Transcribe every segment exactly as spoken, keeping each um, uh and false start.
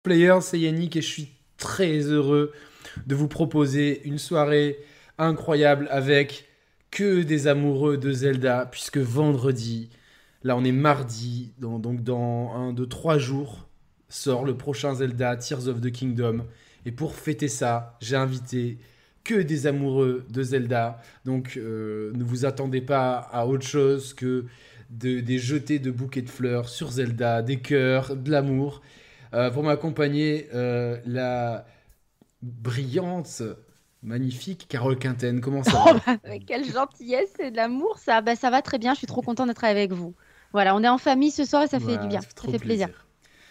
Players, c'est Yannick et je suis très heureux de vous proposer une soirée incroyable avec que des amoureux de Zelda, puisque vendredi, là on est mardi, dans- donc dans un, deux, trois jours, sort le prochain Zelda, Tears of the Kingdom. Et pour fêter ça, j'ai invité que des amoureux de Zelda. Donc euh, ne vous attendez pas à autre chose que de- des jetés de bouquets de fleurs sur Zelda, des cœurs, de l'amour. Euh, pour m'accompagner, euh, la brillante, magnifique Carole Quinten. Comment ça Oh, va? bah, quelle gentillesse et de l'amour, ça. Bah, ça va très bien, je suis trop contente d'être avec vous. Voilà, on est en famille ce soir et ça fait du Voilà, bien, ça fait ça trop fait plaisir. plaisir.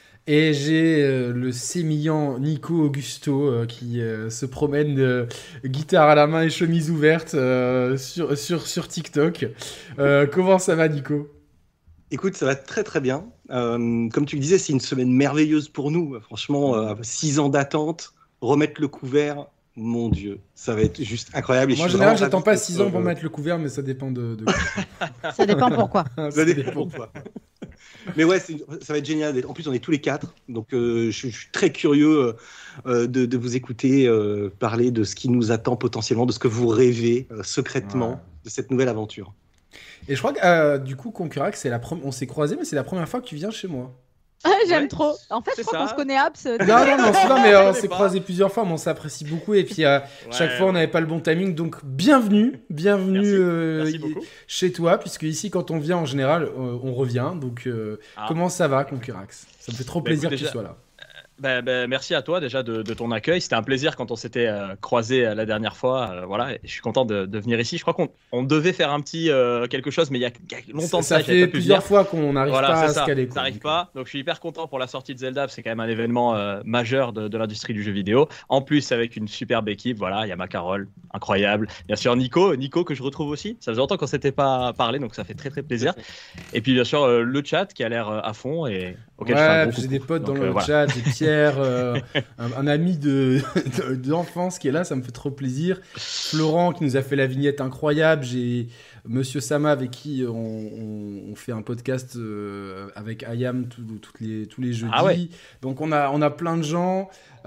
Et j'ai euh, le sémillant Nico Augusto euh, qui euh, se promène euh, guitare à la main et chemise ouverte euh, sur, sur, sur TikTok. Euh, comment ça va, Nico? Écoute, ça va très très bien. Euh, comme tu le disais, c'est une semaine merveilleuse pour nous. Franchement, euh, six ans d'attente, remettre le couvert, mon Dieu, ça va être juste incroyable. Et je Moi, en suis général, vraiment j'attends ravi pas d'être. six ans pour Euh, mettre le couvert, mais ça dépend de, de quoi. Ça dépend pourquoi. ça Ça dépend dépend. pourquoi. Mais ouais, c'est- ça va être génial. d'être- En plus, on est tous les quatre, donc euh, je, je suis très curieux euh, de, de vous écouter euh, parler de ce qui nous attend potentiellement, de ce que vous rêvez euh, Ouais. secrètement de cette nouvelle aventure. Et je crois que euh, du coup, Concurac, c'est la première. On s'est croisés, mais c'est la première fois que tu viens chez moi. J'aime Ouais, trop. En fait, je c'est crois qu'on se ça. connaît Abs euh, Non, déjà. non, mais on, s- non, mais, On se euh, on connaît s'est pas. croisés plusieurs fois, mais on s'apprécie beaucoup. Et puis, euh, chaque Ouais, fois, on ouais. n'avait pas le bon timing. Donc, bienvenue, bienvenue Merci. euh, Merci y- beaucoup. chez toi, puisque ici, quand on vient, en général, euh, on revient. Donc, euh, Ah. comment ça va, Concurax? Ça me fait trop Bah, plaisir écoute, que tu déjà, sois là. bah, bah, merci à toi déjà de, de ton accueil. C'était un plaisir quand on s'était euh, croisés euh, la dernière fois. Euh, voilà, et je suis content de, de venir ici. Je crois qu'on on devait faire un petit euh, quelque chose, mais il y a, il y a longtemps Ça, de ça ça, j'avais fait pas pu plusieurs venir. fois qu'on n'arrive Voilà, pas c'est à se ça. caler, Ça quoi. n'arrive Donc, euh, pas. Donc je suis hyper content pour la sortie de Zelda. C'est quand même un événement euh, majeur de, de l'industrie du jeu vidéo. En plus, avec une superbe équipe. Voilà, il y a ma Carole, incroyable. Bien sûr, Nico, Nico que je retrouve aussi. Ça faisait longtemps qu'on s'était pas parlé, donc ça fait très très Tout à plaisir. fait. Et puis bien sûr, euh, le chat qui a l'air euh, à fond et auquel je fais un ouais, gros puis j'ai des coucou. potes dans Donc euh, le voilà. chat. J'ai Pierre, euh, un, un ami de, de- d'enfance qui est là. Ça me fait trop plaisir. Florent qui nous a fait la vignette incroyable. J'ai Monsieur Sama avec qui on, on- on fait un podcast euh, avec Ayam tout- toutes les, tous les Ah ouais, jeudis. Donc on a, on a plein de gens.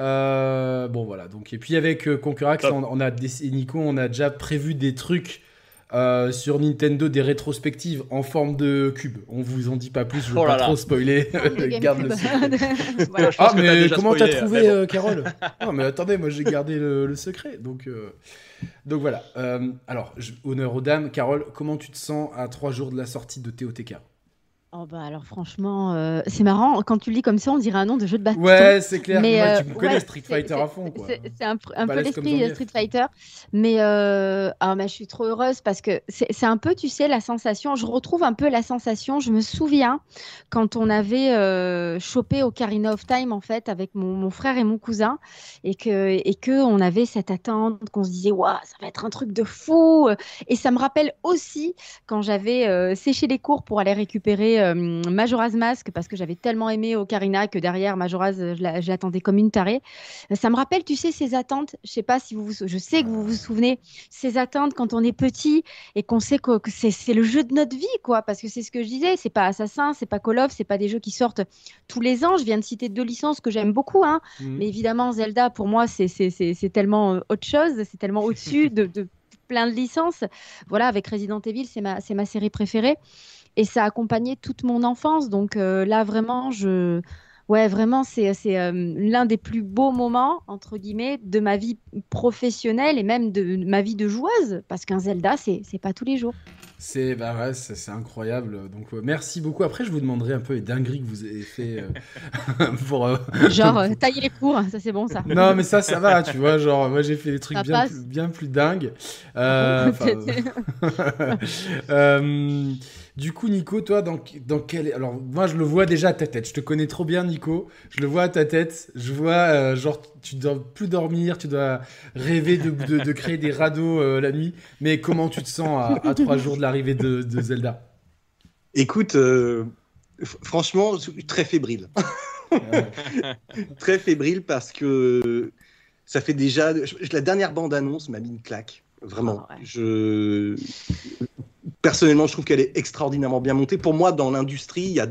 Euh, bon voilà. Donc, et puis avec euh, Concurax, top. on, on a des, et Nico, on a déjà prévu des trucs. Euh, sur Nintendo, des rétrospectives en forme de cube. On vous en dit pas plus, je veux Oh pas là trop là. spoiler. Forme de Garde le GameCube. secret. Voilà. Je Ah, pense que t'as mais déjà comment t'as spoilé, mais trouvé, bon. euh, Carole? Non, mais attendez, moi j'ai gardé le, le secret. Donc, euh, donc voilà. Euh, alors, je- honneur aux dames. Carole, comment tu te sens à trois jours de la sortie de T O T K? Oh bah alors franchement, euh, c'est marrant, quand tu le lis comme ça, on dirait un nom de jeu de baston. Ouais, c'est clair. Mais Moi, euh, tu me connais ouais, Street c'est Fighter c'est- à fond, c'est- quoi. c'est- c'est un, pr- un peu Balèze comme l'esprit euh, Zangief. Street Fighter. Mais, euh, ah, mais je suis trop heureuse parce que c'est c'est un peu, tu sais, la sensation, je retrouve un peu la sensation, je me souviens quand on avait euh, chopé Ocarina of Time, en fait, avec mon, mon frère et mon cousin, et que, et que on avait cette attente, qu'on se disait, waouh, ça va être un truc de fou. Et ça me rappelle aussi quand j'avais euh, séché les cours pour aller récupérer euh, Majora's Mask parce que j'avais tellement aimé Ocarina que derrière Majora's, euh, je la- je l'attendais comme une tarée. Euh, Ça me rappelle, tu sais, ces attentes. Je sais pas si vous, vous sou- je sais que vous vous souvenez, ces attentes quand on est petit et qu'on sait que, que c'est c'est le jeu de notre vie, quoi. Parce que c'est ce que je disais, c'est pas Assassin, c'est pas Call of, c'est pas des jeux qui sortent tous les ans. Je viens de citer deux licences que j'aime beaucoup, hein. Mhm. Mais évidemment, Zelda, pour moi, c'est c'est- c'est- c'est tellement euh, autre chose, c'est tellement au-dessus de, de plein de licences. Voilà, avec Resident Evil, c'est ma, c'est ma série préférée. Et ça a accompagné toute mon enfance. Donc euh, là, vraiment, je... Ouais, vraiment, c'est, c'est euh, l'un des plus beaux moments, entre guillemets, de ma vie professionnelle et même de ma vie de joueuse. Parce qu'un Zelda, c'est, c'est pas tous les jours. C'est bah ouais, c'est c'est incroyable. Donc, ouais, merci beaucoup. Après, je vous demanderai un peu les dingueries que vous avez fait euh, pour, euh, Genre, euh, tailler les cours, ça c'est bon, ça. Non, mais ça, ça va, tu vois. Genre, moi, j'ai fait des trucs Ça bien plus, passe. bien plus dingues. Ah bon? Euh, enfin, euh, euh, du coup, Nico, toi, dans, dans quel... Alors, moi, je le vois déjà à ta tête. Je te connais trop bien, Nico. Je le vois à ta tête. Je vois, euh, genre, tu dois plus dormir. Tu dois rêver de, de, de créer des radeaux euh, la nuit. Mais comment tu te sens à, à trois jours de l'arrivée de, de Zelda? Écoute, euh, f- franchement, je suis très fébrile. Ouais. Très fébrile parce que ça fait déjà. je- La dernière bande-annonce m'a mis une claque. Vraiment. Ah ouais. Je... Personnellement, je trouve qu'elle est extraordinairement bien montée. Pour moi, dans l'industrie, il y a,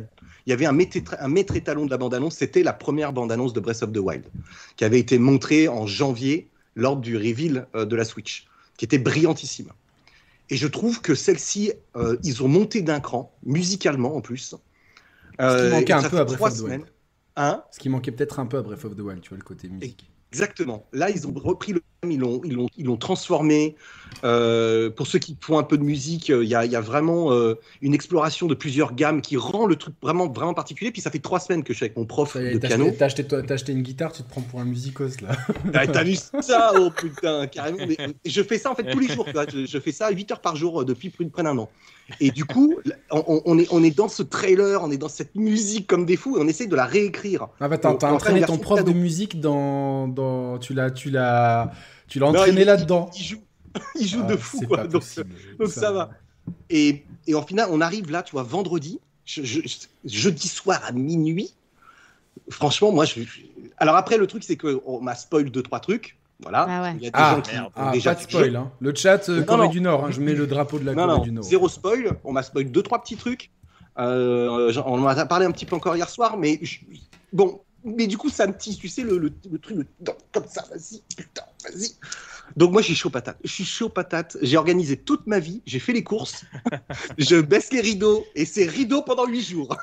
il y avait un maître, un maître étalon de la bande-annonce, c'était la première bande-annonce de Breath of the Wild, qui avait été montrée en janvier lors du reveal euh, de la Switch, qui était brillantissime. Et je trouve que celle-ci, euh, ils ont monté d'un cran, musicalement en plus. Euh, Ce qui manquait un ça peu fait à Breath trois of the Wild. semaines. Hein Ce qui manquait peut-être un peu à Breath of the Wild, tu vois, le côté musique. Exactement. Là, ils ont repris le thème, ils l'ont, ils l'ont, ils l'ont transformé. Euh, pour ceux qui font un peu de musique, il euh, y, y a vraiment euh, une exploration de plusieurs gammes qui rend le truc vraiment, vraiment particulier. Puis ça fait trois semaines que je suis avec mon prof y est, de t'as piano. Acheté, t'as, acheté, t'as acheté une guitare, tu te prends pour un musicos, là. T'as, t'as vu ça? Oh putain, carrément. Mais, je fais ça en fait tous les jours. Tu vois. Je, je fais ça huit heures par jour depuis plus de près d'un an. Et du coup, on, on, est, on est dans ce trailer, on est dans cette musique comme des fous et on essaie de la réécrire. Ah bah t'as, t'as entraîné ton prof de musique dans, dans tu l'as, tu l'as, tu l'as entraîné non, il, là-dedans. Il, il joue, il joue ah, de fou quoi. Donc, donc ça, ça va. Et, et en final, on arrive là, tu vois, vendredi, je, je, jeudi soir à minuit. Franchement, moi, je. Alors après, le truc, c'est qu'on m'a spoil deux trois trucs. Voilà. Ah ouais. Il y a des ah, gens qui ah, ont déjà pas de spoil. Hein. Le chat euh, non, Corée non. du Nord. Hein. Je mets le drapeau de la non, Corée non, du Nord. Zéro spoil. On m'a spoil deux trois petits trucs. Euh, on en a parlé un petit peu encore hier soir, mais je... bon. Mais du coup, ça me tisse, tu sais, le, le, le truc, le... comme ça, vas-y, putain, vas-y. Donc moi, je suis chaud patate. Je suis chaud patate. J'ai organisé toute ma vie. J'ai fait les courses. Je baisse les rideaux et c'est rideaux pendant huit jours.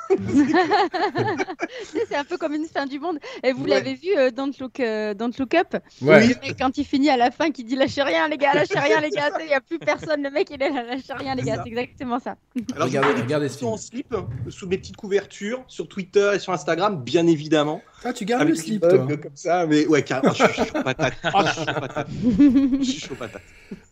C'est un peu comme une fin du monde. Et vous ouais. l'avez vu euh, Don't Look, euh, Don't Look Up. Ouais. Le mec, quand il finit à la fin, qui dit lâchez rien, les gars, lâchez rien, les gars. Il n'y a plus personne. Le mec, il est là, lâchez rien, les gars. C'est exactement ça. Alors, regardez, regardez ce film. En slip, sous mes petites couvertures, sur Twitter et sur Instagram, bien évidemment. Ah, tu gardes le slip, toi. Comme ça, mais ouais, carrément, je suis chaud patate. Oh, je suis chaud patate. Je suis chaud patate.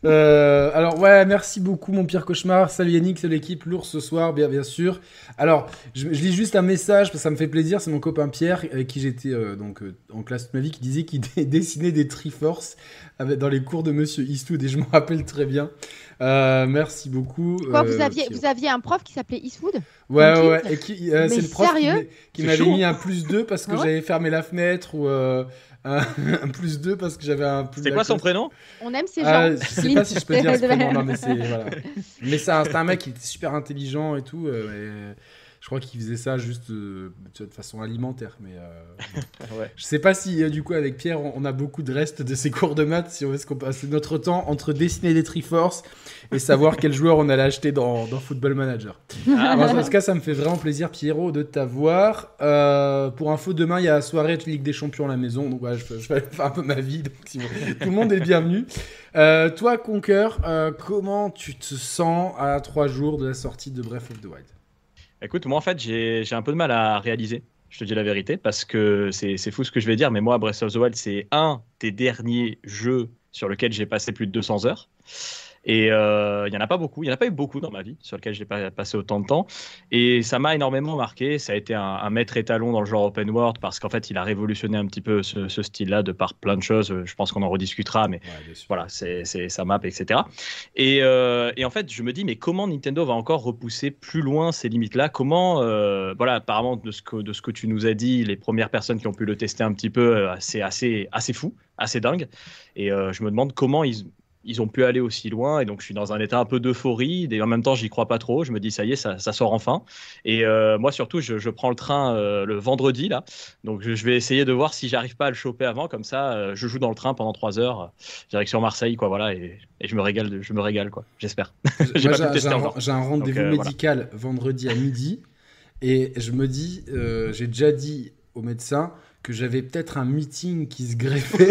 Euh, alors ouais, merci beaucoup mon pire cauchemar. Salut Yannick, salut l'équipe, lourd ce soir, bien, bien sûr. Alors, je, je lis juste un message parce que ça me fait plaisir. C'est mon copain Pierre avec qui j'étais euh, donc euh, en classe toute ma vie qui disait qu'il d- dessinait des Triforce avec, dans les cours de Monsieur Eastwood et je m'en rappelle très bien. Euh, merci beaucoup. Quoi, euh, vous aviez qui... vous aviez un prof qui s'appelait Eastwood? Ouais ouais, ouais. Et qui, euh, c'est le prof sérieux qui, qui m'avait chaud. mis un plus deux parce que ah ouais j'avais fermé la fenêtre ou euh, un, un plus deux parce que j'avais un plus. C'est quoi son prénom? On aime ces gens. Ah, je sais pas si je peux dire ce prénom, non, mais c'est voilà. Mais c'est un, c'est un mec qui était super intelligent et tout. Euh, et je crois qu'il faisait ça juste euh, de façon alimentaire. Mais euh, ouais. Je sais pas si euh, du coup avec Pierre on, on a beaucoup de restes de ses cours de maths. Si on veut qu'on passe notre temps entre dessiner des Triforce et savoir quel joueur on allait acheter dans, dans Football Manager. Ah, bon, en tout cas, ça me fait vraiment plaisir, Pierrot, de t'avoir. Euh, pour info, demain il y a la soirée de Ligue des Champions à la maison. Donc voilà, je, je vais faire un peu ma vie. Donc, si vous... Tout le monde est le bienvenu. Euh, toi, Conquer, euh, comment tu te sens à trois jours de la sortie de Breath of the Wild? Écoute, moi en fait, j'ai, j'ai un peu de mal à réaliser, je te dis la vérité, parce que c'est, c'est fou ce que je vais dire, mais moi, Breath of the Wild, c'est un des derniers jeux sur lequel j'ai passé plus de deux cents heures. Et il euh, n'y en a pas beaucoup, il n'y en a pas eu beaucoup dans ma vie sur lequel j'ai pas passé autant de temps. Et ça m'a énormément marqué, ça a été un, un maître étalon dans le genre open world parce qu'en fait il a révolutionné un petit peu ce, ce style-là de par plein de choses, je pense qu'on en rediscutera, mais ouais, voilà, c'est, c'est sa map, et cetera. Et, euh, et en fait je me dis, mais comment Nintendo va encore repousser plus loin ces limites-là? Comment, euh, voilà, apparemment de ce, que, de ce que tu nous as dit, les premières personnes qui ont pu le tester un petit peu, c'est assez, assez fou, assez dingue. Et euh, je me demande comment ils... ils ont pu aller aussi loin, et donc je suis dans un état un peu d'euphorie, et en même temps j'y crois pas trop, je me dis ça y est, ça, ça sort enfin, et euh, moi surtout je, je prends le train euh, le vendredi là, donc je, je vais essayer de voir si j'arrive pas à le choper avant, comme ça euh, je joue dans le train pendant trois heures, euh, direction Marseille quoi, voilà, et, et je me régale, je me régale quoi, j'espère. j'ai, moi, pas j'ai, j'ai, un, j'ai un rendez-vous donc, euh, médical voilà. vendredi à midi, et je me dis, euh, j'ai déjà dit au médecin que j'avais peut-être un meeting qui se greffait.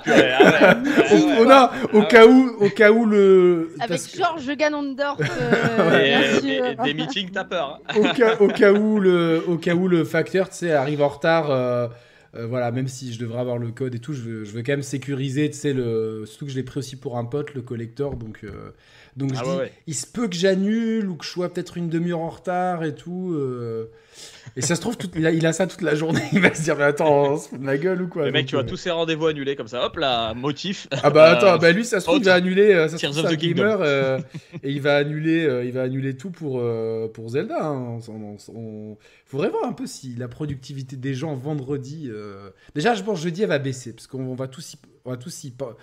au, non, au ah cas ouais. où, au cas où le. Avec Georges Ganondorf. Euh, et, et, et des meetings, t'as peur. Hein. au, cas, au cas où le, au cas où le facteur, tu sais, arrive en retard. Euh, euh, voilà, même si je devrais avoir le code et tout, je veux, je veux quand même sécuriser, tu sais, le. Surtout que je l'ai pris aussi pour un pote, le collector, donc. Euh, donc ah je ouais, dis, ouais. il se peut que j'annule ou que je sois peut-être une demi-heure en retard et tout. Euh... Et ça se trouve, toute, il, a, il a ça toute la journée. Il va se dire, mais attends, on se fout de ma gueule ou quoi? Le mec, tu vois euh... tous ses rendez-vous annulés comme ça. Hop là, motif. Ah bah attends, euh, bah lui, ça se trouve, il va annuler. Ça se trouve, c'est un gamer euh, et il va annuler, euh, il va annuler tout pour euh, pour Zelda. Hein. On, on, on... Faudrait voir un peu si la productivité des gens vendredi. Euh... Déjà, je pense jeudi, elle va baisser parce qu'on va tous, y... on va tous y...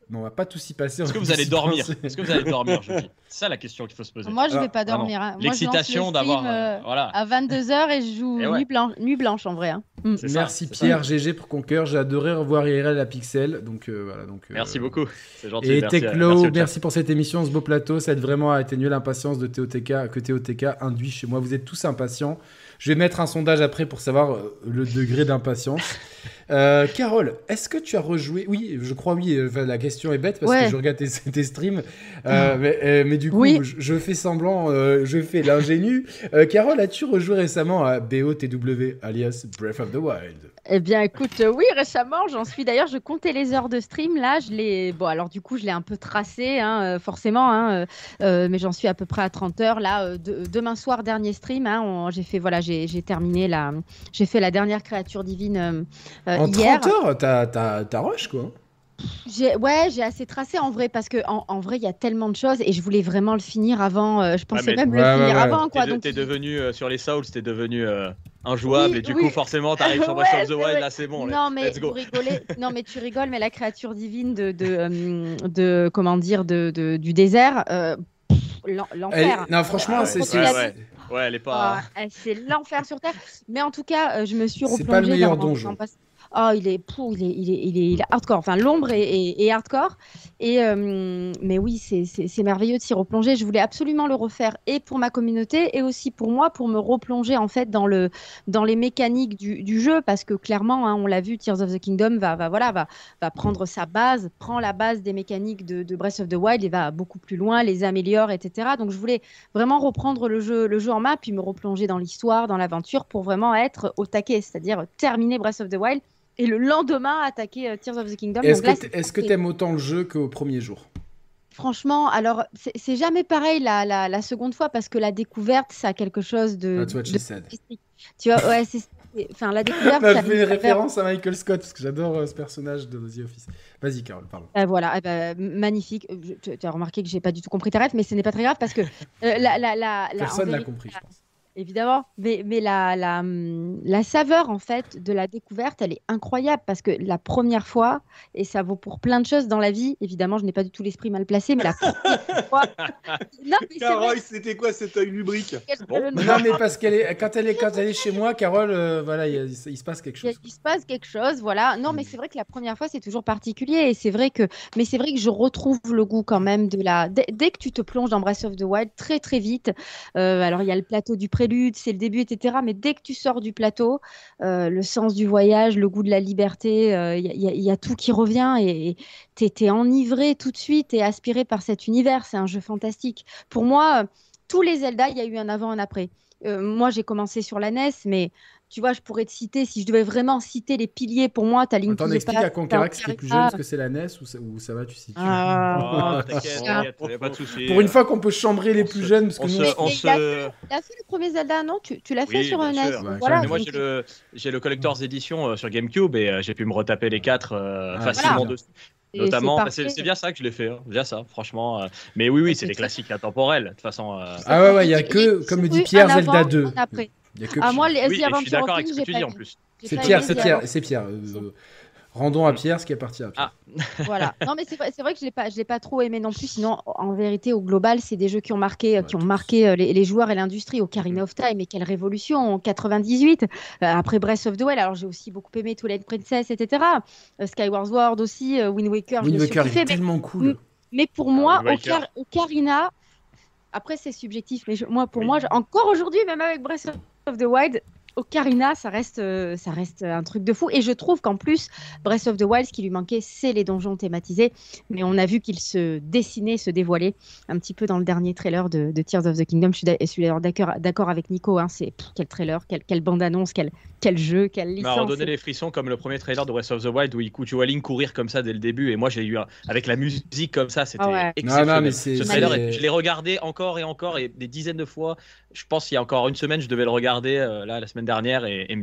mais on va pas tous y passer. Est-ce on que va vous allez tous y dormir penser. Est-ce que vous allez dormir jeudi? C'est ça la question qu'il faut se poser. Moi, je vais Ah, pas vraiment. dormir. hein. Moi, L'excitation je lance le d'avoir, stream, euh, euh, voilà. à vingt-deux heures et je joue Et ouais. nuit, blanche, nuit blanche en vrai. hein. Mm. C'est ça, Merci c'est ça. Pierre, G G pour Conquer. J'ai adoré revoir I R L à Pixel. Donc euh, voilà. Donc, euh, Merci beaucoup. C'est gentil. Et merci, à- Techlo, merci merci, au chat. pour cette émission, ce beau plateau. Ça aide vraiment à atténuer l'impatience de T O T K, que T O T K induit chez moi. Vous êtes tous impatients. Je vais mettre un sondage après pour savoir euh, le degré d'impatience. Euh, Carole, est-ce que tu as rejoué? Oui, je crois oui. Enfin, la question est bête parce Ouais. que je regarde tes, tes streams. Euh, mais, euh, mais du coup, Oui. je, je fais semblant, euh, je fais l'ingénu. Euh, Carole, as-tu rejoué récemment à B O T W, alias Breath of the Wild? Eh bien, écoute, euh, oui, récemment, j'en suis. D'ailleurs, je comptais les heures de stream. Là, je l'ai. Bon, alors, du coup, je l'ai un peu tracé, hein, euh, forcément, hein, euh, euh, mais j'en suis à peu près à trente heures. Là, euh, de- demain soir, dernier stream. Hein, on- j'ai fait, voilà, j'ai j'ai terminé la. J'ai fait la dernière créature divine euh, euh, En hier. trente heures, t'as, t'as, t'as rush quoi. J'ai, ouais, j'ai assez tracé en vrai parce que en, en vrai, il y a tellement de choses et je voulais vraiment le finir avant. euh, je pensais mais- même Ouais, le ouais, finir ouais. avant, quoi. T'es de- Donc, T'es il- devenu euh, sur les Souls, t'es devenu euh, injouable Oui, et du oui. coup forcément t'arrives sur Breath Ouais, of the c'est Wild, vrai. là c'est bon. là. Non, mais Let's go. vous rigolez. Non, mais tu rigoles, mais la créature divine de, de, euh, de comment dire, de, de- du désert, euh, pff, l'en- Elle- l'enfer. non, franchement, Euh, c'est, quand c'est, il a ouais, dit- ouais. Ouais, elle est pas. Ah, eh, c'est l'enfer sur terre. Mais en tout cas, euh, je me suis C'est replongée pas le meilleur dans, donjon. dans- Oh, il est, pou, il est, il est, il est, il est hardcore. Enfin, l'ombre est, est- est hardcore. Et euh, mais oui, c'est, c'est, c'est merveilleux de s'y replonger. Je voulais absolument le refaire et pour ma communauté et aussi pour moi, pour me replonger en fait dans le, dans les mécaniques du, du jeu, parce que clairement, hein, on l'a vu, Tears of the Kingdom va, va, voilà, va, va prendre sa base, prend la base des mécaniques de, de Breath of the Wild et va beaucoup plus loin, les améliore, et cetera. Donc, je voulais vraiment reprendre le jeu, le jeu en main, puis me replonger dans l'histoire, dans l'aventure, pour vraiment être au taquet, c'est-à-dire terminer Breath of the Wild et le lendemain attaquer euh, Tears of the Kingdom. Est-ce Donc là, que, c'est- t'a- est-ce que t'aimes autant le jeu qu'au premier jour? franchement, alors c'est c'est jamais pareil la, la, la seconde fois parce que la découverte, ça a quelque chose de. That's what she de- said. Tu vois, ouais, c'est. c'est- Enfin, la découverte. Là, ça je fais une nous- référence à Michael Scott parce que j'adore euh, ce personnage de The Office. Vas-y, Carole, pardon. Euh, voilà, eh ben, magnifique. Euh, je- Tu as remarqué que j'ai pas du tout compris ta rêve, mais ce n'est pas très grave parce que euh, la, la, la, la- en Personne l'a vérité, compris, je pense. évidemment, mais, mais la, la, hum, la saveur en fait de la découverte, elle est incroyable parce que la première fois, et ça vaut pour plein de choses dans la vie, évidemment, je n'ai pas du tout l'esprit mal placé, mais la première fois. Non, mais c'est vrai. Carole, c'était quoi cet œil lubrique? Bon. que- Mais non, mais parce qu'elle est, quand elle est, quand elle est chez moi, Carole, euh, voilà, il, y a- il se passe quelque Il y a- chose. il se passe quelque chose, voilà. Non, mais c'est vrai que la première fois, c'est toujours particulier. Et c'est vrai que, mais c'est vrai que je retrouve le goût quand même de la. Dès, dès que tu te plonges dans Breath of the Wild, très très vite. euh, alors il y a le plateau du prélude, c'est le début, et cetera. Mais dès que tu sors du plateau, euh, le sens du voyage, le goût de la liberté, euh, il y, a- il y a- il y a tout qui revient et tu es enivré tout de suite et aspiré par cet univers. C'est un jeu fantastique. Pour moi, euh, tous les Zelda, il y a eu un avant, un après. Euh, moi, j'ai commencé sur la N E S, mais tu vois, je pourrais te citer, si je devais vraiment citer les piliers pour moi, t'as Link Attends, to on the explique Past, à Conquerax qui est plus jeune Ocarina. ce que c'est la N E S ou ça, ou ça va, tu situes. Ah. Oh, t'inquiète, t'inquiète, y a pas de souci. Pour une fois qu'on peut chambrer les On plus se- jeunes, parce que on nous, se, Mais- on mais se... il a Il a fait le premier Zelda, non? Tu, tu l'as fait Oui, sur bien un N E S. sûr. donc Ouais, voilà, j'ai- Moi, donc- j'ai le, j'ai le Collector's Edition euh, sur GameCube et euh, j'ai pu me retaper les quatre euh, Ah, facilement voilà. dessus. et Notamment, c'est bah, c'est parfait. c'est bien ça que je l'ai fait, hein, bien ça, franchement. euh. Mais oui, oui, Et c'est c'est des très- classiques intemporels. De toute façon, euh, Ah ouais, ouais, il y a Et- que, et- comme me dit oui, Pierre, un Zelda avant, deux. un après. Il y a que Ah, moi, les oui, et The je suis Adventure d'accord of avec Link, ce que j'ai tu dis pas en vu. plus. J'ai C'est pas Pierre, aimé c'est The Pierre, Adventure. c'est Pierre. Euh, rendons à Pierre ce qui appartient à Pierre. Ah, Voilà. Non, mais c'est vrai, c'est vrai que je l'ai pas, je l'ai pas trop aimé non plus. Sinon, en vérité, au global, c'est des jeux qui ont marqué, Ouais, qui ont tous. marqué euh, les, les joueurs et l'industrie. Ocarina of Time, et quelle révolution en quatre-vingt-dix-huit. Euh, après Breath of the Wild, alors j'ai aussi beaucoup aimé Twilight Princess, et cetera. Euh, Skyward Sword aussi, euh, Wind Waker, je Wind l'ai Waker surkiffé, est mais- tellement cool. Mais pour Ah, moi, Wind Waker. Ocar- Ocarina, après c'est subjectif, mais je- moi, pour Oui. moi, je- encore aujourd'hui, même avec Breath of the Wild, Ocarina, ça reste, euh, ça reste un truc de fou. Et je trouve qu'en plus, Breath of the Wild, ce qui lui manquait, c'est les donjons thématisés. Mais on a vu qu'il se dessinait, se dévoilait un petit peu dans le dernier trailer de, de Tears of the Kingdom. Je suis d'a- je suis d'ailleurs d'accord, d'accord avec Nico. Hein, c'est pff, quel trailer, quel, quelle bande-annonce, quel, quel jeu, quelle m'a licence. redonné les frissons comme le premier trailer de Breath of the Wild où il tu vois Link courir comme ça dès le début et moi j'ai eu un- avec la musique comme ça, c'était Ah ouais. exceptionnel. Non, non, mais c'est- Ce trailer, c'est- je l'ai regardé encore et encore et des dizaines de fois. Je pense qu'il y a encore une semaine, je devais le regarder euh, là la semaine dernière et, et me dire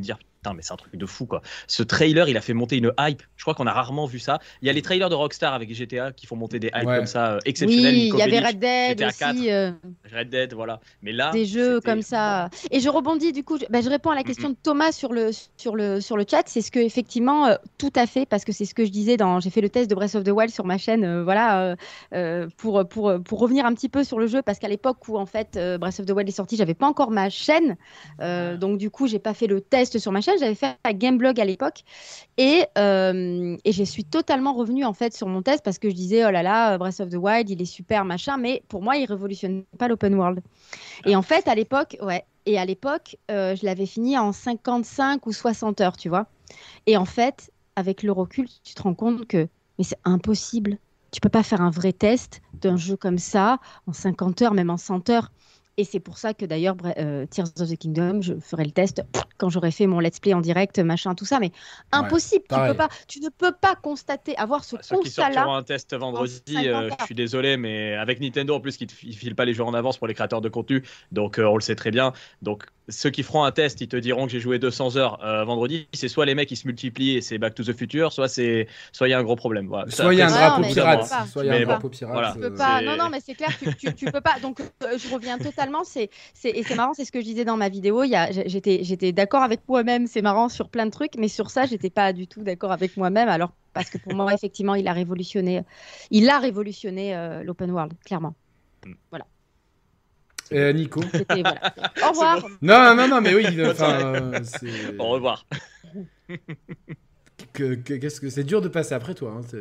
putain, mais c'est un truc de fou, quoi. Ce trailer, il a fait monter une hype. Je crois qu'on a rarement vu ça. Il y a les trailers de Rockstar avec G T A qui font monter des hypes Ouais. comme ça, euh, exceptionnelles. Oui, Nico il y avait Bellic, Red Dead G T A quatre, aussi. euh, Red Dead, voilà. Mais là, Des jeux c'était- comme ça. Et je rebondis du coup, je, bah, je réponds à la question de Thomas sur le, sur le, sur le chat. C'est ce que, effectivement, euh, tout à fait, parce que c'est ce que je disais dans. J'ai fait le test de Breath of the Wild sur ma chaîne, euh, voilà, euh, euh, pour, pour, pour revenir un petit peu sur le jeu, parce qu'à l'époque où en fait euh, Breath of the Wild est sorti, j'avais pas encore ma chaîne. Euh, donc du coup, j'ai pas fait le test sur ma chaîne, j'avais fait un Gameblog à l'époque. Et, euh, et je suis totalement revenue en fait sur mon test parce que je disais, oh là là, Breath of the Wild, il est super, machin, mais pour moi, il révolutionne pas l'open world. Et en fait, à l'époque, ouais, et à l'époque, euh, je l'avais fini en cinquante-cinq ou soixante heures, tu vois. Et en fait, avec le recul, tu te rends compte que mais c'est impossible. Tu peux pas faire un vrai test d'un jeu comme ça en cinquante heures, même en cent heures. Et c'est pour ça que d'ailleurs, Bre- euh, Tears of the Kingdom, je ferai le test quand j'aurai fait mon let's play en direct, machin, tout ça. Mais impossible, tu pareil. peux pas, tu ne peux pas constater, avoir ce Ceux qui constat-là. sortiront un test vendredi, cinquante euh, heures. je suis désolé, mais avec Nintendo en plus qui ne file pas les jeux en avance pour les créateurs de contenu, donc euh, on le sait très bien. Donc ceux qui feront un test, ils te diront que j'ai joué deux cents heures euh, vendredi. C'est soit les mecs qui se multiplient et c'est Back to the Future, soit c'est soit il y a un gros problème. Voilà. Soit il y a un Ouais, drapeau non, mais pirate. tu peux pas, Soit tu il y a un peux drapeau pas. pirate. Voilà. Tu peux euh, pas. c'est- Non, non, mais c'est clair, tu, tu, tu peux pas. Donc, euh, je reviens totalement. C'est, c'est, et c'est marrant, c'est ce que je disais dans ma vidéo. Il y a, j'ai- j'étais, j'étais d'accord avec moi-même. C'est marrant sur plein de trucs, mais sur ça, j'étais pas du tout d'accord avec moi-même. Alors, parce que pour moi, effectivement, il a révolutionné, il a révolutionné euh, l'open world, clairement. euh, Nico. C'était voilà. Au revoir. bon. Non, non, non, mais oui, enfin, euh, c'est- Au revoir. que- que- Qu'est-ce que c'est dur de passer après toi. Hein, c'est-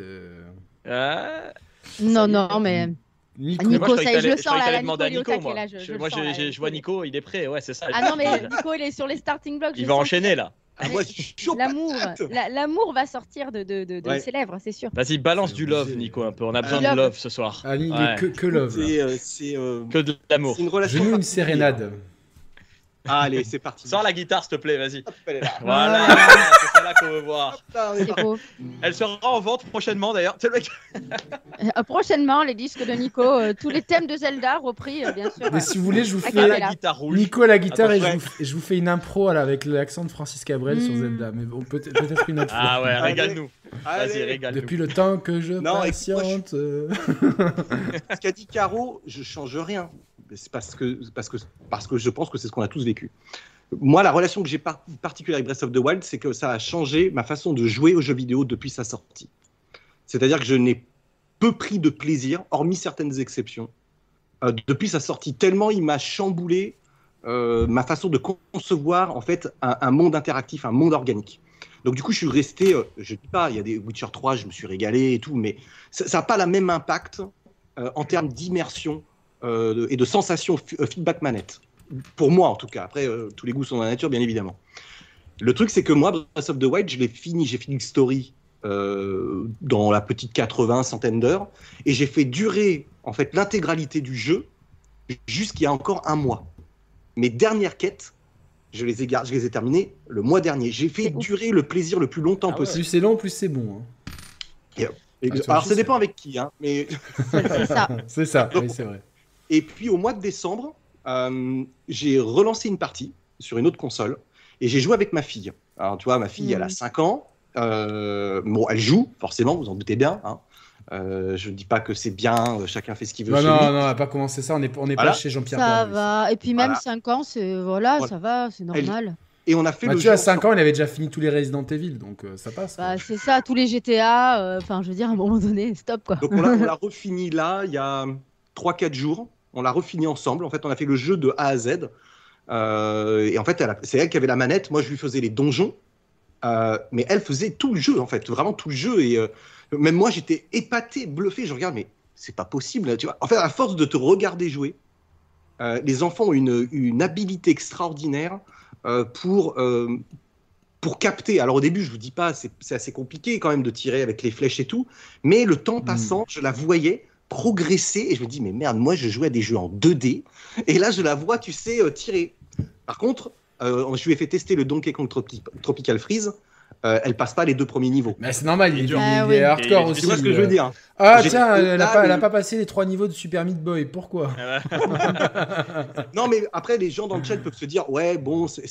Euh, Non, non, mais Nico. Nico, mais moi, je croyais ça y est, que je le t'allais- sens, croyais que là, t'allais là, demander à Nico, il est au Nico, taquet, moi. là, je- je le Moi, sens, j'ai- là, j'ai- je vois Nico, Nico, il est prêt, ouais, c'est ça. ah non, mais Nico, il est sur les starting blocks. Il je va sens enchaîner là. Ah, moi, je suis chaud L'amour, patate. la- l'amour va sortir de, de, de, de Ouais. ses lèvres, c'est sûr. Vas-y, balance C'est du love, obligé. Nico, un peu. On a besoin Du de love. love ce soir. Ah, il Ouais. est que, que love. là. C'est euh, c'est, euh, Que de l'amour. c'est une relation. Je nous une particulière. sérénade. Ah, allez, c'est parti. Sors la guitare, s'il te plaît, vas-y. Hop, elle est là. Voilà, c'est ça là qu'on veut voir. Hop là, on est C'est parti. beau. Elle sera en vente prochainement d'ailleurs. C'est le mec. Euh, prochainement, les disques de Nico, euh, tous les thèmes de Zelda repris, euh, bien sûr. Mais si vous voulez, je vous Ah, fais quelle la là. guitare rouge. Nico à la guitare et je Attends, vous, et je vous fais une impro là, avec l'accent de Francis Cabrel sur Mm. Zelda. Mais bon, peut- peut-être une autre fois. Ah ouais, Allez. régale-nous. Vas-y, Allez. régale-nous. Depuis le temps que je Non, écoute, moi, je- patiente. euh, Ce qu'a dit Caro, je change rien. Mais c'est parce que, parce, que, parce que je pense que c'est ce qu'on a tous vécu. Moi, la relation que j'ai par- particulière avec Breath of the Wild, c'est que ça a changé ma façon de jouer aux jeux vidéo depuis sa sortie. C'est-à-dire que je n'ai peu pris de plaisir, hormis certaines exceptions, euh, depuis sa sortie. Tellement il m'a chamboulé euh, ma façon de concevoir en fait un, un monde interactif, un monde organique. Donc du coup, je suis resté, euh, je dis pas, il y a des Witcher trois, je me suis régalé et tout, mais ça n'a pas le même impact euh, en termes d'immersion euh, et de sensation f- euh, feedback manette. Pour moi, en tout cas. Après, euh, tous les goûts sont dans la nature, bien évidemment. Le truc, c'est que moi, Breath of the Wild, je l'ai fini, j'ai fini le story euh, dans la petite quatre-vingts, centaine d'heures, et j'ai fait durer, en fait, l'intégralité du jeu jusqu'il y a encore un mois. Mes dernières quêtes, je les ai, gar- je les ai terminées le mois dernier. J'ai fait C'est ouf. durer le plaisir le plus longtemps Ah ouais. possible. Plus c'est long, plus c'est bon. hein. Et- Ah, toi alors, aussi, ça c'est- dépend avec qui, hein, mais... C'est c'est ça. C'est ça, Donc- oui, c'est vrai. Et puis au mois de décembre, euh, j'ai relancé une partie sur une autre console et j'ai joué avec ma fille. Alors tu vois, ma fille, Mhm. elle a cinq ans. Euh, bon, elle joue, forcément, vous en doutez bien. Hein. Euh, je ne dis pas que c'est bien, euh, chacun fait ce qu'il veut Non, chez non, lui. non, on n'a pas commencé ça. On n'est on n'est Voilà. pas chez Jean-Pierre Ça Pernaut, ici. va. Et puis même Voilà. cinq ans, c'est voilà, Voilà. ça va, c'est normal. Et on a fait le Mathieu, jeu à cinq ensemble. ans, il avait déjà fini tous les Resident Evil, donc euh, ça passe. quoi. Bah, c'est ça, tous les G T A. euh, Enfin, je veux dire, à un moment donné, stop quoi. Donc on l'a, on l'a refini là, il y a trois quatre jours. On l'a refini ensemble. En fait, on a fait le jeu de A à Z. Euh, et en fait, elle a- c'est elle qui avait la manette. Moi, je lui faisais les donjons. Euh, mais elle faisait tout le jeu, en fait. Vraiment tout le jeu. Et euh, même moi, j'étais épaté, bluffé. Je regarde, mais c'est pas possible. Tu vois. En fait, à force de te regarder jouer, euh, les enfants ont une, une habilité extraordinaire euh, pour, euh, pour capter. Alors au début, je vous dis pas, c'est, c'est assez compliqué quand même de tirer avec les flèches et tout. Mais le temps passant, je la voyais progresser et je me dis mais merde, moi je jouais à des jeux en deux D et là je la vois, tu sais, euh, tirer. Par contre, euh, je lui ai fait tester le Donkey Kong Tropi- Tropical Freeze. Euh, elle passe pas les deux premiers niveaux. Mais c'est normal, il, est- dur. il est- Ah il est oui. hardcore Et il est- aussi. Tu vois ce que je veux euh. dire? Ah J'ai- tiens, elle a, là, pas, elle a le- pas passé les trois niveaux de Super Meat Boy. Pourquoi Ah ouais. Non, mais après les gens dans le chat peuvent se dire ouais bon, c'est, c'est-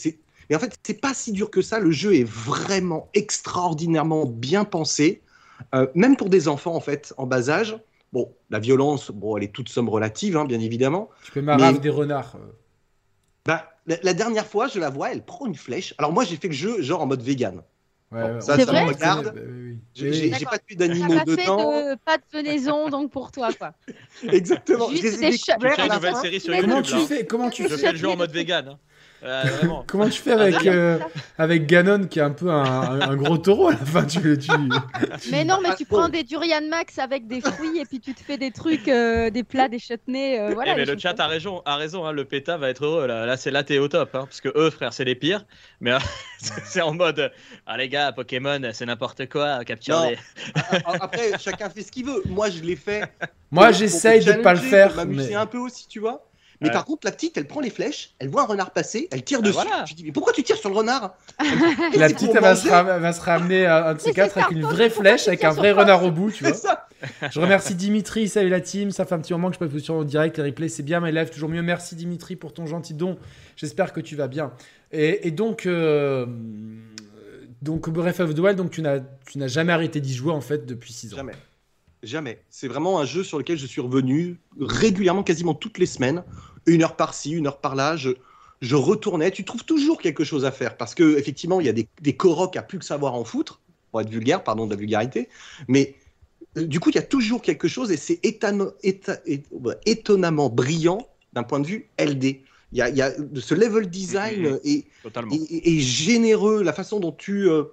Et en fait, c'est pas si dur que ça. Le jeu est vraiment extraordinairement bien pensé, euh, même pour des enfants en fait en bas âge. Bon, la violence, bon, elle est toute somme relative, hein, bien évidemment. Tu peux marave Mais- des renards. Bah, la, la dernière fois, je la vois, elle prend une flèche. Alors moi, j'ai fait le jeu genre en mode vegan. Ouais, Bon, ouais, ça, on C'est sait, vrai on regarde. connaît, bah oui, oui. J'ai Oui, j'ai- oui. j'ai D'accord. pas tué T'as d'animaux pas fait dedans. de, pas de venaison donc pour toi quoi. Exactement. Juste je les ai des chats- découverts Tu à une la nouvelle fin. série sur Mais Comment YouTube tu là. hein. fais Comment tu Je fais fais le jeu en mode vegan. hein. Euh, vraiment. Comment tu fais avec, Ah, euh, avec Ganon qui est un peu un, un- un gros taureau à la fin tu, tu... Mais non, mais tu Ah, bon. prends des durian max avec des fruits et puis tu te fais des trucs, euh, des plats, des chutneys, euh, voilà. Eh, mais les le choses chat comme a raison, a raison hein, le péta va être heureux. Là, là c'est là, t'es au top. Hein, parce que eux, frère, c'est les pires. Mais euh, c'est en mode euh, ah, les gars, Pokémon, c'est n'importe quoi. Capture Non. les. A- a- Après, chacun fait ce qu'il veut. Moi, je l'ai fait. Moi pour- j'essaye pour de me pas le challenger, faire. pour m'amuser Mais... un peu aussi, tu vois. Mais Ouais. par contre, la petite, elle prend les flèches, elle voit un renard passer, elle tire Bah dessus. voilà. Tu dis, mais pourquoi tu tires sur le renard La C'est petite pour elle va se, manger. ra- va se ramener à un de ces Mais quatre c'est avec ça, une Fox, vraie pourquoi flèche tu avec tires un sur vrai Fox renard au bout, tu C'est vois. ça. Je remercie Dimitri, salut la team, ça fait un petit moment que je peux vous sur en direct, les replays c'est bien, mes lives toujours mieux, merci Dimitri pour ton gentil don, j'espère que tu vas bien. Et, et donc, euh, donc Breath of the Wild, donc tu n'as, tu n'as jamais arrêté d'y jouer en fait depuis six ans. Jamais. Jamais. C'est vraiment un jeu sur lequel je suis revenu régulièrement, quasiment toutes les semaines. Une heure par-ci, une heure par-là. Je, je retournais. Tu trouves toujours quelque chose à faire parce que effectivement, il y a des, des corocs à plus que savoir en foutre, pour être vulgaire, pardon de la vulgarité. Mais euh, du coup, il y a toujours quelque chose et c'est étonne- éta- é- ouais, étonnamment brillant d'un point de vue L D. Il y a, il y a ce level design Mhm. est, Totalement. est- est généreux, la façon dont tu euh,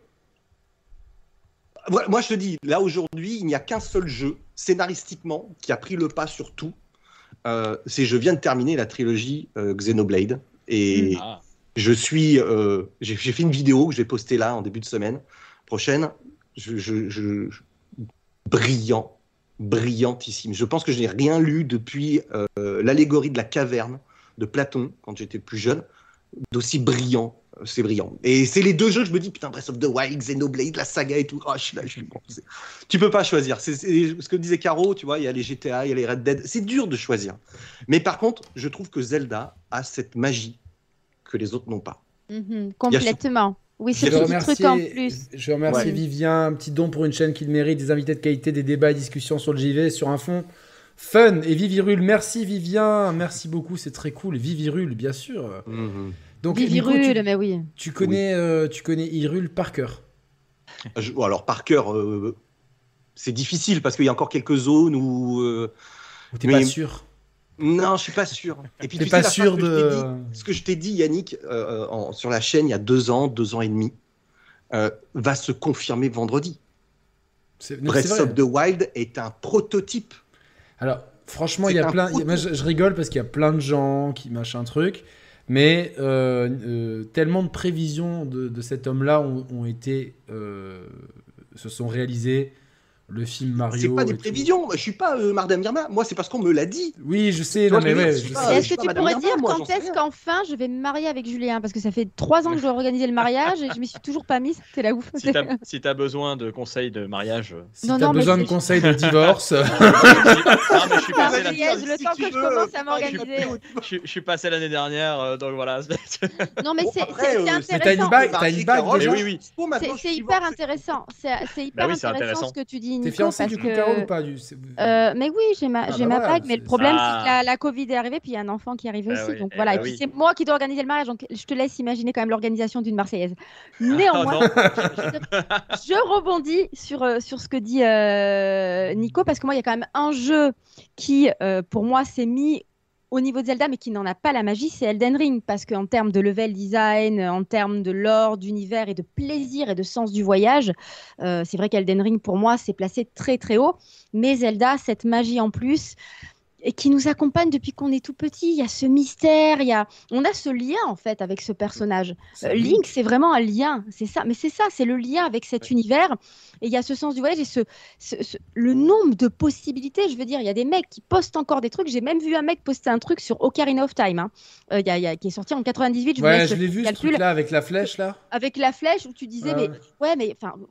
voilà, moi, je te dis, là, aujourd'hui, il n'y a qu'un seul jeu, scénaristiquement, qui a pris le pas sur tout. Euh, c'est je viens de terminer la trilogie euh, Xenoblade. Et Ah. je suis... euh, j'ai j'ai fait une vidéo que je vais poster là, en début de semaine prochaine. Je, je- je- je- brillant. Brillantissime. Je pense que je n'ai rien lu depuis euh, l'allégorie de la caverne de Platon, quand j'étais plus jeune, d'aussi brillant. C'est brillant. Et c'est les deux jeux, je me dis, putain, Breath of the Wild, Xenoblade, la saga et tout. Oh, je suis là, je suis bon. C'est- Tu peux pas choisir. C'est c'est ce que disait Caro, tu vois, il y a les G T A, il y a les Red Dead. C'est dur de choisir. Mais par contre, je trouve que Zelda a cette magie que les autres n'ont pas. Mhm, complètement. Oui, ce Je veux petit truc en remercier, plus. je remercie Ouais. Vivien, un petit don pour une chaîne qu'il mérite, des invités de qualité, des débats et discussions sur le J V, sur un fond fun et Vivirule. Merci Vivien, merci beaucoup, c'est très cool. Vivirule, bien sûr. Donc, Nico, Vivirule, tu, mais oui. tu connais, euh, tu connais Hyrule par cœur. Je- bon, alors, par cœur, euh, c'est difficile parce qu'il y a encore quelques zones où. euh, Ou t'es Mais- pas sûr? Non, je suis pas sûr. Et puis, T'es tu pas sais, la sûr phrase que je de- t'ai dit- ce que je t'ai dit, Yannick, euh, en- sur la chaîne il y a deux ans, deux ans et demi, euh, va se confirmer vendredi. C'est, non, Breath c'est vrai. of the Wild est un prototype. Alors, franchement, C'est il y a un plein. il y a- moi, proto. je, je rigole parce qu'il y a plein de gens qui machin truc, mais euh, euh, tellement de prévisions de, de cet homme-là ont, ont été, euh, se sont réalisées. Le film Mario. C'est pas des et tout. prévisions. Je suis pas euh, Madame Irma. Moi, c'est parce qu'on me l'a dit. Oui, je sais. Tu vois Non, ce mais que je veux ouais, dire, je c'est sais. pas- Et je est-ce suis que tu Madame pourrais Irma, dire moi, j'en quand sais est-ce rien. qu'enfin je vais me marier avec Julien? Parce que ça fait trois ans que je dois organiser le mariage et je m'y suis toujours pas mise. T'es là ouf. Si t'as si t'as besoin de conseils de mariage. euh, Si Non, t'as non, mais besoin de c'est- conseils de divorce, non, mais je suis Ah, passé la- Mariage, le Si temps tu que je veux, commence à euh, m'organiser. je suis- je suis passé l'année dernière, euh, donc voilà. Non, mais Bon, c'est après, c'est- euh, c'est mais t'as une intéressant. bague, t'as une bague Carole, déjà Mais oui, oui. dispo, maintenant, C'est je c'est suis hyper divorcé. intéressant. C'est c'est hyper oui, c'est intéressant intéressant. ce que tu dis, t'es Nico. fiancé Parce du coup, que... Carole, ou pas du... c'est- Euh, mais oui, j'ai ma, Ah, j'ai bah ma voilà, bague, mais le c'est- problème, Ah. c'est que la, la Covid est arrivée, puis il y a un enfant qui arrive Ah aussi. oui, Donc eh voilà, bah et puis oui. c'est moi qui dois organiser le mariage, donc je te laisse imaginer quand même l'organisation d'une Marseillaise. Ah, Néanmoins, non. je rebondis sur, euh, sur ce que dit euh, Nico, parce que moi, il y a quand même un jeu qui, euh, pour moi, s'est mis au niveau de Zelda, mais qui n'en a pas la magie, c'est Elden Ring, parce qu'en termes de level design, en termes de lore, d'univers et de plaisir et de sens du voyage, euh, c'est vrai qu'Elden Ring, pour moi, s'est placé très très haut, mais Zelda, cette magie en plus, et qui nous accompagne depuis qu'on est tout petit, il y a ce mystère, il y a... on a ce lien en fait avec ce personnage. c'est Euh, Link, c'est vraiment un lien, c'est ça, mais c'est ça, c'est le lien avec cet univers, et il y a ce sens du voyage et ce, ce- ce- le nombre de possibilités, je veux dire, il y a des mecs qui postent encore des trucs, j'ai même vu un mec poster un truc sur Ocarina of Time, hein, euh, il y a- il y a- qui est sorti en quatre-vingt-dix-huit, je vous Ouais, laisse je le l'ai vu ce calcul, truc-là avec la flèche là. avec la flèche où tu disais, Ah mais ouais. ouais, mais enfin...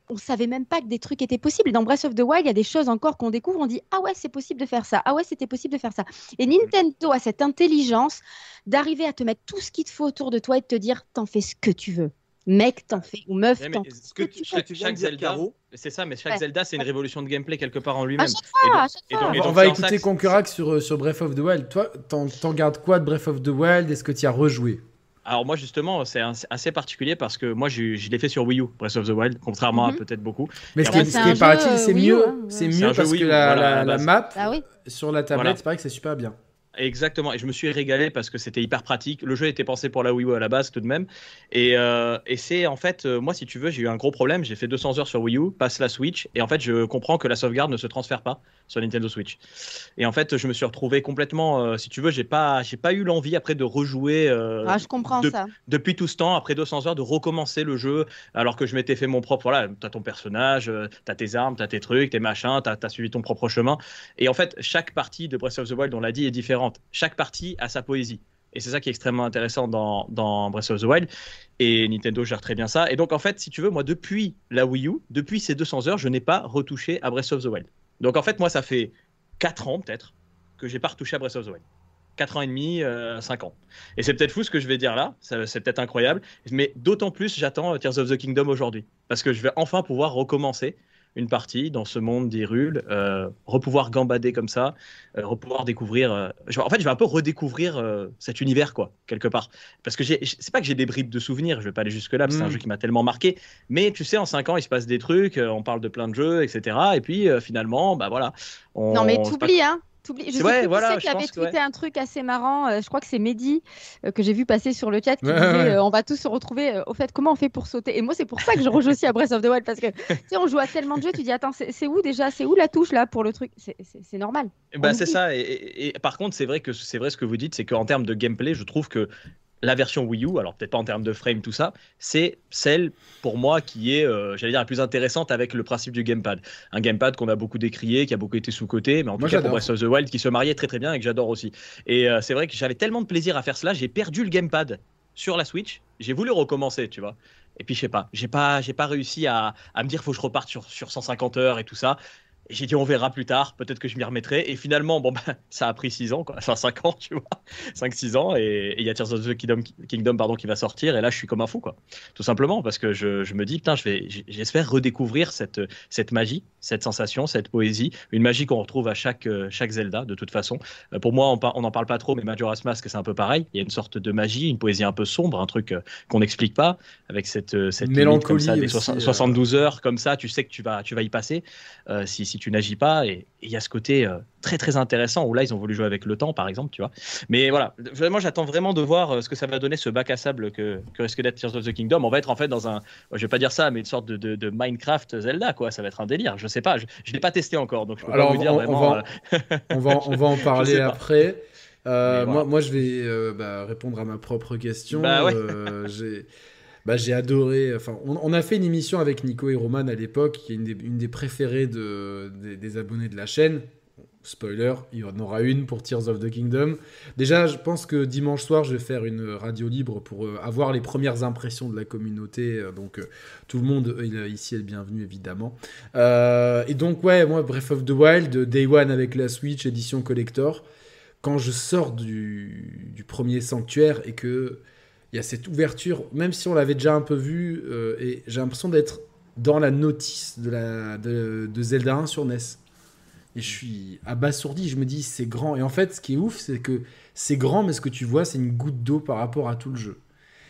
on savait même pas que des trucs étaient possibles. Dans Breath of the Wild, il y a des choses encore qu'on découvre, on dit ah ouais, c'est possible de faire ça. Ah ouais, c'était possible de faire ça. Et Nintendo a cette intelligence d'arriver à te mettre tout ce qu'il te faut autour de toi et de te dire t'en fais ce que tu veux. Mec, t'en fais, ou meuf, Ouais, t'en mais fais ce Ce que que tu, tu ce veux. que tu viens chaque de dire, Zelda, Caro, c'est ça, mais chaque Ouais. Zelda, c'est une révolution de gameplay quelque part en À lui-même. chaque Et fois, donc- à chaque et fois. donc- et On donc va c'est en ça écouter que- Conquerac sur, euh, sur Breath of the Wild. Toi, t'en, t'en gardes quoi de Breath of the Wild? Est-ce que tu as rejoué? Alors moi justement, c'est un- c'est assez particulier parce que moi j'ai- je l'ai fait sur Wii U, Breath of the Wild, contrairement à Mhm. peut-être beaucoup. Mais Et ce en qui est, fait, ce c'est qui un est paraît-il, jeu, c'est euh, Wii U, mieux, hein. c'est C'est un mieux jeu parce Wii que U, la, voilà, à la- la la base. map Ah oui. sur la tablette, Voilà. c'est pareil que c'est super bien. Exactement, et je me suis régalé parce que c'était hyper pratique. Le jeu était pensé pour la Wii U à la base tout de même. Et, euh, et c'est en fait, euh, moi si tu veux, j'ai eu un gros problème. J'ai fait deux cents heures sur Wii U, passe la Switch, et en fait je comprends que la sauvegarde ne se transfère pas sur Nintendo Switch. Et en fait je me suis retrouvé complètement, euh, si tu veux, j'ai pas, j'ai pas eu l'envie après de rejouer euh, Ah, je comprends de- ça. depuis tout ce temps, après deux cents heures, de recommencer le jeu alors que je m'étais fait mon propre. Voilà, t'as ton personnage, euh, t'as tes armes, t'as tes trucs, tes machins, t'as as suivi ton propre chemin. Et en fait, chaque partie de Breath of the Wild, on l'a dit, est différente. Chaque partie a sa poésie. Et c'est ça qui est extrêmement intéressant dans, dans Breath of the Wild. Et Nintendo gère très bien ça. Et donc, en fait, si tu veux, moi, depuis la Wii U, depuis ces deux cents heures, je n'ai pas retouché à Breath of the Wild. Donc, en fait, moi, ça fait quatre ans, peut-être, que j'ai pas retouché à Breath of the Wild. quatre ans et demi, euh, cinq ans. Et c'est peut-être fou ce que je vais dire là, ça- c'est peut-être incroyable, mais d'autant plus j'attends euh, Tears of the Kingdom aujourd'hui, parce que je vais enfin pouvoir recommencer une partie dans ce monde d'Hyrule, euh, repouvoir gambader comme ça, euh, repouvoir découvrir. euh, je- en fait, je vais un peu redécouvrir euh, cet univers, quoi, quelque part. Parce que j'ai- c'est pas que j'ai des bribes de souvenirs, je vais pas aller jusque-là, parce que c'est un Mm. jeu qui m'a tellement marqué, mais tu sais, en cinq ans, il se passe des trucs, euh, on parle de plein de jeux, et cetera. Et puis euh, finalement, bah voilà. On... Non, mais c'est pas- t'oublies, hein. T'oublies. Je C'est sais vrai, plus qui voilà, c'est qui je avait pense que tweeté un truc assez marrant. euh, je crois que c'est Mehdi euh, que j'ai vu passer sur le chat qui Ouais, disait ouais. euh, on va tous se retrouver. euh, au fait, comment on fait pour sauter? Et moi, c'est pour ça que je rejoue aussi à Breath of the Wild parce que tu sais, on joue à tellement de jeux. Tu dis attends, c'est c'est où déjà? C'est où la touche là pour le truc? C'est- C'est c'est normal. Bah, On c'est oublie. ça. Et, et- et par contre, c'est vrai que c'est vrai ce que vous dites, c'est qu'en termes de gameplay, je trouve que la version Wii U, alors peut-être pas en termes de frame, tout ça, c'est celle pour moi qui est, euh, j'allais dire, la plus intéressante avec le principe du gamepad. Un gamepad qu'on a beaucoup décrié, qui a beaucoup été sous-coté, mais en tout Moi, cas pour j'adore. Breath of the Wild, qui se mariait très très bien et que j'adore aussi. Et euh, c'est vrai que j'avais tellement de plaisir à faire cela, j'ai perdu le gamepad sur la Switch. J'ai voulu recommencer, tu vois. Et puis je sais pas, j'ai pas, j'ai pas réussi à, à me dire faut que je reparte sur, sur cent cinquante heures et tout ça. Et j'ai dit on verra plus tard, peut-être que je m'y remettrai. Et finalement, bon bah, ça a pris six ans, quoi. Enfin cinq ans, tu vois. cinq six ans. Et il y a Tears of the Kingdom, Kingdom pardon, qui va sortir. Et là, je suis comme un fou, quoi. Tout simplement, parce que je, je me dis, putain, je vais, j'espère redécouvrir cette, cette magie, cette sensation, cette poésie. Une magie qu'on retrouve à chaque, chaque Zelda, de toute façon. Euh, Pour moi, on n'en parle pas trop, mais Majora's Mask, c'est un peu pareil. Il y a une sorte de magie, une poésie un peu sombre, un truc euh, qu'on n'explique pas, avec cette, euh, cette Une limite comme mélancolie ça, des aussi, soixante- euh. soixante-douze heures, comme ça, tu sais que tu vas, tu vas y passer euh, si, si tu n'agis pas. Et il y a ce côté euh, très très intéressant où là, ils ont voulu jouer avec le temps, par exemple, tu vois. Mais voilà, vraiment, j'attends vraiment de voir euh, ce que ça va donner, ce bac à sable que, que risque d'être Tears of the Kingdom. On va être en fait dans un, je vais pas dire ça, mais une sorte de, de, de Minecraft Zelda, quoi. Ça va être un délire. Je sais pas, je, je l'ai pas testé encore, donc je peux Alors, pas on vous dire va- on vraiment. va- euh, On va, on va en parler sais pas. après. Euh, Mais moi, voilà. moi, je vais euh, bah, répondre à ma propre question. Bah ouais. Euh, j'ai bah, j'ai adoré. Enfin, on, on a fait une émission avec Nico et Roman à l'époque, qui est une des, une des préférées de, des, des abonnés de la chaîne. Spoiler, il y en aura une pour Tears of the Kingdom. Déjà, je pense que dimanche soir, je vais faire une radio libre pour euh, avoir les premières impressions de la communauté. Euh, donc, euh, tout le monde euh, ici est le bienvenu, évidemment. Euh, et donc, ouais, moi, Breath of the Wild, Day One avec la Switch, édition collector. Quand je sors du, du premier sanctuaire et que il y a cette ouverture, même si on l'avait déjà un peu vu, euh, et j'ai l'impression d'être dans la notice de, la, de, de Zelda un sur N E S. Et je suis abasourdi, je me dis c'est grand. Et en fait, ce qui est ouf, c'est que c'est grand, mais ce que tu vois, c'est une goutte d'eau par rapport à tout le jeu.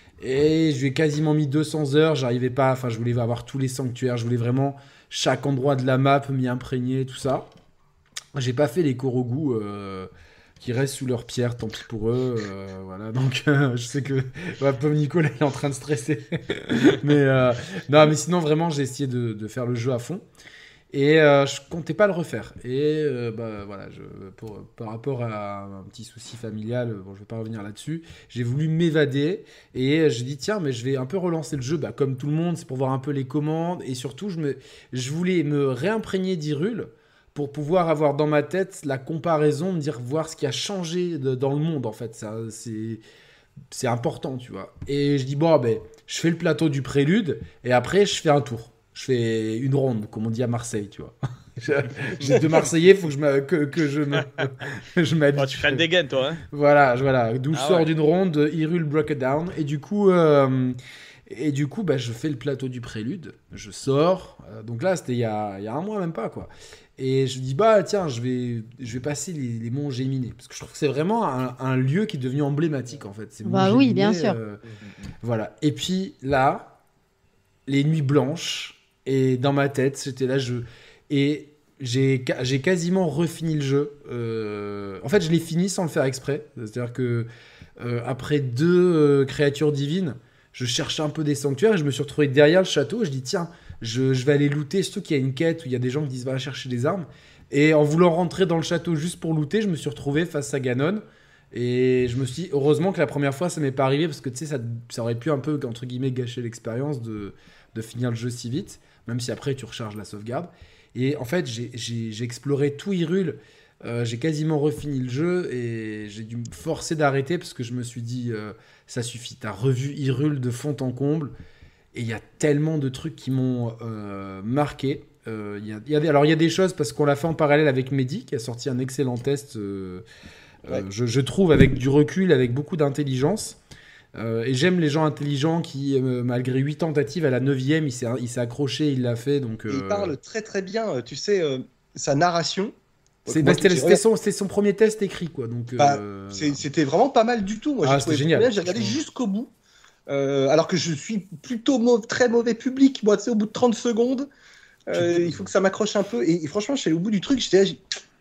Et je lui ai quasiment mis deux cents heures, j'arrivais pas, enfin je voulais avoir tous les sanctuaires, je voulais vraiment chaque endroit de la map m'y imprégner, tout ça. J'ai pas fait les Korogu euh, qui restent sous leur pierre, tant pis pour eux. euh, voilà, donc euh, je sais que ouais, pauvre Nicolas il est en train de stresser. mais euh, non, mais sinon vraiment j'ai essayé de, de faire le jeu à fond. Et euh, je comptais pas le refaire. Et euh, bah, voilà, je, pour, par rapport à un petit souci familial, bon, je vais pas revenir là-dessus, j'ai voulu m'évader et j'ai dit tiens, mais je vais un peu relancer le jeu, bah, comme tout le monde, c'est pour voir un peu les commandes et surtout je, me, je voulais me réimprégner d'Hyrule pour pouvoir avoir dans ma tête la comparaison, me dire voir ce qui a changé de, dans le monde en fait. Ça, c'est, c'est important, tu vois. Et je dis bon, ben, je fais le plateau du prélude et après je fais un tour. je fais une ronde, comme on dit à Marseille, tu vois. J'ai deux Marseillais, il faut que je, m'a- que, que je, me, je m'habitue. Oh, tu fais une dégaine, toi. Hein Voilà, je- voilà. D'où je Ah sors ouais. d'une ronde, Hyrule Broke Down. Et du coup, euh, et du coup bah, je fais le plateau du prélude. Je sors. Euh, donc là, c'était il y a, il y a un mois, même pas, quoi. Et je dis, bah tiens, je vais, je vais passer les, les monts Géminées. Parce que je trouve que c'est vraiment un, un lieu qui est devenu emblématique, en fait. C'est Bah Mont oui, bien Géminées, sûr. euh, voilà. Et puis là, les nuits blanches. Et dans ma tête, j'étais là, je. Et. J'ai, ca- j'ai quasiment refini le jeu. Euh, en fait, je l'ai fini sans le faire exprès. C'est-à-dire que euh, après deux euh, créatures divines, je cherchais un peu des sanctuaires et je me suis retrouvé derrière le château. Et je dis tiens, je, je vais aller looter. Surtout qu'il y a une quête où il y a des gens qui disent va chercher des armes. Et en voulant rentrer dans le château juste pour looter, je me suis retrouvé face à Ganon. Et je me suis dit heureusement que la première fois ça m'est pas arrivé parce que tu sais ça, ça aurait pu un peu entre guillemets gâcher l'expérience de, de finir le jeu si vite. Même si après tu recharges la sauvegarde. Et en fait, j'ai, j'ai, j'ai exploré tout Hyrule. Euh, j'ai quasiment refini le jeu et j'ai dû me forcer d'arrêter parce que je me suis dit, euh, ça suffit. T'as revu Hyrule de fond en comble et il y a tellement de trucs qui m'ont euh, marqué. Euh, y a, y a des, alors, il y a des choses parce qu'on l'a fait en parallèle avec Mehdi qui a sorti un excellent test, euh, Ouais. euh, je, je trouve, avec du recul, avec beaucoup d'intelligence. Euh, et j'aime les gens intelligents qui, euh, malgré huit tentatives, à la neuvième, il s'est, il s'est accroché, il l'a fait. Donc, Il euh, parle très très bien, euh, tu sais, euh, sa narration. c'est, Moi, bah, c'était, j'ai c'était regardé- son, c'était son premier test écrit, quoi. Donc, bah, euh, c'est- c'était vraiment pas mal du tout. Moi, Ah, j'ai c'était trouvé génial. bien, j'ai regardé jusqu'au bout. Euh, alors que je suis plutôt mau- très mauvais public. Moi, tu sais, au bout de trente secondes, euh, il faut que ça m'accroche un peu. Et, et franchement, je suis allé au bout du truc, j'étais là, j'ai-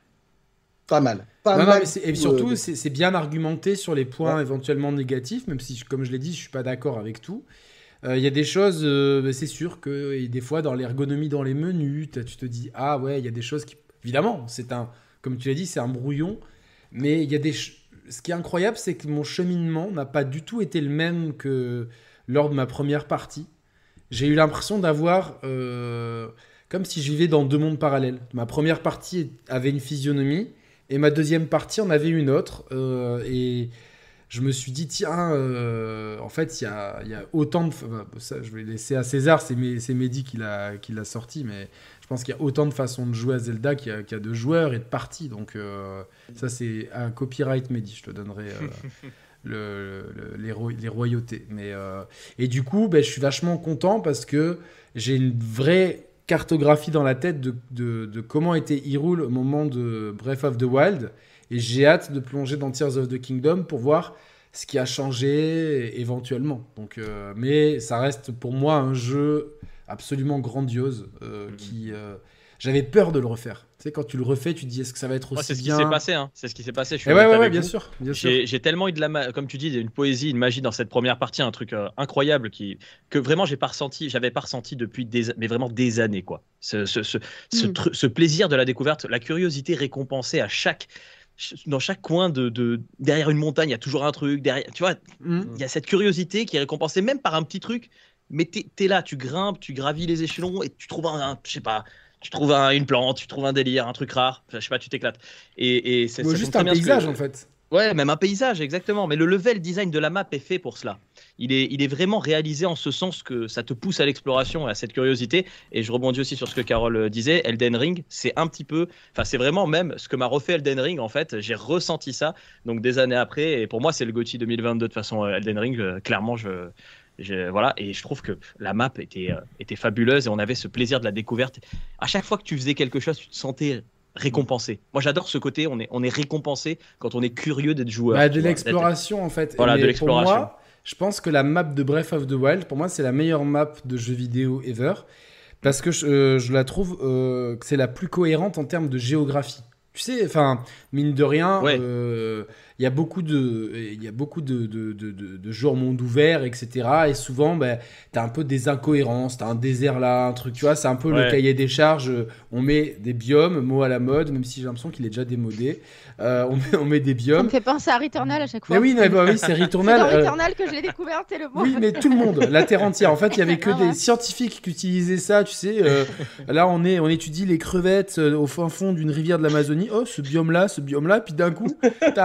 pas mal. Pas non, non, mal mais c'est- et du tout, surtout, euh, c'est, c'est bien argumenté sur les points Ouais. éventuellement négatifs, même si, comme je l'ai dit, je suis pas d'accord avec tout. Euh, Il y a des choses, euh, bah, c'est sûr que et des fois, dans l'ergonomie, dans les menus, t'as- tu te dis, ah ouais, il y a des choses qui. Évidemment, c'est un. Comme tu l'as dit, c'est un brouillon, mais il y a des. ch- Ce qui est incroyable, c'est que mon cheminement n'a pas du tout été le même que lors de ma première partie. J'ai eu l'impression d'avoir. euh, comme si je vivais dans deux mondes parallèles. Ma première partie avait une physionomie. Et ma deuxième partie en avait une autre. euh, et je me suis dit, tiens, euh, en fait, il y a, il y a autant de. Enfin, ça, je vais laisser à César, c'est, Mé- c'est Mehdi qui l'a, qui l'a sorti, mais je pense qu'il y a autant de façons de jouer à Zelda qu'il y a, qu'il y a de joueurs et de parties. Donc, euh, ça, c'est un copyright Mehdi, je te donnerai. euh, le- le- les, ro- les royautés. Mais, euh, et du coup, ben, je suis vachement content parce que j'ai une vraie cartographie dans la tête de, de, de comment était Hyrule au moment de Breath of the Wild. Et j'ai hâte de plonger dans Tears of the Kingdom pour voir ce qui a changé éventuellement. Donc, euh, mais ça reste pour moi un jeu absolument grandiose euh, Mhm. qui... euh, j'avais peur de le refaire. Tu sais, quand tu le refais, tu te dis est-ce que ça va être Moi, aussi c'est ce qui bien s'est passé. Hein. C'est ce qui s'est passé. Je suis Et ouais, honnête ouais, ouais, avec bien vous. sûr, bien sûr. J'ai, j'ai tellement eu de la, ma- comme tu dis, une poésie, une magie dans cette première partie, un truc euh, incroyable qui, que vraiment j'ai pas ressenti, j'avais pas ressenti depuis des, mais vraiment des années quoi. Ce, ce, ce, ce, Mm. tru- ce plaisir de la découverte, la curiosité récompensée à chaque, ch- dans chaque coin de, de derrière une montagne, il y a toujours un truc derrière. Tu vois, Mhm. il y a cette curiosité qui est récompensée même par un petit truc. Mais t'es, t'es là, tu grimpes, tu gravis les échelons et tu trouves un, un- je sais pas. Tu trouves un- une plante, tu trouves un délire, un truc rare, je sais pas, tu t'éclates. Et, et c'est Ou ça juste montre un très bien ce que- paysage en fait. Ouais, même un paysage, exactement. Mais le level design de la map est fait pour cela. Il est, il est vraiment réalisé en ce sens que ça te pousse à l'exploration et à cette curiosité. Et je rebondis aussi sur ce que Carole euh, disait. Elden Ring, c'est un petit peu, enfin, c'est vraiment même ce que m'a refait Elden Ring. En fait, j'ai ressenti ça. Donc des années après, et pour moi, c'est le G O T Y deux mille vingt-deux de façon euh, Elden Ring. euh, clairement, je, je- voilà. Et je trouve que la map était, euh, était fabuleuse et on avait ce plaisir de la découverte. À chaque fois que tu faisais quelque chose, tu te sentais récompensé. Moi, j'adore ce côté. On est, on est récompensé quand on est curieux d'être joueur. Bah, tu de vois, l'exploration en fait. Voilà, Mais de l'exploration. Pour moi, je pense que la map de Breath of the Wild, pour moi, c'est la meilleure map de jeu vidéo ever. Parce que je, euh, je la trouve euh, que c'est la plus cohérente en termes de géographie. Tu sais, enfin, mine de rien, Ouais. euh, il y a beaucoup de, il y a beaucoup de, de, de, de, de jeux en monde ouvert, et cetera. Et souvent, bah, t'as un peu des incohérences, t'as un désert là, un truc, tu vois, c'est un peu le Ouais. cahier des charges. On met des biomes, mot à la mode, même si j'ai l'impression qu'il est déjà démodé. Euh, on, met, on met des Ça me biomes. fait penser à Returnal à chaque fois. Mais oui, non, mais bah oui, c'est C'est Returnal. dans euh, Returnal que je l'ai découvert, c'est le mot. oui, mais tout le monde, la Terre entière. En fait, il y avait que Ah ouais. des scientifiques qui utilisaient ça, tu sais. euh, là, on, est, on étudie les crevettes euh, au fin fond d'une rivière de l'Amazonie. Oh, ce biome-là, ce biome-là. Puis d'un coup, t'as un mec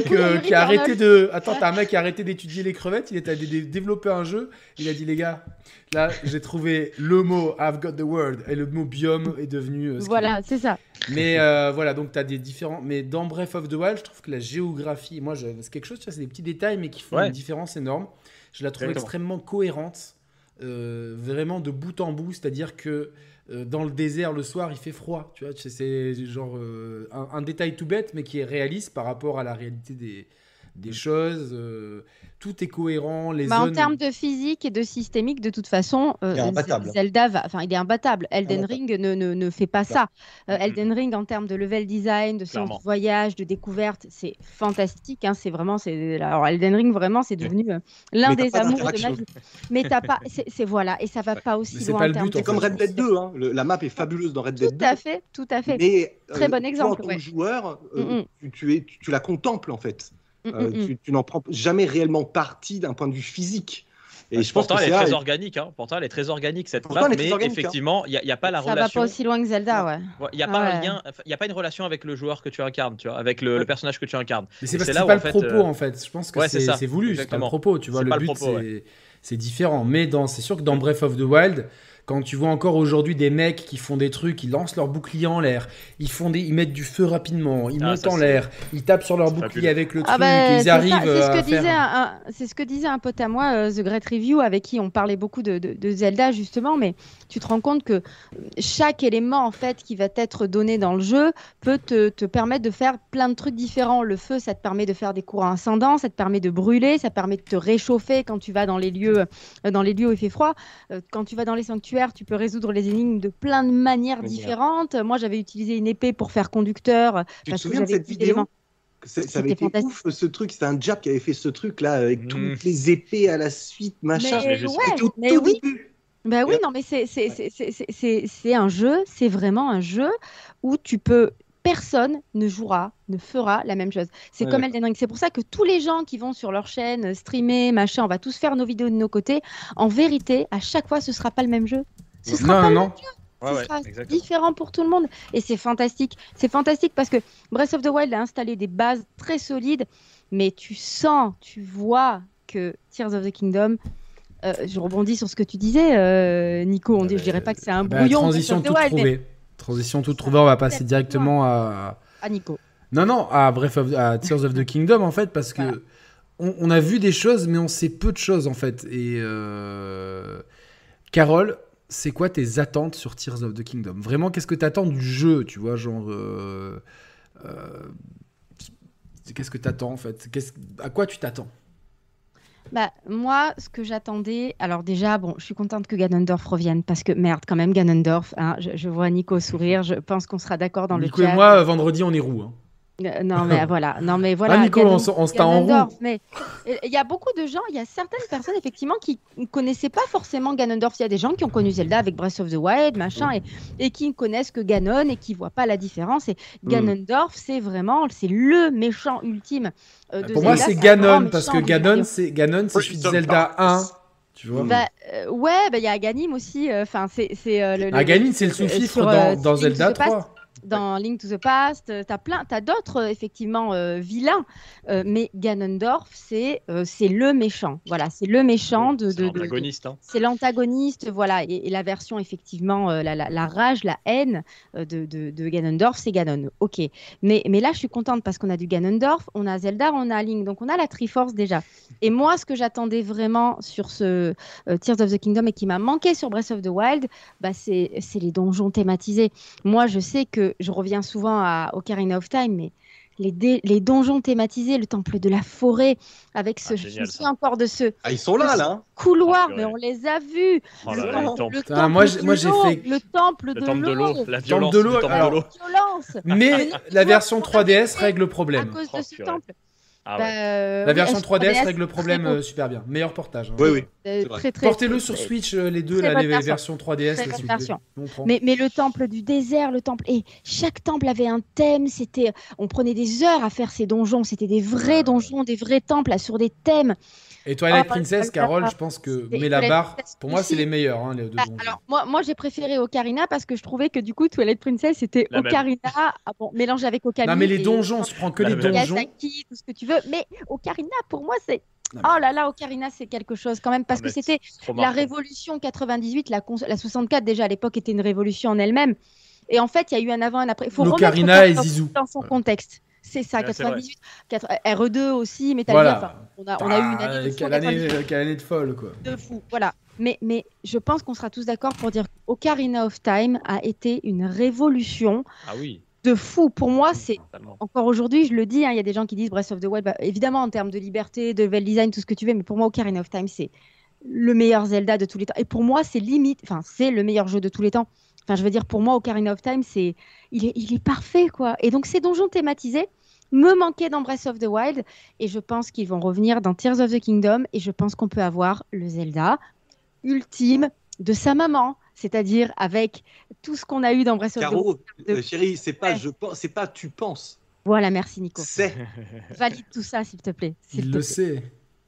mec euh, qui a arrêté de. Attends, t'as un mec qui a arrêté d'étudier les crevettes. Il est allé dé- développer un jeu. Il a dit les gars, là j'ai trouvé le mot I've got the word et le mot biome est devenu. Euh, ce qu'il Voilà, c'est ça. est. Mais euh, voilà, donc t'as des différents. Mais dans Breath of the Wild, je trouve que la géographie, moi, je... c'est quelque chose. Tu vois, c'est des petits détails, mais qui font Ouais. une différence énorme. Je la trouve Exactement. extrêmement cohérente, euh, vraiment de bout en bout. C'est-à-dire que euh, dans le désert, le soir, il fait froid. Tu vois, c'est- c'est genre euh, un, un détail tout bête, mais qui est réaliste par rapport à la réalité des, des choses. euh, tout est cohérent. Les Bah, En zones. termes de physique et de systémique, de toute façon, euh, Il est imbattable. Zelda va, enfin, il est imbattable. Elden Imbattable. Ring ne, ne, ne fait pas ça. Euh, Elden Ring, en termes de level design, de sens Clairement. de voyage, de découverte, c'est fantastique. Hein, c'est vraiment, c'est, alors Elden Ring, vraiment, c'est devenu euh, l'un Mais t'as des pas amours de ma d'interaction. vie. Mais t'as pas, c'est, c'est voilà, et ça va pas aussi Mais c'est loin pas en le termes but, de en C'est comme fait, Red je Dead deux. Hein. Le- la map est fabuleuse dans Red Dead Tout deux. à fait, tout à fait. Mais Très bon toi, exemple, en tant ouais. que joueur, euh, Mm, mm. tu, tu, es, tu, tu la contemples en fait. Mm, Euh, mm, mm. tu, tu n'en prends jamais réellement parti d'un point de vue physique. Et je pense Pourtant, que elle c'est est là- très organique. Hein. Pourtant, elle est très organique cette Pourtant, map, elle est très mais organique, hein. effectivement, il n'y a, y a pas la Ça va relation. pas aussi loin que Zelda, ouais. Il n'y a Ah pas un ouais. lien, il y a pas une relation avec le joueur que tu incarnes, tu vois, avec le, le personnage que tu incarnes. Mais c'est Et parce c'est que là c'est où, pas en le fait, propos euh, en fait. Je pense que ouais, c'est c'est ça, c'est voulu, c'est pas le exactement. propos. Tu vois, C'est le pas le but propos, c'est c'est différent. Mais dans c'est sûr que dans Breath of the Wild, quand tu vois encore aujourd'hui des mecs qui font des trucs, ils lancent leur bouclier en l'air, ils font des, ils mettent du feu rapidement, ils Ah, montent ça, en c'est- l'air, ils tapent sur leur c'est bouclier fabuleux. avec le Ah truc, bah, et ils c'est ça, arrivent c'est ce à que disait faire. un, un- c'est ce que disait un pote à moi, euh, The Great Review, avec qui on parlait beaucoup de, de- de Zelda justement, mais tu te rends compte que chaque élément en fait qui va t'être donné dans le jeu peut te, te permettre de faire plein de trucs différents. Le feu, ça te permet de faire des courants ascendants, ça te permet de brûler, ça permet de te réchauffer quand tu vas dans les lieux, euh, dans les lieux où il fait froid. Euh, quand tu vas dans les sanctuaires, tu peux résoudre les énigmes de plein de manières Manière. différentes. Moi, j'avais utilisé une épée pour faire conducteur euh, Tu te parce que souviens de j'avais cette plus vidéo d'éléments. C'est- Ça avait C'était été fantastique. ouf ce truc. C'était un Jap qui avait fait ce truc là avec Mm. toutes les épées à la suite, machin. Je l'ai Mais vu, ça. ouais, C'était au mais tout oui. début. Ben oui, Ouais. non, mais c'est c'est- c'est- c'est- c'est- c'est- c'est un jeu, c'est vraiment un jeu où tu peux, personne ne jouera, ne fera la même chose. C'est Ouais, comme d'accord. Elden Ring. C'est pour ça que tous les gens qui vont sur leur chaîne euh, streamer, machin, on va tous faire nos vidéos de nos côtés. En vérité, à chaque fois, ce sera pas le même jeu. Ce sera Non, pas non, le non. même jeu. Ouais, Ce ouais, sera exactement. différent pour tout le monde. Et c'est fantastique. C'est fantastique parce que Breath of the Wild a installé des bases très solides, mais tu sens, tu vois que Tears of the Kingdom. Euh, je rebondis sur ce que tu disais, euh, Nico. On dit, je dirais pas que c'est un Bah, brouillon. transition Breath toute of the Wild, mais- trouvée. Transition toute trouvée. On va passer Tellement directement à. Ah, Nico. Non, non, à Breath of à Tears of the Kingdom en fait, parce que Voilà. on, on a vu des choses, mais on sait peu de choses en fait. Et euh... Carole, c'est quoi tes attentes sur Tears of the Kingdom? Vraiment, qu'est-ce que t'attends du jeu, tu vois, genre. euh, euh, Qu'est-ce que t'attends en fait? Qu'est-ce... À quoi tu t'attends? Bah, moi, ce que j'attendais, alors déjà, bon, je suis contente que Ganondorf revienne parce que merde, quand même, Ganondorf, hein, je, je vois Nico sourire, je pense qu'on sera d'accord dans Nico le et chat. moi, euh, vendredi, on est roux. Hein. Euh, non, mais voilà, non, mais voilà. Ah, Nico, on Ganon- s- on se t'a en roue. Ganondorf, mais euh, il y a beaucoup de gens, il y a certaines personnes effectivement qui ne connaissaient pas forcément Ganondorf. Il y a des gens qui ont connu Zelda avec Breath of the Wild, machin, et, et qui ne connaissent que Ganon et qui voient pas la différence. Et Ganondorf, c'est vraiment, c'est le méchant ultime euh, de Pour moi, Zelda, c'est un grand Ganon, méchant parce que du jeu Ganon, vidéo. c'est Ganon, c'est celui de Prince of Zelda un. Darkness. Tu vois? Mm. Bah, euh, ouais, bah, il y a Ganim aussi. Enfin, c'est c'est euh, le, le- Ah, Ganon, c'est le euh, sous-fifre sur, dans, euh, dans Link to Zelda the Past. trois. Dans Link to the Past, euh, t'as plein, t'as d'autres euh, effectivement euh, vilains, euh, mais Ganondorf c'est euh, c'est le méchant, voilà, c'est le méchant de, C'est de, de- de- l'antagoniste. Hein. c'est l'antagoniste, voilà, et, et la version effectivement, euh, la, la, la rage, la haine euh, de, de, de Ganondorf, c'est Ganon, ok, mais mais là je suis contente parce qu'on a du Ganondorf, on a Zelda, on a Link, donc on a la Triforce déjà. Et moi ce que j'attendais vraiment sur ce euh, Tears of the Kingdom et qui m'a manqué sur Breath of the Wild, bah c'est c'est les donjons thématisés. Moi, je sais que je reviens souvent à Ocarina of Time, mais les, dé- les donjons thématisés, le temple de la forêt, avec ce, Ah, je génial, me souviens encore de ce Ah, ils sont là, là. hein. couloir, Ah, mais purée. on les a vus. Oh le, là là, le temple, temple. le Putain, temple moi, j'ai- de moi, j'ai l'eau, fait- le temple Le de temple de l'eau, l'eau, la violence de du l'eau, temple alors- de l'eau. violence. Mais la version trois D S règle le À problème. cause de Oh, ce purée. temple. Ah Bah, ouais. euh, La oui, version S trois D S S, règle le problème très beau. euh, super bien. Meilleur portage. hein. Oui, oui. Euh, c'est vrai. très, très, Portez-le très, sur très- Switch, euh, les deux, très là, bonne les version. versions trois D S. Très là, bonne s'il vous plaît. version. On prend. Mais, mais le temple du désert, le temple. Et chaque temple avait un thème. C'était, on prenait des heures à faire ces donjons. C'était des vrais donjons, des vrais temples là, sur des thèmes. Et Twilight Oh, Princess, là, Carole, là. je pense que Et met la Twilight barre. Princess Pour moi, c'est aussi. les meilleurs, hein, les deux Ah, donjons. alors, moi, moi j'ai préféré Ocarina parce que je trouvais que du coup, Twilight Princess, c'était La même. Ocarina, ah, bon, mélangé avec Okami. Non, mais les et- donjons, tu prends que La les même. donjons. Miyazaki, tout ce que tu veux. Mais Ocarina, pour moi, c'est. Non, Oh là là, Ocarina, c'est quelque chose quand même. Parce Ah, que mais c'était c'est trop la marquant. révolution quatre-vingt-dix-huit, la, cons- la soixante-quatre, déjà à l'époque, était une révolution en elle-même. Et en fait, il y a eu un avant, un après. Il faut remettre L'Ocarina et Ocarina Zizou. dans son Voilà. contexte. C'est ça, Ouais, c'est vrai. quatre-vingt-dix-huit. quatre- R E deux aussi, Metal Gear. Enfin, Voilà. on a, on a eu une Ah, année de fou, quelle, année, quatre-vingt-dix-huit. quelle année de folle, quoi. De fou, voilà. Mais, mais je pense qu'on sera tous d'accord pour dire qu'Ocarina of Time a été une révolution Ah oui, de fou. Pour moi, c'est totalement. encore aujourd'hui, je le dis, hein, il y a des gens qui disent Breath of the Wild, bah, évidemment en termes de liberté, de level design, tout ce que tu veux, mais pour moi, Ocarina of Time, c'est le meilleur Zelda de tous les temps. Et pour moi, c'est limite, enfin, c'est le meilleur jeu de tous les temps. Enfin, je veux dire, pour moi, Ocarina of Time, c'est, il est, il est parfait, quoi. Et donc, ces donjons thématisés me manquaient dans Breath of the Wild, et je pense qu'ils vont revenir dans Tears of the Kingdom, et je pense qu'on peut avoir le Zelda ultime de sa maman, c'est-à-dire avec tout ce qu'on a eu dans Breath of the Wild. Caro, de- euh, chérie, c'est pas Ouais. je pense, c'est pas tu penses, Voilà, merci Nico. c'est. Valide tout ça, s'il te plaît. s'il Il te le plaît. sait.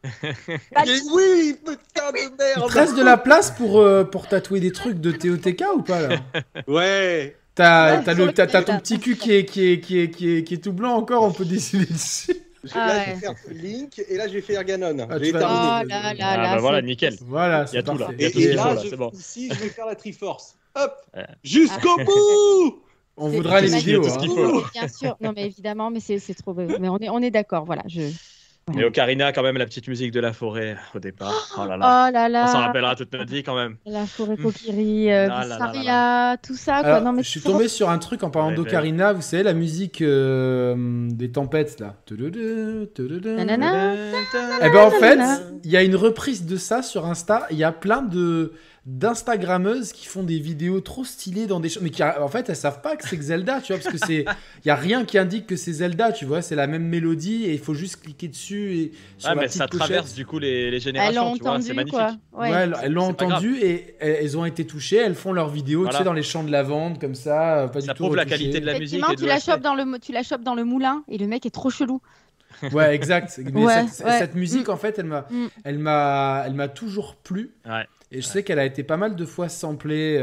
Valide. Mais oui, putain de Il merde. te reste de la place pour, euh, pour tatouer des trucs de T O T K ou pas, là? Ouais. T'as Ouais, t'as sur le- le t'as- t'as Zelda. ton petit cul qui est, qui, est, qui, est, qui, est, qui est tout blanc encore, on peut dessiner dessus. Je- Ah là, ouais. je vais faire Link et là, je vais faire Ganon. Ah, J'ai tu vas- terminé. Oh là là Ah là, bah voilà, c'est- nickel. Voilà, Il y a c'est tout, là. parfait. Il y a Et, tout ce et qu'il faut, là, là, je, c'est bon. ici, je vais faire la Triforce. Hop, Ouais. jusqu'au bout. On C'est- voudra les c'est vidéos. tout ce hein. qu'il faut. Mais bien sûr, non mais évidemment, mais c'est c'est trop beau. Mais on est, on est d'accord, voilà. Je... Mais Ocarina, quand même, la petite musique de la forêt au départ. Oh là là. Oh là là. On s'en rappellera toute notre vie quand même. La forêt Kokiri, euh, Ah là là là Vissaria, tout ça, quoi. Alors, non, mais je suis c'est tombé sur un truc en parlant Réveil. d'Ocarina, vous savez, la musique euh, des tempêtes, là. Tududu, tududu. Nanana. Eh ben en fait, Nanana. il y a une reprise de ça sur Insta. Il y a plein de d'instagrammeuses qui font des vidéos trop stylées dans des choses, mais qui en fait elles savent pas que c'est que Zelda, tu vois, parce que c'est il y a rien qui indique que c'est Zelda, tu vois, c'est la même mélodie et il faut juste cliquer dessus et sur Ah, la mais petite ça pochette. traverse du coup les, les Elles générations, l'ont tu vois, c'est entendu, magnifique. quoi. Ouais, Ouais. elles elles l'ont c'est pas entendu et elles elles ont été touchées, elles font leurs vidéos, tu Voilà. sais, dans les champs de lavande comme ça, euh, pas Ça du tout prouve la retouchées. qualité de la musique Effectivement, et de tu la, l'aspect. chopes dans le, tu la chopes dans le moulin et le mec est trop chelou. Ouais, exact. Mais Ouais, cette, ouais. cette musique, en fait, elle m'a, Mm. elle m'a, elle m'a toujours plu. Ouais. Et je sais qu'elle a été pas mal de fois samplée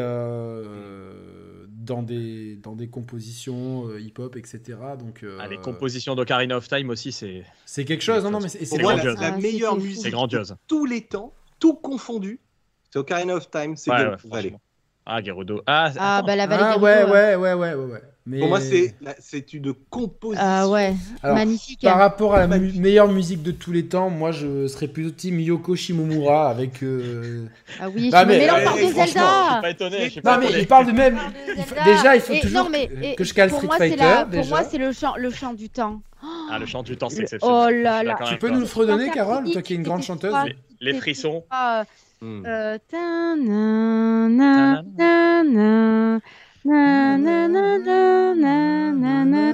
euh, dans des, dans des compositions euh, hip-hop, et cetera. Donc, euh, Ah, les compositions d'Ocarina of Time aussi, c'est c'est quelque chose. Non, non, mais c'est, Pour c'est moi, grandiose. la, la Ah, meilleure c'était fou. musique c'est grandiose. de tous les temps, tout confondu, c'est Ocarina of Time, c'est Ouais, Game ouais, of Valley. franchement. Ah, Gerudo. Ah, Ah, attends. bah la vallée Ah, Gerudo, ouais, ouais. ouais, ouais, ouais, ouais, ouais. Mais Pour moi, c'est la- c'est une composition. Ah ouais, Alors, magnifique. par rapport à la mu- Magnifique. meilleure musique de tous les temps, moi, je serais plutôt team Yoko Shimomura avec. euh, Ah oui, Bah, je mais- me- mais là, on eh, parle de franchement, Je Zelda. suis pas étonné. Je suis Non, pas mais étonné. il parle de même. On parle de il faut- Zelda. Déjà, il faut Et- toujours non, mais, que- et que je cale pour Street moi, c'est Fighter. la- Pour déjà. moi, c'est le chant, le chant du temps. Ah, le chant du temps, c'est Le- exceptionnel. Oh Je suis là là. d'accord Tu avec peux toi. nous le fredonner, Quand Carole, t'as toi qui es une grande fini, chanteuse. t'étais Les- les t'étais frissons. pas, Hmm. euh, ta- na- na- na- na- na- na- na- na- na- na- na- na-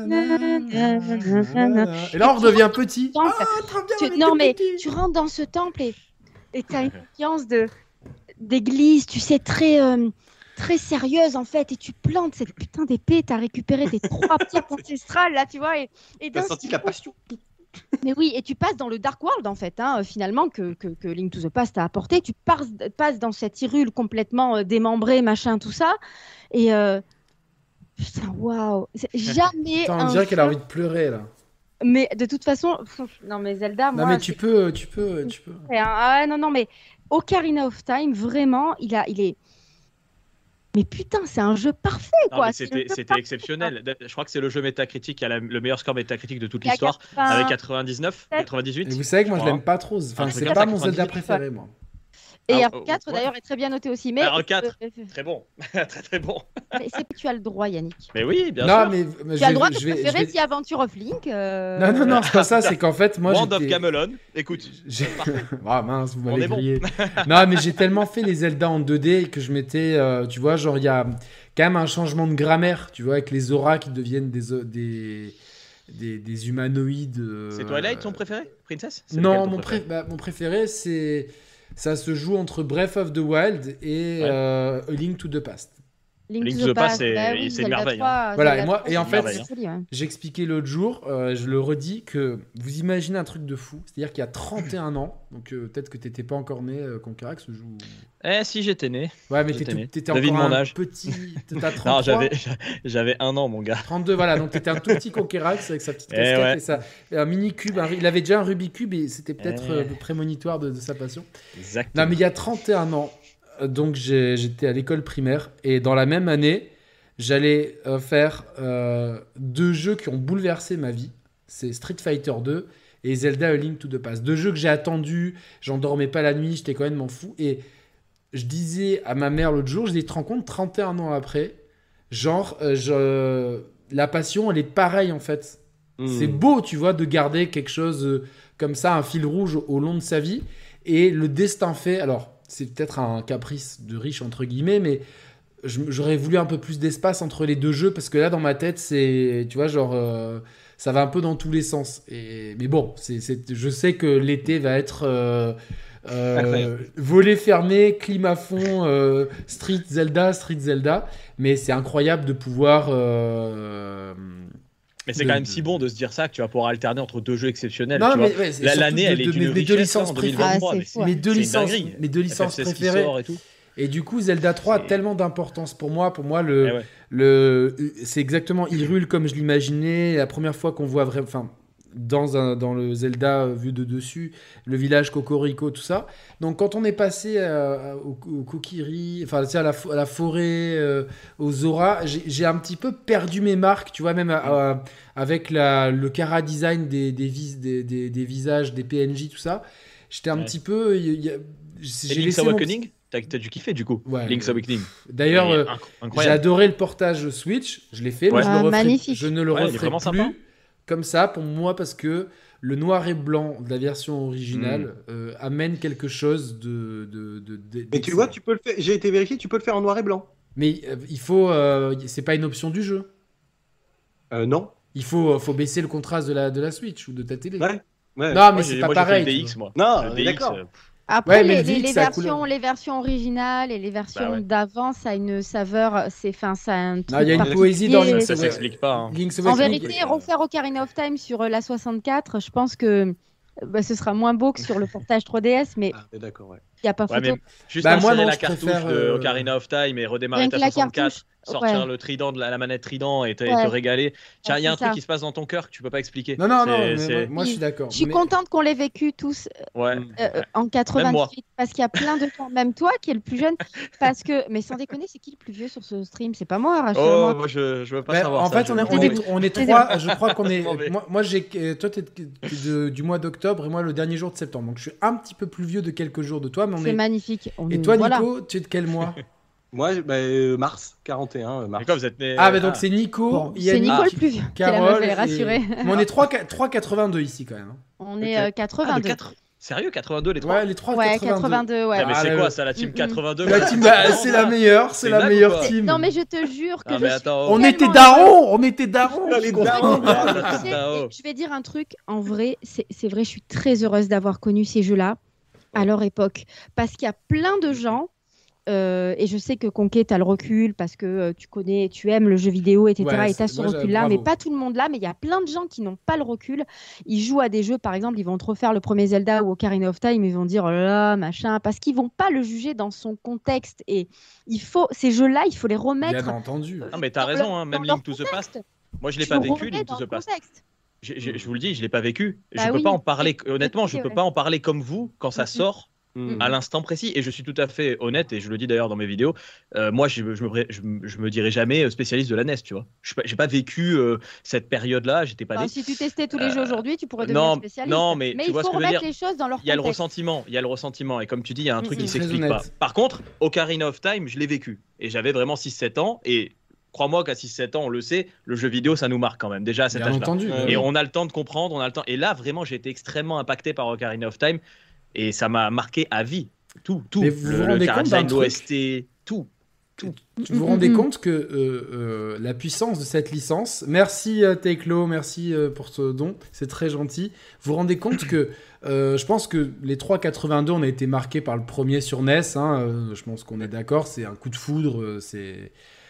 na- na- na. Et là, on redevient petit. Temple. Ah, trop bien, Tu- on était non mais petits. tu rentres dans ce temple et et t'as une ambiance de d'église, tu sais, très euh, très sérieuse en fait, et tu plantes cette putain d'épée, t'as récupéré tes trois pierres ancestrales là, tu vois, et, et T'as d'un senti seul la coup- passion. Mais oui, et tu passes dans le Dark World en fait, hein, finalement, que, que, que Link to the Past a apporté. Tu passes, passes dans cette Hyrule complètement euh, démembrée, machin, tout ça. Et euh, putain, waouh! C'est Jamais Attends, on un dirait qu'elle a jeu- envie de pleurer là. Mais de toute façon, pff, non mais Zelda, Non, moi. mais tu c'est- peux, tu peux, tu peux. Ouais, hein. Ah ouais, non, non, mais Ocarina of Time, vraiment, il a, il est. Mais putain, c'est un jeu parfait, Non, quoi. mais C'est C'était le jeu c'était parfait, exceptionnel. Je crois que c'est le jeu métacritique qui a la- le meilleur score métacritique de toute Il y a l'histoire, quatre-vingts avec quatre-vingt-dix-neuf, sept. Et quatre-vingt-dix-huit. vous savez que moi je je crois. l'aime pas trop. Enfin, Un c'est truc pas comme mon ça, Zelda quatre-vingt-dix-huit, préféré, moi. Et Ah, R quatre, ouais. d'ailleurs, est très bien noté aussi. Mais, R quatre. euh, Très bon, très très bon. mais c'est que tu as le droit, Yannick. Mais oui, bien Non, sûr. mais mais Tu je as vais- le droit de je vais- je préférer vais- si Adventure of Link. euh, Non, non, non, c'est pas ça. C'est qu'en fait, moi, Wand of j'étais. Camelon. Écoute, J'ai- Ah mince, vous On m'avez est bon. grillé. Non, mais j'ai tellement fait les Zelda en deux D que je m'étais, euh, tu vois, genre il y a quand même un changement de grammaire, tu vois, avec les auras qui deviennent des o- des des, des humanoïdes. euh, c'est Twilight ton préféré, Princess? C'est lequel Non, ton mon, préféré pré- bah, mon préféré, c'est ça se joue entre Breath of the Wild et Ouais. euh, A Link to the Past. Link to the Past, c'est bah oui, c'est une Zelda merveille. trois, hein. Voilà, Zelda et moi- trois, et en c'est fait, une vraie folie, ouais. J'expliquais l'autre jour, euh, je le redis, que vous imaginez un truc de fou. C'est-à-dire qu'il y a trente et un ans, donc euh, peut-être que t'étais pas encore né, euh, Conquerax joue. Eh, si j'étais né. Ouais, mais J'étais t'étais né. t'étais Devine encore mon un âge. petit. T'as trente-trois. Non, j'avais j'avais un an, mon gars. trente-deux, voilà, donc t'étais un tout petit Conquerax avec sa petite Eh casquette ouais. et ça, et un mini cube. un- il avait déjà un Rubik's Cube et c'était peut-être Eh. euh, prémonitoire de, de sa passion. Exactement. Non, mais il y a trente et un ans, euh, donc j'ai- j'étais à l'école primaire et dans la même année, j'allais euh, faire euh, deux jeux qui ont bouleversé ma vie. C'est Street Fighter deux et Zelda A Link to the Past. Deux jeux que j'ai attendus, j'en dormais pas la nuit, j'étais quand même m'en fou. Et je disais à ma mère l'autre jour, je dis, tu te rends compte, trente et un ans après, genre, euh, je... la passion, elle est pareille en fait. Hmm. C'est beau, tu vois, de garder quelque chose euh, comme ça, un fil rouge au, au long de sa vie. Et le destin fait, alors, c'est peut-être un caprice de riche, entre guillemets, mais je- j'aurais voulu un peu plus d'espace entre les deux jeux, parce que là, dans ma tête, c'est, tu vois, genre, euh, ça va un peu dans tous les sens. Et, mais bon, c'est, c'est- je sais que l'été va être... euh, euh, Incroyable. volet fermé, clim à fond, euh, Street Zelda, Street Zelda, mais c'est incroyable de pouvoir... euh, Mais c'est de- quand même de- si bon de se dire ça que tu vas pouvoir alterner entre deux jeux exceptionnels. Non, tu mais vois. ouais, c'est La- surtout L'année, de- elle de est mes- d'une mes deux richesse licences en préférées. Ah, deux mille vingt-trois. c'est mais fou, mes ouais. deux c'est une licences, dinguerie. mes deux licences F F six qui préférées. sort et tout. Et du coup, Zelda trois a C'est- tellement d'importance pour moi. Pour moi, le, Eh ouais. le, c'est exactement Hyrule comme je l'imaginais. La première fois qu'on voit vraiment, enfin, dans, un, dans le Zelda vu de dessus, le village Cocorico, tout ça. Donc, quand on est passé euh, au, au Kokiri, enfin, tu sais, à la, fo- à la forêt, euh, aux Zora, j'ai j'ai un petit peu perdu mes marques, tu vois, même à- à- avec la, le cara design des, des, vis- des, des, des visages, des P N J, tout ça. J'étais un Ouais. petit peu. il y a- Et j'ai Link's laissé mon- Awakening, t'as t'as dû kiffer du coup. Ouais, Link's ouais. Awakening. D'ailleurs, Et euh, inc- j'ai incroyable. adoré le portage Switch, je l'ai fait, mais Ouais. je, le Ah, referai- magnifique. je ne le Ouais, il est referai vraiment plus sympa. comme ça pour moi parce que le noir et blanc de la version originale euh, amène quelque chose de. de, de- de- Mais tu d'excellent. vois, tu peux le faire. J'ai été vérifié, tu peux le faire en noir et blanc. Mais euh, il faut. euh, c'est pas une option du jeu. Euh, non. Il faut, faut baisser le contraste de la, de la Switch ou de ta télé. Ouais. Ouais. Non, mais Moi, c'est j'ai- pas moi, j'ai fait pareil. le tu D X, vois. moi. Non, Le on est D X, d'accord. euh, Après, Ouais, mais les, le les- V X, les c'est la versions, couleur. les versions originales et les versions Bah ouais. d'avant, ça a une saveur. C'est, fin, ça a un truc Non, il y a une particulier. poésie dans Link's ça Awakening. s'explique pas. hein. Link's En Awakening. vérité, refaire Ocarina of Time sur euh, la soixante-quatre, je pense que bah, ce sera moins beau que sur le portage trois D S, mais Ah, t'es d'accord, ouais. il n'y a pas Ouais, photo. mais juste Bah, moi, insérer non, la je cartouche préfère, de euh, Ocarina of Time et redémarrer Rien ta que la soixante-quatre, cartouche, sortir ouais. le trident de la, la manette trident et te, et Ouais. te régaler. Tiens, il y a un c'est truc ça. qui se passe dans ton cœur que tu peux pas expliquer. Non, non, C'est- non, mais c'est- moi, moi, je suis d'accord. Je suis Mais- contente qu'on l'ait vécu tous Ouais. euh, en quatre-vingt-dix-huit parce qu'il y a plein de gens, même toi qui es le plus jeune, parce que, mais sans déconner, c'est qui le plus vieux sur ce stream? C'est pas moi, Oh, rassure-moi. moi je, je veux pas Bah, savoir en ça. fait, je- on est, je on, vais est, vous- on est je vais trois. Je crois qu'on est. Je m'en vais. Moi, moi j'ai, euh, toi, t'es t'es de- du mois d'octobre et moi le dernier jour de septembre. Donc, je suis un petit peu plus vieux de quelques jours de toi, mais on C'est est. magnifique. On- Et toi, voilà. Nico, tu es de quel mois? Moi, bah, euh, mars, quarante et un euh, mars. Mais quoi, vous êtes né. Ah, bah donc c'est Nico, Bon, c'est Yannick, Nico le plus vieux. C'est la Carole. meuf, elle est et- rassurée. Mais on est trois trois quatre-vingt-deux ici quand même. hein. On est Ok. euh, Ah, de quatre-vingt-deux. quatre- Sérieux, quatre-vingt-deux les trois Ouais, les trois Ouais, quatre-vingt-deux. quatre-vingt-deux, ouais. Ah, mais Ah, c'est le- quoi ça, la team Mm, mm. quatre-vingt-deux La quoi team, bah, c'est la meilleure, c'est C'est la une blague ou meilleure quoi team. Non, mais je te jure que Ah, je mais suis attends. On tellement était heureuse. darons, on était darons. Ah, les darons. Ah, Tu sais, oh. je vais dire un truc, en vrai, c'est c'est vrai, je suis très heureuse d'avoir connu ces jeux-là à leur époque. Parce qu'il y a plein de gens, euh, et je sais que Conquet, tu as le recul parce que euh, tu connais, tu aimes le jeu vidéo, et cetera. Ouais, et tu as c'est- ce moi, j'ai- recul-là, bravo. mais pas tout le monde là. Mais il y a plein de gens qui n'ont pas le recul. Ils jouent à des jeux, par exemple, ils vont te refaire le premier Zelda ou Ocarina of Time, ils vont dire oh là là, machin, parce qu'ils vont pas le juger dans son contexte. Et il faut, ces jeux-là, il faut les remettre. Bien entendu. Non, mais t'as dans raison, leur- hein, même dans leur Link to the contexte. Past. Moi, je l'ai Tu pas le vécu, remets Link to dans the le Past. contexte. J'ai- j'ai- Je vous le dis, je l'ai pas vécu. Bah je peux oui. pas en parler. C'est Honnêtement, je compliqué, peux ouais. pas en parler comme vous quand ça Mhm. sort Mm. à l'instant précis. Et je suis tout à fait honnête, et je le dis d'ailleurs dans mes vidéos. euh, moi, je, je, me, je, me- je me dirais jamais spécialiste de la N E S, tu vois. Je n'ai pas, j'ai pas vécu euh, cette période-là. J'étais pas Enfin, né. si tu testais tous les jeux Euh, aujourd'hui, tu pourrais devenir non, spécialiste. non, mais tu il vois faut ce que je veux remettre dire. les choses dans leur Il y a le contexte. ressentiment, il y a le ressentiment. Et comme tu dis, il y a un truc Mhm. qui Très s'explique honnête. pas. Par contre, Ocarina of Time, je l'ai vécu. Et j'avais vraiment six sept ans. Et crois-moi qu'à six sept ans, on le sait, le jeu vidéo, ça nous marque quand même, déjà à cet Bien âge-là. entendu. Euh, Et on a le temps de comprendre, on a le temps. Et là, vraiment, j'ai été extrêmement impacté par Ocarina of Time. Et ça m'a marqué à vie. Tout, tout. Mais vous le, vous le rendez chara compte d'un design, truc l'O S T, tout. Tu vous rendez compte que euh, euh, la puissance de cette licence, merci euh, Teklo, merci euh, pour ce don, c'est très gentil. Vous vous rendez compte que euh, je pense que les trois quatre-vingt-deux, on a été marqués par le premier sur N E S, hein, euh, je pense qu'on est d'accord, c'est un coup de foudre, euh, c'est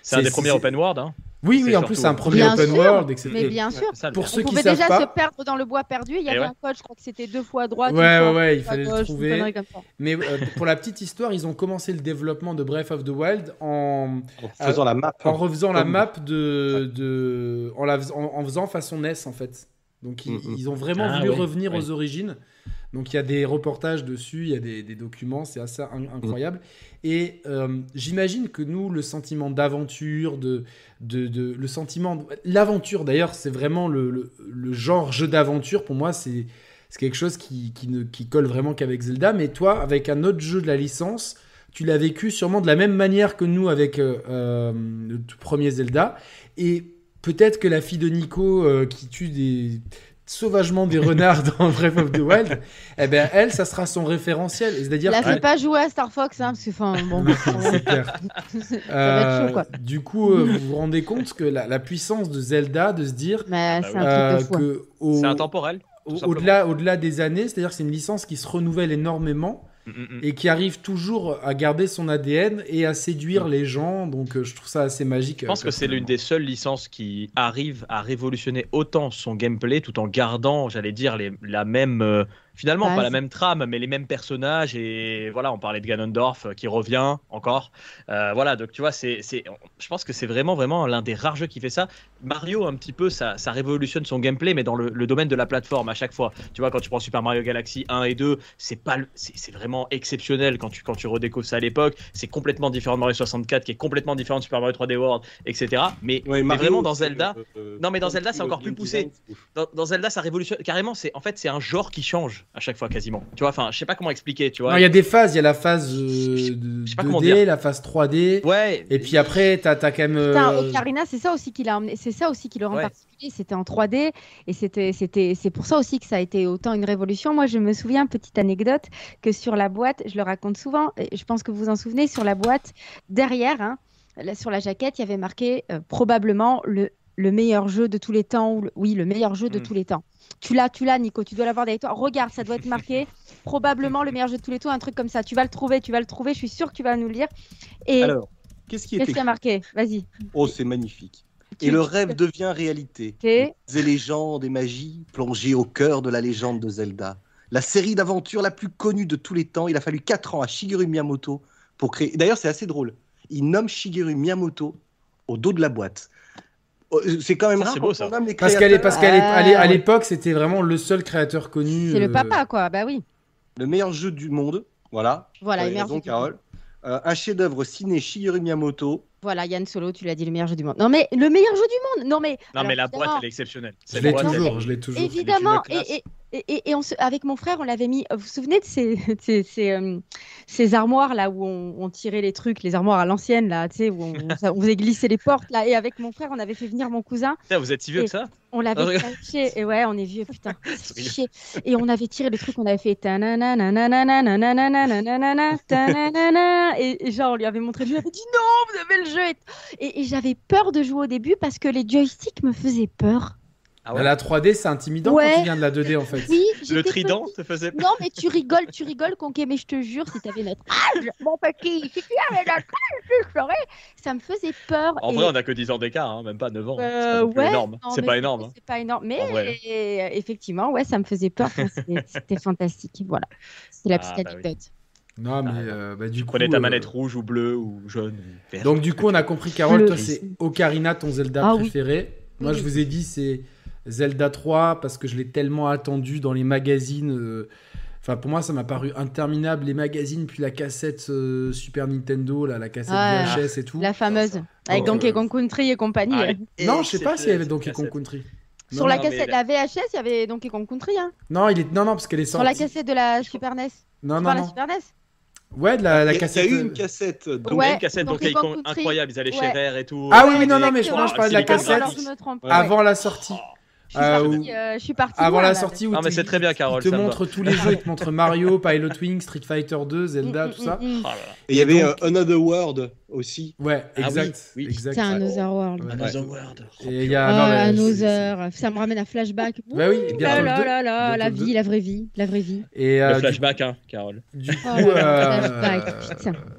C'est un des premiers open world. Hein. Oui, oui, C'est en plus, surtout- c'est un premier Bien open sûr, world, et cetera. Mais bien sûr. C'est ça, le Pour pire. ceux On qui pouvait savent déjà pas. se perdre dans le bois perdu. Il y avait ouais. un code, je crois que c'était deux fois à droite. Ouais, une fois ouais, ouais, il à fallait le gauche, une trouver. connerie comme ça. Mais euh, pour la petite histoire, ils ont commencé le développement de Breath of the Wild en, En faisant la map. en refaisant la Comme- map de, de en, la, fais- en, en faisant façon N E S en fait. Donc ils, Mhm. ils ont vraiment Ah, voulu ouais, revenir ouais. aux origines. Donc il y a des reportages dessus, il y a des, des documents, c'est assez in- incroyable. Et euh, j'imagine que nous, le sentiment d'aventure, de, de, de- le sentiment, de- l'aventure d'ailleurs, c'est vraiment le, le, le genre jeu d'aventure. Pour moi, c'est c'est quelque chose qui, qui ne qui colle vraiment qu'avec Zelda. Mais toi, avec un autre jeu de la licence, tu l'as vécu sûrement de la même manière que nous avec euh, euh, le tout premier Zelda. Et peut-être que la fille de Nico euh, qui tue des sauvagement des renards dans Breath of the Wild, eh ben elle, ça sera son référentiel. C'est-à-dire La que- fais pas jouer à Star Fox, hein, parce que enfin bon. c'est clair. Ça va être chaud, quoi. Euh, du coup, euh, vous vous rendez compte que la, la puissance de Zelda, de se dire Mais bah c'est oui. un euh, truc de fou. que au- C'est intemporel. tout au- simplement. au-delà, au-delà des années, c'est-à-dire que c'est une licence qui se renouvelle énormément Mm, mm, mm. et qui arrive toujours à garder son A D N et à séduire les gens. Donc, euh, je trouve ça assez magique. Je pense que c'est l'une des seules licences qui arrive à révolutionner autant son gameplay tout en gardant, j'allais dire, les, la même. euh, finalement, Base. pas la même trame, mais les mêmes personnages. Et voilà, on parlait de Ganondorf euh, qui revient encore. Euh, voilà, donc tu vois, c'est, c'est, je pense que c'est vraiment, vraiment l'un des rares jeux qui fait ça. Mario, un petit peu, ça, ça révolutionne son gameplay, mais dans le, le domaine de la plateforme à chaque fois. Tu vois, quand tu prends Super Mario Galaxy un et deux, c'est, pas, le- c'est, c'est vraiment exceptionnel quand tu, quand tu redécouvres ça à l'époque. C'est complètement différent de Mario soixante-quatre, qui est complètement différent de Super Mario trois D World, et cetera. Mais, Ouais, mais Mario, vraiment, dans c'est, Zelda. euh, euh, Non, mais dans comme Zelda, tout c'est le encore plus game poussé. design, c'est ouf. Dans, dans Zelda, ça révolutionne carrément. C'est en fait, c'est un genre qui change à chaque fois quasiment. Tu vois, enfin, je sais pas comment expliquer. Tu vois. Non, il y a des phases. Il y a la phase euh, Je- de je sais pas comment deux D, dire. la phase trois D. Ouais. Et puis après, t'as, t'as quand même. Putain, euh, Ocarina, c'est ça aussi qui l'a emmené, c'est ça aussi qui le rend Ouais. particulier. C'était en trois D et c'était, c'était, c'est pour ça aussi que ça a été autant une révolution. Moi, je me souviens, petite anecdote, que sur la boîte, je le raconte souvent, et je pense que vous vous en souvenez, sur la boîte derrière, hein, là, sur la jaquette, il y avait marqué euh, probablement le le meilleur jeu de tous les temps, ou le- oui, le meilleur jeu de Mm. tous les temps. Tu l'as, tu l'as, Nico, tu dois l'avoir derrière toi. Regarde, ça doit être marqué probablement le meilleur jeu de tous les temps, un truc comme ça. Tu vas le trouver, tu vas le trouver. Je suis sûre que tu vas nous le lire. Et Alors, qu'est-ce qui est qu'est-ce qu'il y a écrit marqué? Vas-y. Oh, c'est magnifique. Tu- Et le tu- rêve devient réalité. C'est- Des légendes et magies plongées au cœur de la légende de Zelda. La série d'aventures la plus connue de tous les temps. Il a fallu quatre ans à Shigeru Miyamoto pour créer. D'ailleurs, c'est assez drôle. Il nomme Shigeru Miyamoto au dos de la boîte. Oh, C'est quand même Ça, rare c'est beau, quand ça. on nomme les Parce qu'à l'é- parce qu'à l'é- Ah, à l'é- à ouais. l'époque, c'était vraiment le seul créateur connu. C'est euh, le papa, quoi. Bah oui. Le meilleur jeu du monde. Voilà. Voilà, Tu as le meilleur raison, jeu du Carole. Euh, un chef-d'œuvre signé Shigeru Miyamoto. Voilà, Yann Solo, tu l'as dit, le meilleur jeu du monde. Non, mais le meilleur jeu du monde. Non, mais. Non, alors, mais la évidemment, boîte, elle est exceptionnelle. Je Cette l'ai boîte, elle toujours, est- je l'ai toujours. Évidemment, Elle est d'une et, et, et, et on se, avec mon frère, on l'avait mis. Vous vous souvenez de ces, ces, ces, euh, ces armoires là où on, on tirait les trucs, les armoires à l'ancienne là, tu sais, où on, on faisait glisser les portes là. Et avec mon frère, on avait fait venir mon cousin, Putain, vous êtes si vieux Et- que ça? on l'avait Ah, craché. Et ouais, on est vieux, putain. Je rigole. Chier. Et on avait tiré le truc, on avait fait tanana, nanana, nanana, nanana, tanana. Et, et genre, on lui avait montré le jeu, il avait dit non, vous avez le jeu. Et, et- et j'avais peur de jouer au début parce que les joysticks me faisaient peur. Ah Bah, ouais. la trois D, c'est intimidant Ouais. quand tu viens de la deux D en fait. Oui, Le j'étais trident petite. te faisait peur? Non, mais tu rigoles, tu rigoles, Conquet, mais je te jure, si t'avais notre âge, mon petit, si tu avais notre âge, tu saurais. Ça me faisait peur. En et- vrai, on a que dix ans d'écart, hein, même pas neuf ans. Euh, c'est pas non plus ouais, énorme. non, C'est mais pas énorme. hein. C'est pas énorme, mais En vrai. et, euh, effectivement, ouais, ça me faisait peur. Enfin, c'était- C'était fantastique. Voilà, c'est la Ah, petite bah oui. anecdote. Non, mais Ah, euh, bah, du Tu coup. prenais ta euh, manette rouge ou bleue ou jaune ou verte. Donc, du coup, on a compris, Carole, Le- toi, c'est Ocarina, ton Zelda Ah oui. préféré. Moi, Oui, je oui. vous ai dit, c'est Zelda trois parce que je l'ai tellement attendu dans les magazines. euh, Enfin, pour moi, ça m'a paru interminable. Les magazines, puis la cassette euh, Super Nintendo, là, la cassette Ah, V H S et tout. La fameuse, avec Oh, Donkey euh, Kong Country et compagnie. Ah, hein. et- Non, et je sais pas cette- s'il y avait cette Donkey Kong cassette. Country. Sur Non, la non. mais cassette, la- la V H S, il y avait Donkey Kong Country. Hein. Non, il est... non, non, parce qu'elle est Sur sortie. la cassette de la Super N E S. Non, Sur non, la non. Super N E S. Ouais, de la, la Il y a- il y cassette. a eu euh, une cassette. Donc, Ouais, il y a une cassette Donkey Donkey Kong Kong Country. incroyable, ils allaient chez Ouais. Rare et tout. Ah oui, oui, non, Exactement. non, mais je, moi, je parlais de la Silicon cassette Alors, je me trompe. Ouais. avant la sortie. Je suis Ah, partie, où- euh, je suis partie Avant loin, la là. sortie où Non, mais tu- c'est très bien, Carole, il te ça me va. montre tous les jeux, il te montre Mario, Pilot Wing, Street Fighter deux, Zelda, Mm, tout mm, ça. mm, mm. Oh là là. Et il y avait donc- euh, Another World aussi. Ouais, Ah oui, exact. oui. exact. C'est un Another World. Ouais. Another World. Et il y a Ah, non, mais c'est- Another. Ça me ramène à Flashback. Bah oui, Ouh bientôt là le là deux. là là, Bientôt la le deux. vie, la vraie vie, la vraie vie. Et euh, Le du- flashback, hein, Carole. du coup, Oh là là, euh, flashback, putain.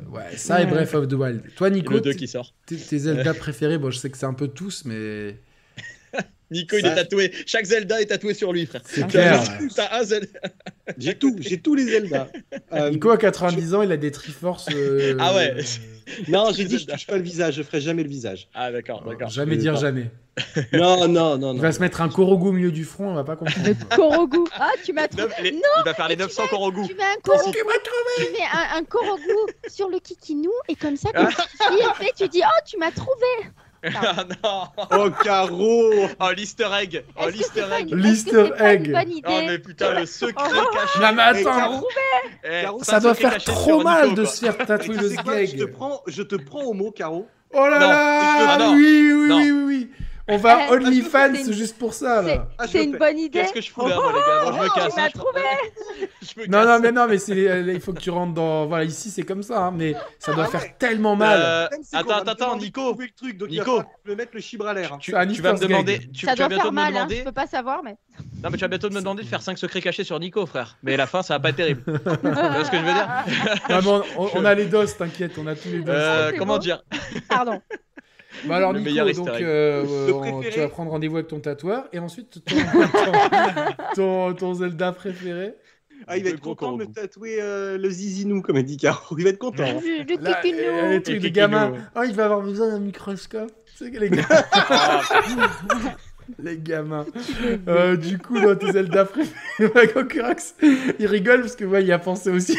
Ouais, ça et Breath of the Wild. Toi, Nico, le deux qui sort. tes, tes Zelda préférés, bon, je sais que c'est un peu tous, mais. Nico, il Ça- est tatoué. Chaque Zelda est tatoué sur lui, frère. C'est T'as clair. juste- T'as un Zelda. J'ai tout, j'ai tous les Zelda. Euh, Nico, à quatre-vingt-dix ans, il a des Triforce. euh, Ah ouais. non, j'ai dit je touche pas le visage, je ferai jamais le visage. Ah d'accord, euh, d'accord. Jamais Je- dire non. jamais. Non, non, non, Il non. va se mettre un Korogu au milieu du front, on va pas comprendre. Le Korogu. Ah, tu m'as trouvé. Neuf- les- Non, il va faire les mais tu neuf cents Korogu. Tu mets un Korogu, Tu m'as trouvé. tu mets un, un Korogu sur le Kikinou et comme ça, quand il est fait, tu dis oh, tu m'as trouvé. Ah non. Oh, Caro. Oh l'easter egg. Oh Est-ce que l'easter c'est pas egg. une- L'easter est-ce que c'est pas egg. une bonne idée? Oh mais putain le secret Oh. caché. Non, mais Eh, attends, Caro, Eh, Caro, ça un doit secret faire caché trop sur mal Nico, de quoi. se faire tatouer tu le sais quoi, je te sgeg. prends, je te prends au mot, Caro. Oh là Non. là Ah non. Oui, oui, Non. oui, oui, oui. On va Eh, OnlyFans c'est une- juste pour ça, là. Ah, je C'est le une fais. bonne idée. Qu'est-ce que je fous là, moi, les gars? Bon, je me Oh, casse. tu m'as hein, je- trouvé. je me Non, casse. non, mais non, mais c'est, euh, il faut que tu rentres dans. Voilà, ici c'est comme ça, hein, mais ça doit Ah faire ouais. tellement mal. Euh, Le problème, c'est qu'on Attends, va me attends, attends, demander de Nico. trouver le truc, donc il va Nico. falloir que je me mette le chibre à l'air. hein. Tu, C'est un tu vas me Easter demander, egg. tu, Ça tu vas doit bientôt faire me mal, hein, demander, je peux pas savoir, mais. non mais tu vas bientôt me demander de faire cinq secrets cachés sur Nico, frère. Mais la fin, ça va pas être terrible. Tu vois ce que je veux dire? Non, mais on, on- on a les dos, t'inquiète, on a tous les dos. Euh, c'est comment bon. dire? Pardon. Bah alors Le Nico, meilleur donc easter egg. euh, Le on- préféré. tu vas prendre rendez-vous avec ton tatoueur et ensuite ton, ton, ton- ton Zelda préféré. Ah, il va Le être gros content de me Korogu. tatouer euh, le zizinou, comme a dit Caro. Il va être content. hein. Le, le Là, Kikinou. euh, les trucs Et de Kikinou. gamin. Oh, il va avoir besoin d'un microscope. Tu sais que les gars, Ah, les gamins. Euh, du coup, dans tes Zelda préférés, ouais, Concurax, il rigole parce que ouais, il y a pensé aussi.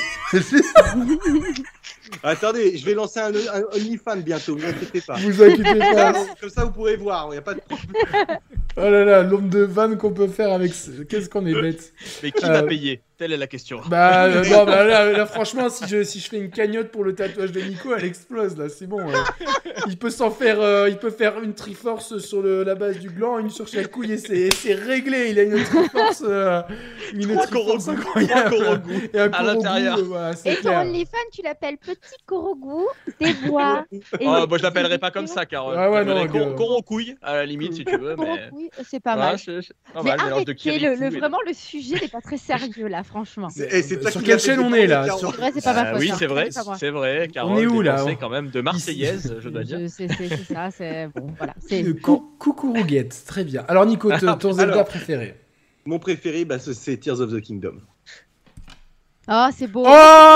Attendez, je vais lancer un, un OnlyFans bientôt, vous inquiétez pas. Vous inquiétez pas. Comme ça, vous pourrez voir, il n'y a pas de problème. Oh là là, l'ombre de vanne qu'on peut faire avec. ce- Qu'est-ce qu'on est bête. mais qui Euh, va payer? Telle est la question. Bah, euh, non, bah là, là, franchement, si je, si je fais une cagnotte pour le tatouage de Nico, elle explose là, c'est bon. euh. Il peut s'en faire, euh, il peut faire une triforce sur le, la base du gland, une sur chaque couille et c'est c'est réglé. Il a une triforce, euh, une Trois triforce Korogu, incroyable. trois Korogu Et un à Korogu, l'intérieur. euh, voilà, c'est Et ton clair. OnlyFans, tu l'appelles Petit Korogu des bois. Et- Oh, moi je l'appellerai pas comme ça, Carole. Ah ouais, Je l'appellerai non, Cor- gars. Corocouille, à la limite, si tu veux. Mais... Korogu, c'est pas Ouais, mal. je- je- pas Mais mal, mélange de arrêtez, le, Kirikou le- et de- vraiment le sujet n'est pas très sérieux là, franchement. C'est- eh, c'est toi Sur qui quelle l'as fait chaîne on dépenser, est, là Caro. Sur- C'est vrai, c'est pas ma Ah faute. oui, hein, c'est vrai, pas moi. c'est vrai. Carole est où, là, dépensait hein quand même de Marseillaise, je dois dire. Je- C'est c'est- c'est ça, c'est bon, voilà. C'est Euh, cou- Coucourouguette, très bien. Alors Nico, te- ton Zelda Alors. préféré. Mon préféré, bah, c'est- c'est Tears of the Kingdom. oh, c'est beau.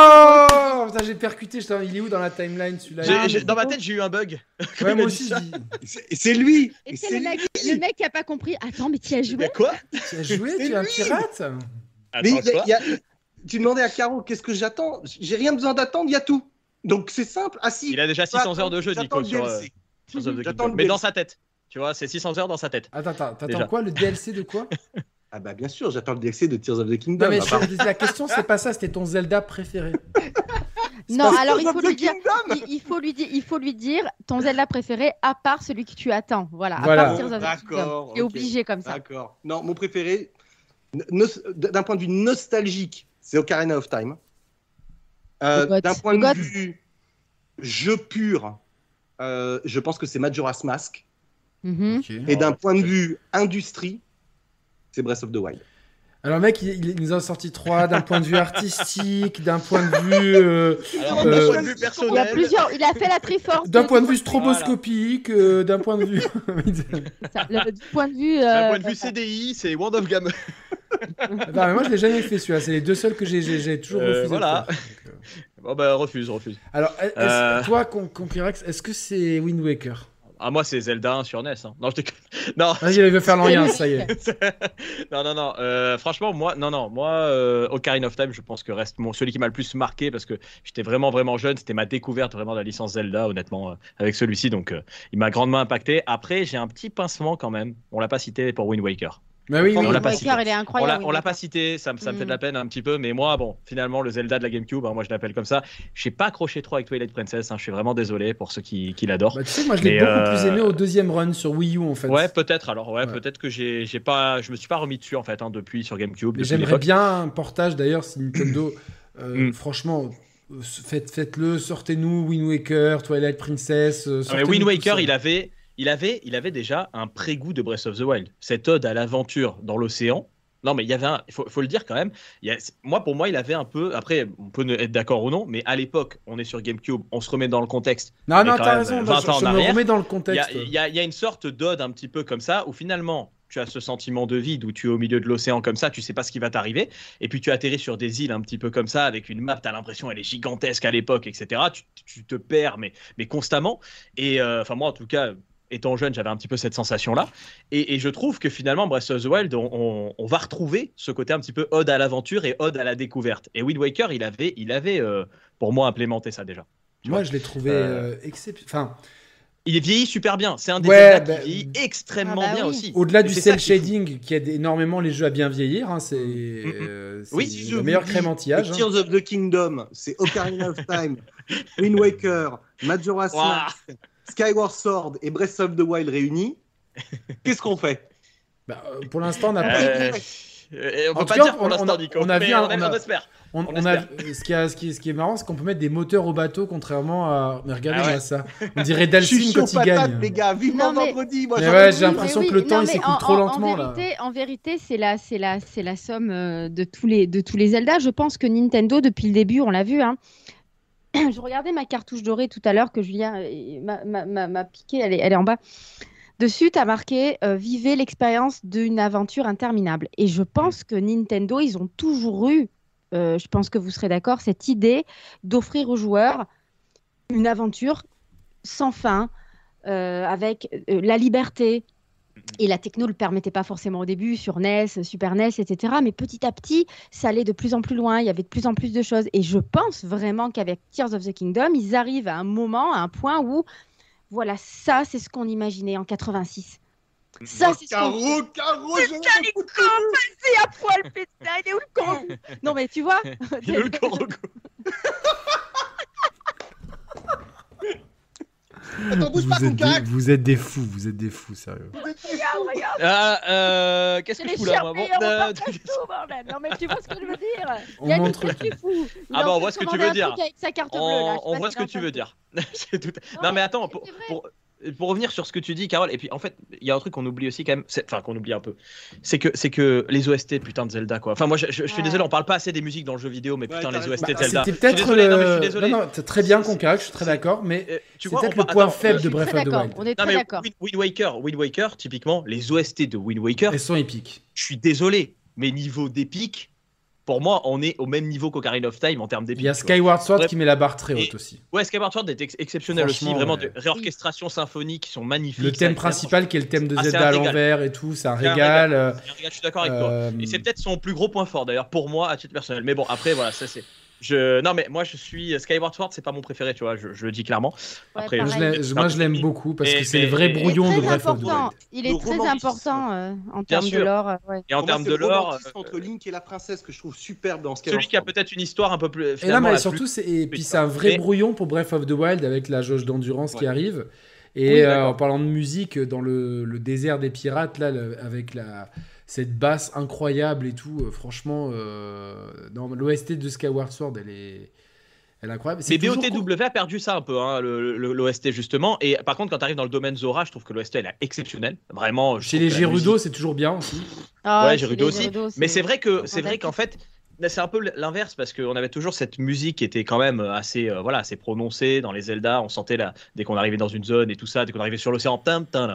Oh putain, j'ai percuté, j'étais- il est où dans la timeline celui-là J'ai- Ah, j'ai- mais dans ma c'est tête, j'ai eu un bug. Ouais, il a moi dit aussi, ça. je dis, C'est c'est lui. Et C'est c'est le lui. mec, le mec qui a pas compris. Attends, mais tu as joué? Mais quoi? tu as joué, C'est tu es un lui. pirate Mais Attends, il y a- quoi il y a- tu demandais à Caro, qu'est-ce que j'attends? J'ai rien besoin d'attendre, il y a tout. Donc c'est simple. Ah si. Il a déjà six cents heures de jeu, J'attends Nico, le sur euh, D L C. Tears of the J'attends Kingdom. le Mais D L C. dans sa tête. Tu vois, c'est six cents heures dans sa tête. Attends, attends, t'attends Déjà. quoi? Le D L C de quoi? Ah bah bien sûr, j'attends le D L C de Tears of the Kingdom. Non mais à part- je- la question c'est pas ça, c'était ton Zelda préféré. Non, pas alors il Tears faut of the lui dire. Kingdom. Il, il faut lui dire, il faut lui dire ton Zelda préféré à part celui que tu attends. Voilà, à Voilà. part Tears of the Kingdom. D'accord, T'es ok. obligé comme ça. D'accord. Non, mon préféré, nos- d'un point de vue nostalgique, c'est Ocarina of Time. Euh, Le goth. D'un point Le de goth. vue jeu pur, euh, je pense que c'est Majora's Mask. Mhm. Ok. Et d'un Oh, point de vue industrie, c'est Breath of the Wild. Alors mec, il, il nous a sorti trois d'un point de vue artistique, d'un point de vue, euh, Alors, Euh, d'un point de vue Il y a personnel. plusieurs. Il a fait la Triforce. d'un point de vue stroboscopique, euh, d'un point de vue. Ça, le- du point de vue. D'un euh, point de vue C D I, c'est World of Game. Attends, mais moi je l'ai jamais fait celui-là, c'est les deux seuls que j'ai, j'ai, j'ai toujours Euh, refusé. de voilà. faire. Donc, euh, Bon bah refuse, refuse. Alors, est-ce- Euh. toi, Con- Conquerax, est-ce que c'est Wind Waker? Ah moi c'est Zelda un sur N E S. Hein. Non je déconne. Non. Vas-y, il veut faire l'enrien, ça y est. non, non, non. Euh, franchement, moi, non, non. Moi, euh, Ocarina of Time, je pense que reste mon, celui qui m'a le plus marqué parce que j'étais vraiment, vraiment jeune. C'était ma découverte vraiment de la licence Zelda, honnêtement, euh, avec celui-ci. Donc, euh, il m'a grandement impacté. Après, j'ai un petit pincement quand même. On l'a pas cité pour Wind Waker. Bah oui, On oui. l'a Wind pas Waker, cité. il est On l'a, incroyable. on l'a pas cité. Ça, me- ça me fait de la Mm. peine un petit peu. Mais moi, bon, finalement, le Zelda de la GameCube, hein, moi, je l'appelle comme ça. Je n'ai pas accroché trop avec Twilight Princess. Hein, je suis vraiment désolé pour ceux qui, qui l'adorent. Bah, tu sais, moi je l'ai Mais, beaucoup euh, plus aimé au deuxième run sur Wii U en fait. Ouais, peut-être. Alors, ouais, Ouais. peut-être que j'ai, j'ai pas, je me suis pas remis dessus en fait hein, depuis sur GameCube. Mais depuis j'aimerais l'époque. bien un portage d'ailleurs si Nintendo. euh, Mm. Franchement, euh, faites, faites-le, sortez-nous Wind Waker, Twilight Princess. euh, Ah, mais sortez-nous Wind tout Waker, ça. il avait, il avait, il avait déjà un pré-goût de Breath of the Wild. Cette ode à l'aventure dans l'océan, Non, mais il y avait un. Il faut, faut le dire quand même. Il y a, moi, pour moi, il avait un peu. Après, on peut être d'accord ou non, mais à l'époque, on est sur GameCube, on se remet dans le contexte. Non, non, t'as raison. vingt ans je, je me remets dans le contexte. Il y, y, y a une sorte d'ode un petit peu comme ça, où finalement, tu as ce sentiment de vide, où tu es au milieu de l'océan comme ça, tu sais pas ce qui va t'arriver, et puis tu atterris sur des îles un petit peu comme ça, avec une map, t'as l'impression elle est gigantesque à l'époque, et cetera. Tu, tu te perds, mais, mais constamment. Et enfin, euh, moi, en tout cas. Étant jeune, j'avais un petit peu cette sensation-là. Et, et je trouve que finalement, Breath of the Wild, on, on, on va retrouver ce côté un petit peu ode à l'aventure et ode à la découverte. Et Wind Waker, il avait, il avait euh, pour moi, implémenté ça déjà. Moi, vois je l'ai trouvé euh, euh, exceptionnel. Enfin... Il est vieilli super bien. C'est un des ouais, Zelda bah, qui vieillit extrêmement ah bah bien oui. aussi. Au-delà du cel shading qui aide énormément les jeux à bien vieillir, hein, c'est mm-hmm. euh, oui, si le meilleur crème anti-âge. Tears hein. of the Kingdom, c'est Ocarina of Time, Wind Waker, Majora's Mask, wow. Skyward Sword et Breath of the Wild réunis. Qu'est-ce qu'on fait? Bah, pour l'instant, on n'a pas. Euh... On peut pas cas, dire pour l'instant, Nico. On a vu, on, on, on, a, on espère. On, on on a, ce, qui a, ce, qui est, ce qui est marrant, c'est qu'on peut mettre des moteurs au bateau, contrairement à. Mais regardez ah ouais. ça. On dirait Dalsim quand il gagne. Les gars, vivement mais... vendredi. Moi, mais ouais, j'ai l'impression oui, que le non, temps il s'écoule trop en, lentement en vérité, là. En vérité, c'est la, c'est la, c'est la somme de tous les, de tous les Zelda. Je pense que Nintendo, depuis le début, on l'a vu. Hein, je regardais ma cartouche dorée tout à l'heure que Julien m'a piqué. Elle est, elle est en bas. Dessus, tu as marqué euh, « Vivez l'expérience d'une aventure interminable ». Et je pense que Nintendo, ils ont toujours eu, euh, je pense que vous serez d'accord, cette idée d'offrir aux joueurs une aventure sans fin, euh, avec euh, la liberté. Et la techno ne le permettait pas forcément au début, sur N E S, Super N E S, et cetera. Mais petit à petit, ça allait de plus en plus loin, il y avait de plus en plus de choses. Et je pense vraiment qu'avec Tears of the Kingdom, ils arrivent à un moment, à un point où voilà, ça, c'est ce qu'on imaginait en quatre-vingt-six. Ça, oh, c'est Caro, ce qu'on... Caro, Putain, les cons, vas-y, à poil, putain, il est où le con? Non, mais tu vois... Il est où le con? Attends, bouge pas, vous, êtes des, vous êtes des fous, vous êtes des fous, sérieux. Regarde, regarde. Ah, euh, qu'est-ce que je fous là, moi bon, euh... Non, mais tu vois ce que je veux dire? On montre... fou. Ah bah, on voit ce que tu veux dire. Avec sa carte bleue, on, là, on voit ce que tu veux dire. tout... Non, non, mais attends, pour, pour, pour revenir sur ce que tu dis, Carole, et puis en fait, il y a un truc qu'on oublie aussi quand même, enfin qu'on oublie un peu, c'est que, c'est que les O S T, putain de Zelda, quoi. Enfin, moi, je, je, je suis ouais. désolé, on parle pas assez des musiques dans le jeu vidéo, mais putain, ouais, les O S T bah, Zelda. C'était peut-être désolé, le... non, mais je suis désolé. Non, non, très bien, Conquérant, je suis très d'accord, mais euh, c'est peut-être le point attends, faible de Breath of the Wild. On est très d'accord. Wind Waker, Wind Waker, typiquement, les O S T de Wind Waker, elles sont épiques. Je suis désolé, mais niveau d'épique, pour moi, on est au même niveau qu'Ocarina of Time en termes d'épique. Il y a Skyward Sword qui met la barre très haute et, aussi. Ouais, Skyward Sword est ex exceptionnel aussi, vraiment ouais. de réorchestration symphonique qui sont magnifiques. Le thème principal qui est le thème de Zelda à l'envers et tout, c'est un régal. Euh, je suis d'accord avec euh... toi. Et c'est peut-être son plus gros point fort d'ailleurs pour moi à titre personnel. Mais bon, après voilà, ça c'est. Je... Non mais moi je suis Skyward Sword, c'est pas mon préféré, tu vois, je, je le dis clairement. Après, ouais, je moi je l'aime beaucoup parce et, que c'est le vrai mais, brouillon de Breath of the Wild. Il est très important euh, en termes de lore. Ouais. Et en termes de lore, euh, entre Link et la princesse que je trouve superbe dans Skyward Celui qui a peut-être une histoire un peu plus. Et là, mais surtout, c'est et puis c'est un vrai brouillon pour Breath of the Wild avec la jauge d'endurance qui arrive. Et en parlant de musique, dans le désert des pirates là, avec la cette basse incroyable et tout, euh, franchement, euh, dans l'O S T de Skyward Sword, elle est, elle est incroyable. Mais B O T W a perdu ça un peu, hein, l'O S T justement. Et par contre, quand tu arrives dans le domaine Zora, je trouve que l'O S T elle est exceptionnelle. Vraiment. Chez les Gerudo, c'est toujours bien aussi. Ah, ouais, Gerudo aussi. Mais c'est vrai que c'est vrai qu'en fait. C'est un peu l'inverse parce qu'on avait toujours cette musique qui était quand même assez, euh, voilà, assez prononcée dans les Zelda. On sentait là, dès qu'on arrivait dans une zone et tout ça, dès qu'on arrivait sur l'océan, tu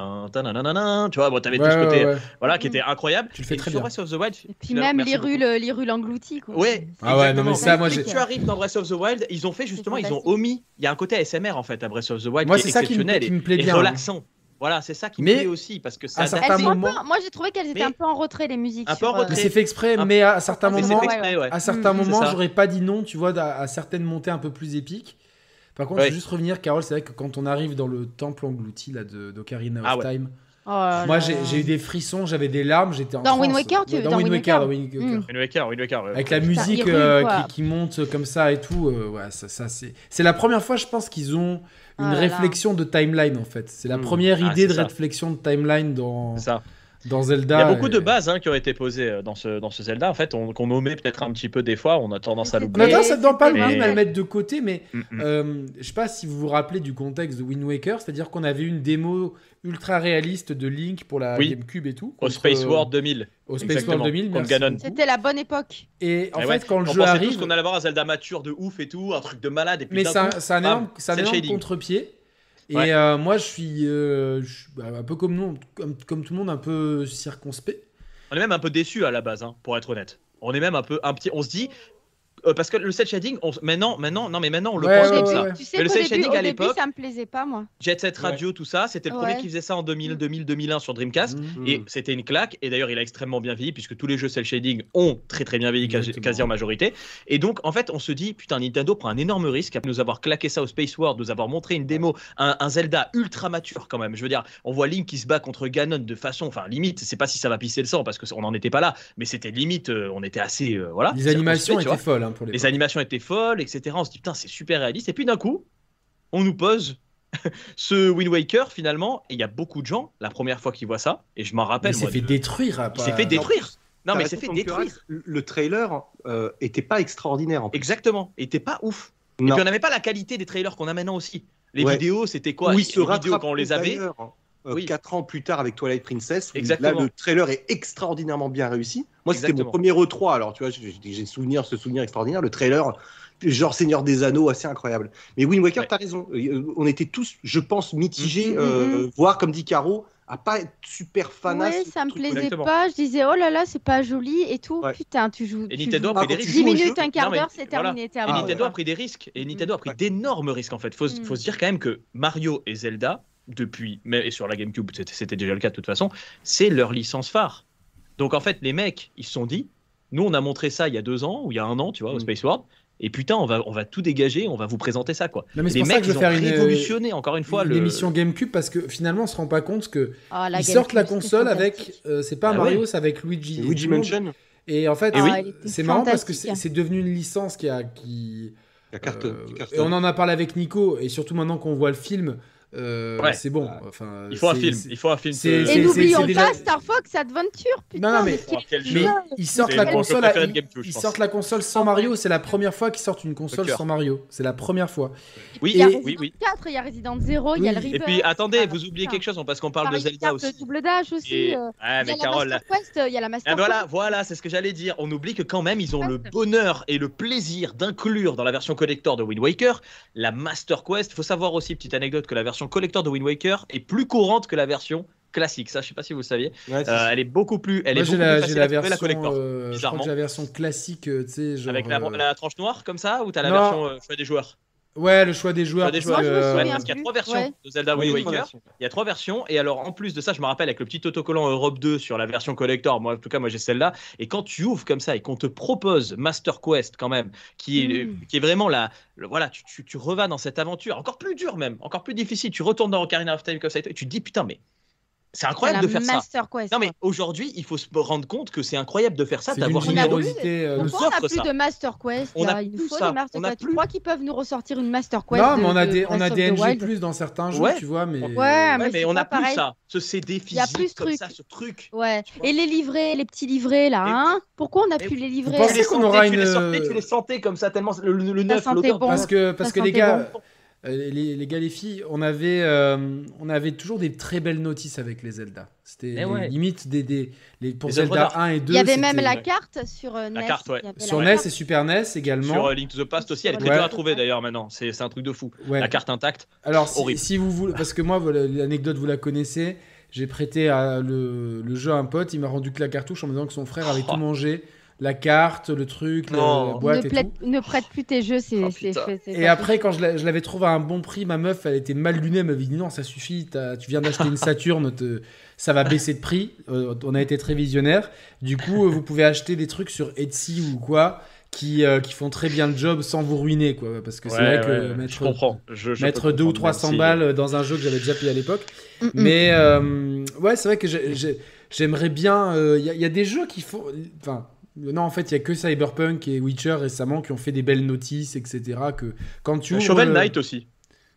vois, bon, t'avais ouais, tout ce côté, ouais, ouais. voilà, qui était incroyable. Tu le fais et très sur bien. Breath of the Wild, et puis même l'Hyrule englouti, quoi. Ouais. Ah ouais, non mais ça, moi, j'ai. Tu arrives dans Breath of the Wild, ils ont fait justement, ils ont omis. Il y a un côté A S M R en fait à Breath of the Wild moi, qui est exceptionnel qui me, qui me plaît et, bien, et relaxant. Voilà, c'est ça qui me plaît aussi parce que ça. À certains moments, peu, moi j'ai trouvé qu'elles étaient mais, un peu en retrait les musiques. Un peu en retrait. Mais c'est fait exprès, mais à certains mais moments, exprès, ouais. à certains mmh, moments, j'aurais pas dit non, tu vois, à, à certaines montées un peu plus épiques. Par contre, ouais. je veux juste revenir, Carole, c'est vrai que quand on arrive dans le temple englouti là de d'Ocarina of ah, ouais. Time. Oh là moi, là. j'ai eu des frissons, j'avais des larmes, j'étais en Dans transe. Wind Waker, tu veux dans, dans Wind Waker, Waker. Wind Waker. Mmh. Wind Waker, Wind Waker. Avec la musique Putain, euh, Hyrule, qui, qui monte comme ça et tout, euh, ouais, ça, ça c'est. C'est la première fois, je pense, qu'ils ont une oh réflexion de timeline en fait. C'est la mmh. première ah, idée de ça. réflexion de timeline dans. Ça. Dans Zelda. Il y a beaucoup euh, de bases hein, qui ont été posées euh, dans ce, dans ce Zelda, en fait, on- qu'on omet peut-être un petit peu des fois, on a tendance à Mais On l'oublier. c'était- a tendance à ne pas c'était l'oublier, mais à le vrai. mettre de côté. Mais Mm, mm. euh, je sais pas si vous vous rappelez du contexte de Wind Waker, c'est-à-dire qu'on avait une démo ultra réaliste de Link pour la Oui. GameCube et tout. Au contre- Space World deux mille. Au Space Exactement, World deux mille, contre merci Ganon. beaucoup. C'était la bonne époque. Et en Eh fait, ouais, quand le on jeu pensait arrive, tous qu'on allait avoir un Zelda mature de ouf et tout, un truc de malade, et puis mais d'un c'est un, coup, c'est un bam, énorme, c'est un cel énorme shading. contre-pied. Et Ouais. euh, moi, je suis, euh, je suis, bah, un peu comme nous, comme, comme tout le monde, un peu circonspect. On est même un peu déçus à la base, hein, pour être honnête. On est même un peu, un petit, on se dit, euh, parce que le cel shading, on, maintenant, maintenant, non mais maintenant on le Ouais, pense Au ouais, comme ouais, ça. ouais. début, tu sais Mais le qu'au cel début, shading, au à début, l'époque- ça me plaisait pas, moi. Jet Set Radio, tout ça, c'était le premier Ouais. qui faisait ça en deux mille, deux mille, deux mille un sur Dreamcast. Mhm. Et c'était une claque, et d'ailleurs il a extrêmement bien vieilli, puisque tous les jeux cel shading ont très très bien vieilli, quasi, Exactement. quasi en majorité. Et donc en fait on se dit, putain, Nintendo prend un énorme risque à nous avoir claqué ça au Space World, nous avoir montré une démo, un, un Zelda ultra mature quand même. Je veux dire, on voit Link qui se bat contre Ganon de façon, enfin limite, c'est pas si ça va pisser le sang, parce qu'on n'en était pas là, mais c'était limite, euh, on était assez, euh, voilà. Les animations circonspect, tu étaient vois. folles hein, pour les. Les animations étaient folles, et cetera. On se dit, putain, c'est super réaliste. Et puis d'un coup, on nous pose ce Wind Waker finalement. Et il y a beaucoup de gens, la première fois qu'ils voient ça, et je m'en Il rappelle, s'est moi, fait de- détruire. à il pas- s'est fait détruire. Non, T'as mais il raison, s'est fait Tom détruire. Curac, Le le trailer euh, était pas extraordinaire en plus. Exactement. Et t'es pas ouf. Et Non. puis on n'avait pas la qualité des trailers qu'on a maintenant aussi. Les Ouais. vidéos, c'était quoi? Où Les il se vidéos rattrape quand on les avait. d'ailleurs, euh, Oui. quatre ans plus tard avec Twilight Princess. où Exactement. Là, le trailer est extraordinairement bien réussi. Moi, c'était mon Exactement. premier E trois, alors tu vois, j'ai j'ai souvenir, ce souvenir extraordinaire. Le trailer, genre Seigneur des Anneaux, assez incroyable. Mais Wind Waker, Ouais. t'as raison. Euh, On était tous, je pense, mitigés, Mhm, euh, mhm. voire comme dit Caro, à pas être super fanas. Ouais, de ça me trucs. plaisait exactement. pas. Je disais, oh là là, c'est pas joli et tout. Ouais. Putain, tu joues. Et tu Nintendo joues a pris Ah, des quand tu risques. dix joues au minutes, jeu- un quart Non, mais d'heure, c'est voilà. terminé. Et terminé. Ah, Nintendo ouais. a pris des risques. Et Mhm. Nintendo a pris Ouais. d'énormes risques en fait. Faut, Mm. faut se dire quand même que Mario et Zelda, depuis, mais et sur la GameCube, c'était c'était déjà le cas de toute façon, c'est leur licence phare. Donc en fait, les mecs, ils se sont dit, nous on a montré ça il y a deux ans ou il y a un an, tu vois, au Mm. Space World. Et putain, on va, on va tout dégager, on va vous présenter ça quoi. Non, mais c'est Les pour ça mecs, que je ils veux ont faire une, révolutionné encore une fois une le. émission GameCube parce que finalement on se rend pas compte que Ah, la ils sortent la GameCube, console c'était avec fantastique. euh, c'est pas un Ah Mario, ouais. c'est avec Luigi. Et Luigi tout le monde- Mansion, Et en fait, Et oui. Ah, elle était c'est marrant parce que c'est fantastique. c'est devenu une licence qui a qui la carte. euh, qui carte- et on en a parlé avec Nico et surtout maintenant qu'on voit le film, euh, Ouais. c'est bon. Enfin, Il faut un c'est- film, c'est- il faut un film. c'est- que- c'est- Et n'oublions c'est déjà- pas Star Fox Adventure, putain. Non, non, mais- quel Oh, quel jeu. Mais ils sortent C'est la mon jeu console, préféré à- de GameCube, je ils pense. sortent la console sans Mario. C'est la première fois qu'ils sortent une console cœur. sans Mario. C'est la première fois. Oui, Il y a Et- Resident oui, oui. quatre, il y a Resident Zero, il y a le Oui. Et Rebirth. puis attendez, Ah, vous oubliez putain. quelque chose parce qu'on parle de Pareil, Zelda carte aussi. Double Dash aussi. Et- euh, Ouais, il y a mais la Carole, là- Master Quest, il y a la Master Ah, voilà, Quest. voilà, c'est ce que j'allais dire. On oublie que quand même, ils ont le Quest. bonheur et le plaisir d'inclure dans la version collector de Wind Waker la Master Quest. Il faut savoir aussi, petite anecdote, que la version collector de Wind Waker est plus courante que la version classique. Ça, je sais pas si vous le saviez. Ouais, c'est- Euh, elle est beaucoup plus, elle Moi, est j'ai beaucoup la, plus j'ai facile la à trouver, la version, collector. euh, je crois bizarrement. que j'ai la version classique, euh, tu sais, genre. Avec la, euh, la tranche noire comme ça, ou t'as la Non. version euh, choix des joueurs? Ouais, le choix des joueurs. Choix des parce joueurs. Moi, je me que, Ouais, souviens parce qu'il y a plus. trois versions Ouais. de Zelda Oui, Wind il y a trois Waker. versions. Il y a trois versions, et alors en plus de ça, je me rappelle avec le petit autocollant Europe deux sur la version collector, moi en tout cas, moi j'ai celle-là, et quand tu ouvres comme ça et qu'on te propose Master Quest quand même, qui est, Mm. qui est vraiment la, le- voilà, tu, tu, tu revas dans cette aventure, encore plus dur même, encore plus difficile, tu retournes dans Ocarina of Time comme ça, et tu te dis putain, mais c'est C'est incroyable la de faire ça. Master Quest. Non mais quoi. aujourd'hui, il faut se rendre compte que c'est incroyable de faire ça, c'est d'une d'avoir On une a générosité. euh, on de- Pourquoi on n'a offre plus ça. de Master Quest On là, a Il nous plus faut ça. des Master On a Quest. Tu plus. crois qu'ils peuvent nous ressortir une Master Quest Non, de- mais on a de des, on Breath a of des the N G Wild plus dans certains jeux, Ouais. tu vois, mais. Ouais, Ouais, mais mais c'est on pas a plus pareil. ça, ce C D Il y a physique plus ce comme truc. ça, ce truc. Ouais. Tu vois. Et les livrets, les petits livrets là, Et- hein Pourquoi on n'a Mais plus les Vous livrets pensez Tu les qu'on sentais, aura tu une- les sortais, tu les sentais comme ça tellement le, le, le neuf, sentait l'odeur. bon. Parce que, parce Ça que les sentait gars, bon. euh, les, les gars, les filles, on avait, euh, on avait toujours des très belles notices avec les Zelda. C'était Eh les ouais. limites des, des les, pour Les œuvres Zelda d'art. un et deux. Il y avait même c'était- la carte sur euh, N E S. carte, ouais. il y avait Sur la N E S carte. et Super N E S également. Sur euh, Link to the Past aussi, elle est très Ouais. dure à trouver d'ailleurs maintenant. C'est c'est un truc de fou. Ouais. La carte intacte. Alors, si, Horrible. si vous voulez, parce que moi, voilà, l'anecdote, vous la connaissez. J'ai prêté à le, le jeu à un pote, il m'a rendu que la cartouche en me disant que son frère avait Oh. tout mangé. La carte, le truc, la- Non. la Ne, boîte et plaide- tout. ne prête plus tes jeux, c'est Oh, c'est putain. fait. c'est Et pas après, quand je l'a- je l'avais trouvé à un bon prix, ma meuf, elle était mal lunée. Elle m'avait dit non, ça suffit, t'as- tu viens d'acheter une Saturn, te- ça va baisser de prix. Euh, on a été très visionnaire. Du coup, euh, vous pouvez acheter des trucs sur Etsy ou quoi qui, euh, qui font très bien le job sans vous ruiner. Quoi, parce que c'est Ouais, vrai que ouais, je mettre, comprends. Je, je mettre peux deux ou comprendre, trois même cents si- balles dans un jeu que j'avais déjà payé à l'époque. Mm, mm. Mais euh, ouais, c'est vrai que j'ai- j'ai- j'aimerais bien. Il y, a- y a des jeux qui font. Enfin. Non, en fait, il y a que Cyberpunk et Witcher récemment qui ont fait des belles notices, et cetera. Que quand tu ouvres Shovel le- Knight aussi.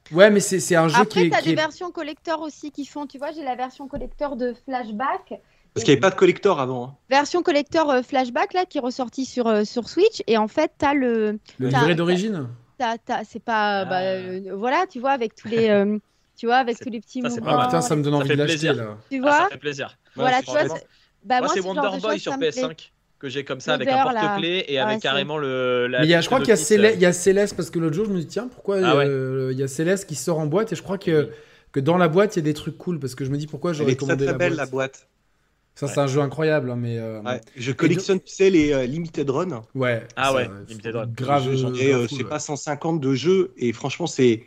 Ouais, mais c'est c'est un jeu qui Après, est. t'as qui des est- versions collector aussi qui font, tu vois, j'ai la version collector de Flashback. Parce qu'il n'y avait pas de collector avant. hein. Version collector euh, Flashback, là, qui est ressortie sur, euh, sur Switch. Et en fait, t'as le... Le t'as- livret d'origine. t'as- t'as- c'est pas... Ah. bah, euh, voilà, tu vois, avec tous les... euh, tu vois, avec C'est- tous les petits ça, c'est pas mouvements. Ah putain, ça me donne Ça envie fait de l'acheter plaisir. là. Tu Ah, vois, ça fait plaisir. voilà, Ouais, tu vois. franchement. c'est- Bah, Moi, moi, c'est ce genre Wonder de Boy choses, sur ça me P S plaît. cinq que j'ai comme ça avec un L'odeur, là. porte-clés et Ah, avec c'est- carrément le. La Mais il y a, je petite crois qu'il y a notice, Céleste, euh, il y a Céleste parce que l'autre jour je me dis tiens pourquoi Ah ouais. euh, il y a Céleste qui sort en boîte et je crois que, que dans la boîte il y a des trucs cool parce que je me dis pourquoi Elle j'aurais est très commandé très la belle boîte. la boîte. Ça c'est un jeu incroyable hein, mais euh, Ouais. Je collectionne, tu sais, les euh, Limited Run. ouais. Ah ça, ouais, euh, Limited Run. grave. J'en euh, ai, grave euh, cool, c'est ouais. pas cent cinquante de jeux et franchement c'est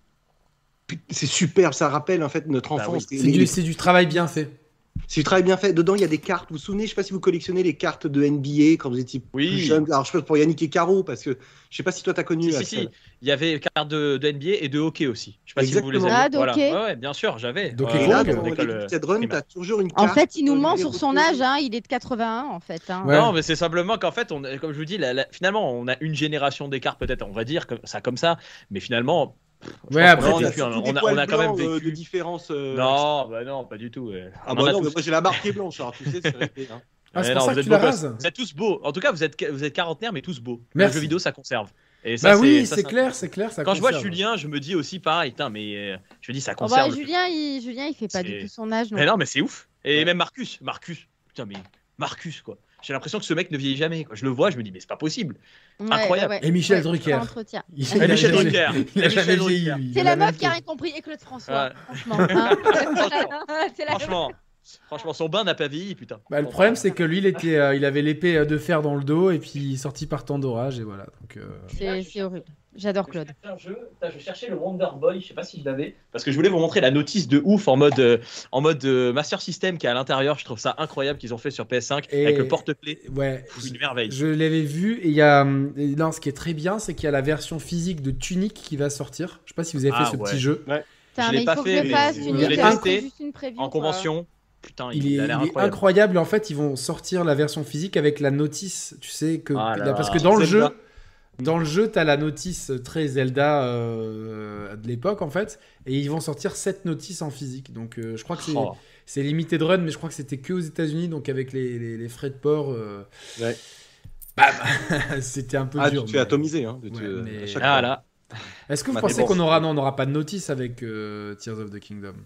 c'est superbe. Ça rappelle en fait notre Bah enfance. oui. Et C'est les- du, c'est du travail bien fait. C'est du travail bien fait. Dedans, il y a des cartes. Vous vous souvenez, je sais pas si vous collectionnez les cartes de N B A quand vous étiez Oui. plus jeune. Alors, je sais pas pour Yannick et Caro, parce que je sais pas si toi t'as connu. Si, si, Axel. si. Il y avait carte de, de N B A et de hockey aussi. Je sais pas si vous les avez. Exactement. Ah, de Voilà. hockey. Ouais, ouais, bien sûr, j'avais. Donkey Ouais, Et Kong. là, ouais, dans en les école, euh, Limited Run, primaire. t'as toujours une En carte. fait, il nous euh, ment les sur son recueils. âge, hein. Il est de quatre-vingt-un, en fait. hein. Ouais. Non, mais c'est simplement qu'en fait, on, comme je vous dis, la- la- finalement, on a une génération d'écart, peut-être, on va dire que ça comme ça, mais finalement, pff, je Ouais, pense après, qu'on a Non, on a vécu un- surtout on des a, poils on a quand même blancs, euh, de vécu. différence. euh, Non, bah non, pas du tout. ouais. Ah On bah en a non, tous. mais moi j'ai la marque est blanche, alors tu sais, c'est resté. Hein. Ah, c'est Ouais, pour non, ça vous que êtes tu la beaux gosses. rases. Vous êtes tous beaux. En tout cas, vous êtes, vous êtes quarantenaires, mais tous beaux. Merci. Le jeu vidéo, ça conserve. Et ça, Bah oui, ça, c'est ça- clair, c'est clair. Ça Quand je vois conserve. Julien, je me dis aussi pareil, putain, mais euh, je me dis ça Oh, bah, conserve. Julien, il... Julien, il fait pas C'est- du tout son âge. non Mais non, mais c'est ouf. Et Ouais. même Marcus, Marcus, putain, mais Marcus, quoi. J'ai l'impression que ce mec ne vieillit jamais. Quoi. Je le vois, je me dis, mais c'est pas possible. Ouais, Incroyable. ouais, ouais. Et Michel Ouais, Drucker. ça entretient. Il Et a Michel jamais- Drucker. Il a Et jamais Michel vieilli, Drucker. lui. Il C'est a la même meuf qui a fait. rien compris et Claude François. Ouais. Franchement. hein. C'est la- Franchement, franchement, son bain n'a pas vieilli, putain. Bah, le problème, c'est que lui, il, était, euh, il avait l'épée euh, de fer dans le dos et puis il est sorti par temps d'orage et voilà. Donc, euh, C'est c'est horrible. J'adore Claude. Je cherchais un jeu. Putain, je cherchais le Wonder Boy, je sais pas si je l'avais. Parce que je voulais vous montrer la notice de ouf en mode, euh, en mode euh, Master System qui est à l'intérieur. Je trouve ça incroyable qu'ils ont fait sur P S cinq Et- avec le porte-clés. ouais. Une merveille. Je l'avais vu et il y a. hum, et non, ce qui est très bien, c'est qu'il y a la version physique de Tunic qui va sortir. Je sais pas si vous avez fait Ah, ce ouais. petit jeu. Putain, Je mais l'ai il pas faut fait, que je mais fasse je une l'ai c'est testé juste une preview, En quoi. convention. Putain, Il il, est, a l'air il est incroyable. incroyable. En fait, ils vont sortir la version physique avec la notice. Tu sais que Ah là là, parce là. que dans le Zelda. jeu, dans le jeu, t'as la notice très Zelda euh, de l'époque en fait, et ils vont sortir cette notice en physique. Donc, euh, je crois que c'est Oh. c'est limited run, mais je crois que c'était que aux États-Unis, donc avec les, les, les frais de port. euh, Ouais. bam C'était un peu Ah, dur. tu te mais- fais atomiser. Hein, de te- Ouais, mais- à chaque Ah fois. là. Est-ce que vous Bah, pensez mais bon, qu'on aura non, on n'aura pas de notice avec euh, Tears of the Kingdom?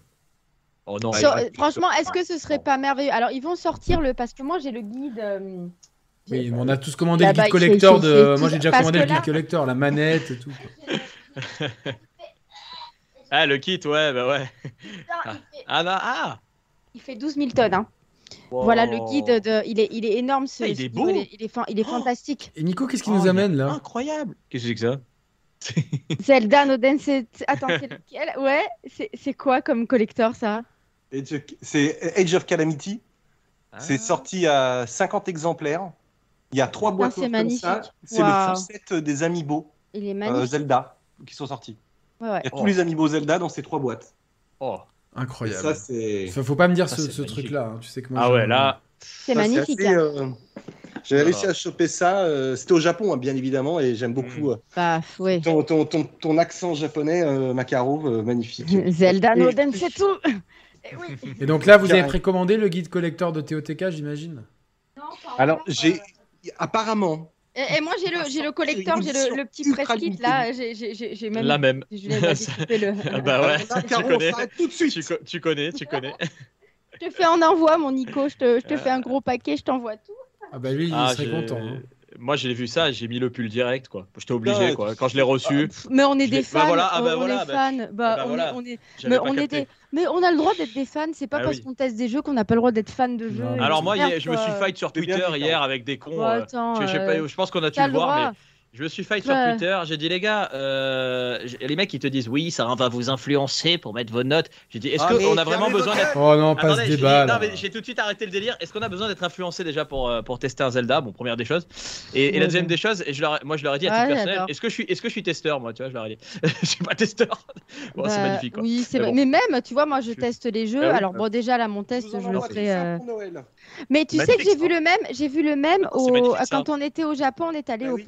Oh non. Ouais, Sur- il y aura- franchement, est-ce que ce serait pas merveilleux? Alors, ils vont sortir le. Parce que moi, j'ai le guide. euh, Oui, j'ai- mais on a tous commandé Là-bas, le guide il fait- collector il fait- de. il Moi, fait- j'ai déjà parce commandé que le guide là- collector, la manette et tout. quoi. Ah, le kit, ouais, bah ouais. Putain, il fait- Ah non, ah. Il fait douze mille tonnes. Hein. Wow. Voilà le guide. De... Il, est, il est énorme. Ce, Ah, il ce est livre, beau. Il est, il est, fan- il est Oh. fantastique. Et Nico, qu'est-ce qui Oh, nous il est amène là? Incroyable. Qu'est-ce que c'est que ça? Zelda no Dance. Attends, c'est lequel? Ouais, c'est c'est quoi comme collector ça? Age of- C'est Age of Calamity. C'est Ah. sorti à cinquante exemplaires. Il y a trois boîtes c'est comme magnifique. ça. C'est Waouh. le full set des Amiibo Il est euh, magnifique. Zelda qui sont sortis. Ouais, ouais. Il y a Oh. tous les Amiibo Zelda dans ces trois boîtes. Oh. Et Incroyable. ça, c'est. Enfin, faut pas me dire Ça, ce, c'est ce magnifique. truc-là. hein. Tu sais que moi. Ah je- ouais, là. C'est Ça, magnifique. assez, hein. euh, J'avais Oh là réussi là. à choper ça. euh, C'était au Japon, hein, bien évidemment, et j'aime beaucoup Mm. euh, Bah, ouais. ton, ton, ton, ton accent japonais, euh, Macaro, euh, magnifique. Zelda no Et- Dance, c'est tout. Et oui. Et donc là, vous avez Carrément. précommandé le guide collector de T O T K, j'imagine? Alors, j'ai. Apparemment. Et, et moi j'ai le j'ai le collector, j'ai le, le petit Ultra press kit limitée. là, j'ai j'ai j'ai j'ai même. La même. Julien m'a découpé le. Ah bah ouais, Là, tu Caro, on connais. s'arrête tout de suite. Tu, co- tu connais, tu connais. Je te fais en envoi mon Nico, je te, je te fais un gros paquet, je t'envoie tout. Ah bah lui, il Ah, serait j'ai- content. hein. Moi, j'ai vu ça, j'ai mis le pull direct, quoi. J'étais obligé, Ouais, quoi. tu- Quand je l'ai reçu, Mais on est Je des l'ai- fans, bah voilà, ah bah on, on voilà, est bah- fans, bah, bah on, voilà. est, on est, j'avais mais pas on est capté. des, mais on a le droit d'être des fans. C'est pas Ah parce oui. qu'on teste des jeux qu'on n'a pas le droit d'être fan de jeux. Non. et Alors de moi, merde, hier, je me quoi. suis fight sur C'est bien Twitter différent. hier avec des cons. Bon, euh, attends, je, je sais euh, pas, je pense qu'on a dû t'as le le voir, droit. mais je me suis fight Ouais. sur Twitter. J'ai dit les gars, euh, j'ai- les mecs ils te disent oui, ça va vous influencer pour mettre vos notes. J'ai dit est-ce Ah, mais qu'on a vraiment fermez besoin vos d'être Oh non, pas Attendez, ce j'ai débat. dit- non, là. mais j'ai tout de suite arrêté le délire. Est-ce qu'on a besoin d'être influencé déjà pour, euh, pour tester un Zelda? Bon, première des choses. Et, et Ouais, la deuxième ouais. des choses, et je leur, ai- moi je leur ai dit à Ouais, titre personnel, j'adore. est-ce que je suis, est-ce que je suis testeur, moi, tu vois, je leur ai dit. Je suis pas testeur. Bon, c'est Bah, magnifique, quoi. Oui, c'est Mais vrai. bon. Mais même, tu vois, moi, je Je- teste les jeux. Ah oui. Alors bon, déjà là, mon test, Je vous je en le envoie ferai. tout ça euh, pour Noël. Mais tu sais Magnifique, que j'ai ça. vu le même, j'ai vu le même Ah, c'est au... magnifique, ça. quand on était au Japon, on est allé Ah au oui. Pokémon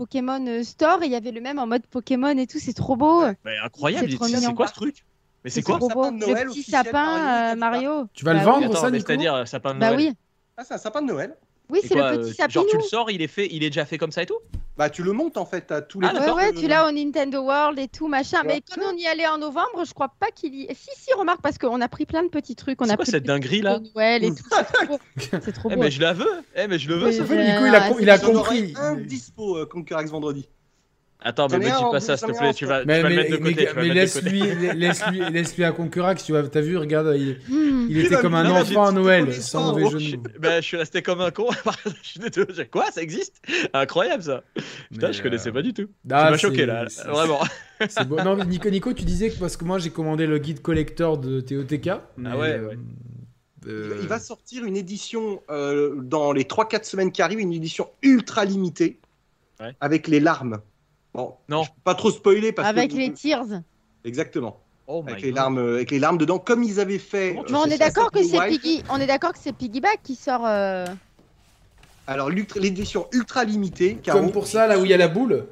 PlayStation Store et il y avait le même en mode Pokémon et tout, c'est trop beau. Mais incroyable, C'est trop c'est c'est mignon. quoi ce truc? Mais c'est C'est quoi? trop beau. sapin de Noël Le petit officiel sapin Mario, euh, Mario. Tu vas le Bah vendre, oui. ça, Attends, mais Nico? c'est-à-dire sapin de Bah Noël. oui, Ah, c'est un sapin de Noël. oui, Et c'est quoi, le euh, petit genre sapinou. tu le sors, il est fait, il est déjà fait comme ça et tout? Bah, tu le montes en fait. T'as tous les. Ah, Ouais, d'accord. ouais, trucs, tu euh, l'as au Nintendo World et tout, machin. Mais Ouais. quand on y allait en novembre, je crois pas qu'il y... Si, si, remarque, parce qu'on a pris plein de petits trucs. On C'est a quoi pris cette le dinguerie là? de Noël et tout. C'est trop beau. C'est trop Eh beau. mais je la veux, eh mais je le veux Oui, ça. En fait, Nico, il a, com- Ah, il a c'est- J'en compris. aurai un dispo euh, Conquer X vendredi. Attends, mais J'en ai me un dis en- pas ça s'il te j'en ai plaît, un tu en vas, tu Mais, vas le mais, mettre de mais, côté. tu vas mais le mettre de côté. laisse-lui laisse lui, laisse lui à Concurax, tu vois, t'as vu, regarde, il, Hmm. il était va comme me un dire, enfant à j'ai Noël, dit, sans oh, mauvais je jeu Je, de mots. bah, je suis resté comme un con. Je suis désolé. Quoi, ça existe? Incroyable ça. Putain, Mais, je connaissais euh, pas du tout. ah, tu m'as c'est- choqué là, c'est- vraiment. C'est beau. Non, mais Nico, Nico, tu disais que parce que moi j'ai commandé le guide collector de T O T K. mais, Ah ouais, euh, ouais. euh, Il va sortir une édition euh, dans les trois quatre semaines qui arrivent, une édition ultra limitée Ouais. avec les larmes. Bon, Non. je peux pas trop spoiler parce Avec que les tears. exactement Oh my avec les God. larmes, euh, avec les larmes dedans, comme ils avaient fait. Comment tu Mais on euh, est sur d'accord que Sesame c'est Wild. Piggy. On est d'accord que c'est Piggyback qui sort. euh, Alors l'ultra- l'édition ultra limitée, Caro, Comme pour ça, là où il y a la boule.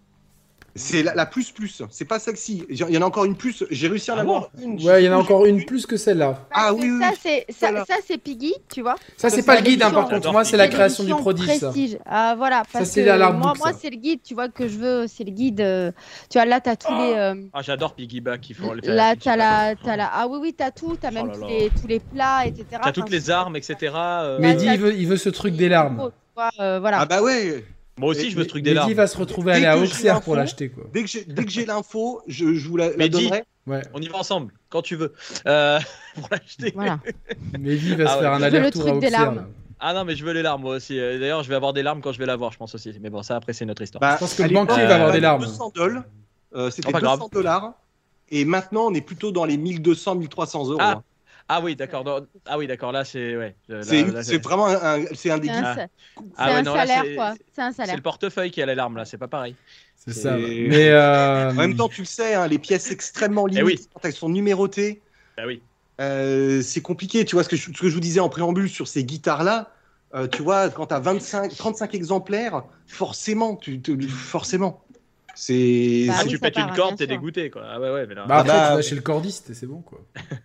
c'est la, la plus plus. C'est pas sexy. Il y en a encore une plus. J'ai réussi à en Ah avoir une. Ouais, il y en a J'ai- encore une plus que celle-là. Ah parce que oui, oui, ça, oui. c'est ça, Voilà. ça, c'est Piggy, tu vois. Ça, Ça, c'est c'est pas le guide, hein, l'édition. par contre. J'adore Moi, c'est la Piggy. création du L'édition prodige, ça. prestige. Ah voilà, parce c'est que la Lark moi, Book, moi ça. c'est le guide, tu vois, que je veux, c'est le guide. euh, Tu vois, là, t'as tous les. euh, Ah, j'adore Piggyback. Il faut le faire. Là, t'as la, t'as la. Ah oui, oui, t'as tout, t'as même là tous là. les, tous les plats, et cetera. T'as toutes Enfin, les armes, et cetera. euh, Mehdi, t'as- il veut, il veut ce truc des larmes. tu vois, euh, voilà. Ah bah ouais. Moi aussi, je veux ce truc des Mehdi larmes. va se retrouver à Dès aller à que j'ai Auxerre pour l'info- l'acheter, quoi. Dès que j'ai dès que j'ai l'info, je, je vous la, la Mehdi. donnerai. Ouais. On y va ensemble, quand tu veux. Euh, pour l'acheter. Voilà. Mehdi va Ah se ouais. faire un Je veux le aller-retour à truc des Auxerre. larmes. là. Ah non, mais je veux les larmes moi aussi. Euh, D'ailleurs, je vais avoir des larmes quand je vais la voir, je pense aussi. Mais bon, ça après, c'est une autre histoire. Bah, Je pense que à le l'époque, banquier va avoir c'était des larmes. deux cents dollars. Euh, C'était Oh, pas deux grave. cents dollars. Et maintenant, on est plutôt dans les mille deux cents, mille trois cents euros. Ah, hein. Ah oui, d'accord. non- Ah oui, d'accord. Là, c'est ouais. Là- C'est là, c'est vraiment un, un- c'est un des C'est guides. un, Ah. sa- Ah c'est ouais, un non, là, salaire, c'est- quoi. C'est un C'est salaire. le portefeuille qui a l'alarme là, c'est pas pareil. C'est ça. Et- ouais. Mais euh, En même temps, tu le sais, hein, les pièces extrêmement Eh limitées, oui. quand elles sont numérotées, Ah oui. euh, c'est compliqué. Tu vois ce que, je, ce que je vous disais en préambule sur ces guitares-là. euh, tu vois, quand tu as vingt-cinq, trente-cinq exemplaires, forcément, tu, tu- forcément. C'est. Bah Ah, c'est- oui, tu ça pètes part, une hein, corde, bien t'es sûr. dégoûté quoi. Ah ouais ouais, mais là. bah, après, bah, tu vas ouais. chez le cordiste et c'est bon, quoi.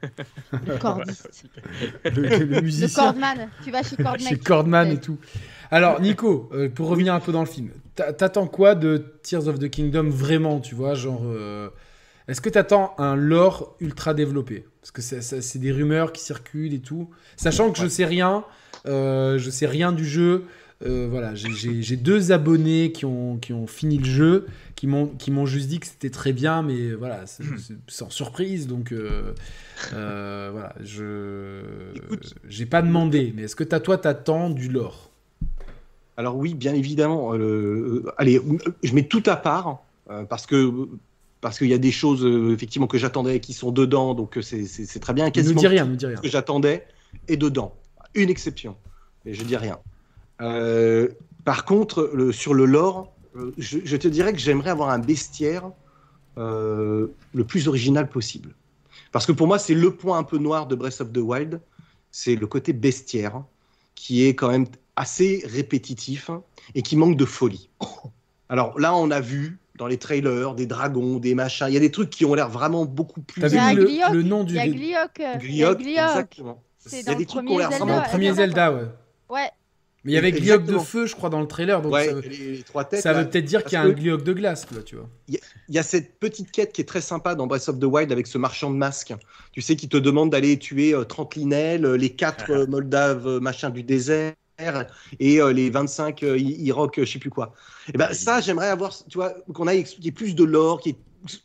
Le cordiste. Le, le Le musicien. cordman. Tu vas chez Cordman. Chez Cordman et tout. Alors, Nico, euh, pour revenir un peu dans le film, t'a- t'attends quoi de Tears of the Kingdom vraiment, tu vois, genre... euh, Est-ce que t'attends un lore ultra développé? Parce que c'est- c'est c'est des rumeurs qui circulent et tout. Sachant que je sais rien, euh, je sais rien du jeu. Euh, voilà, j'ai- j'ai j'ai deux abonnés qui ont, qui ont fini le jeu, qui m'ont qui m'ont juste dit que c'était très bien, mais voilà, c'est c'est sans surprise, donc euh, euh, voilà, je Écoute. j'ai pas demandé, mais est-ce que t'as, toi t'attends du lore? Alors oui, bien évidemment. euh, euh, allez, je mets tout à part euh, parce que parce qu'il y a des choses euh, effectivement que j'attendais qui sont dedans, donc euh, c'est c'est- c'est très bien. Ne Quasiment dis rien, tout ne dis rien. ce que j'attendais est dedans. Une exception, et je dis rien. Euh, par contre, le- sur le lore, euh, je, je te dirais que j'aimerais avoir un bestiaire euh, le plus original possible. Parce que pour moi, c'est le point un peu noir de Breath of the Wild, c'est le côté bestiaire, qui est quand même assez répétitif et qui manque de folie. Alors là, on a vu dans les trailers des dragons, des machins, il y a des trucs qui ont l'air vraiment beaucoup plus... T'as Il y a vu le, Gliok, le nom Il du... y a Gliok. euh, il y a Gliok, Gliok. exactement. C'est Il y a dans des le trucs qui premier ont l'air Zelda. Dans le vraiment- premier Zelda, ouais. Ouais. Mais il y avait Gliok de Exactement. feu, je crois, dans le trailer, donc Ouais, ça, veut, les, les trois têtes. ça là. veut peut-être dire parce qu'il y a un que- Gliok de glace, là, tu vois. Il y a cette petite quête qui est très sympa dans Breath of the Wild avec ce marchand de masques. Tu sais, qui te demande d'aller tuer euh, trente linels, euh, les quatre euh, Moldaves euh, machin du désert et euh, les vingt-cinq euh, I- Iroc, euh, je sais plus quoi. Et ben ça, j'aimerais avoir, tu vois, qu'on aille expliquer plus de lore. Qui est...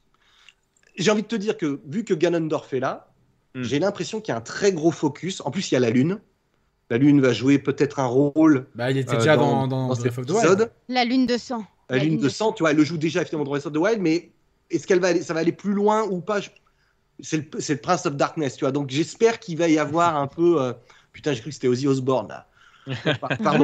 J'ai envie de te dire que vu que Ganondorf est là, Mm. j'ai l'impression qu'il y a un très gros focus. En plus, il y a la Lune. La Lune va jouer peut-être un rôle Bah, il était euh, déjà dans, dans, dans, dans cet Breath of the Wild. épisode. La lune de sang. La Lune de sang, tu vois, elle le joue déjà effectivement dans Breath of the Wild, mais est-ce qu'elle va aller, ça va aller plus loin ou pas? Je- C'est le, c'est le Prince of Darkness, tu vois. Donc j'espère qu'il va y avoir un peu. euh, Putain, j'ai cru que c'était Ozzy Osbourne là. Par- Pardon.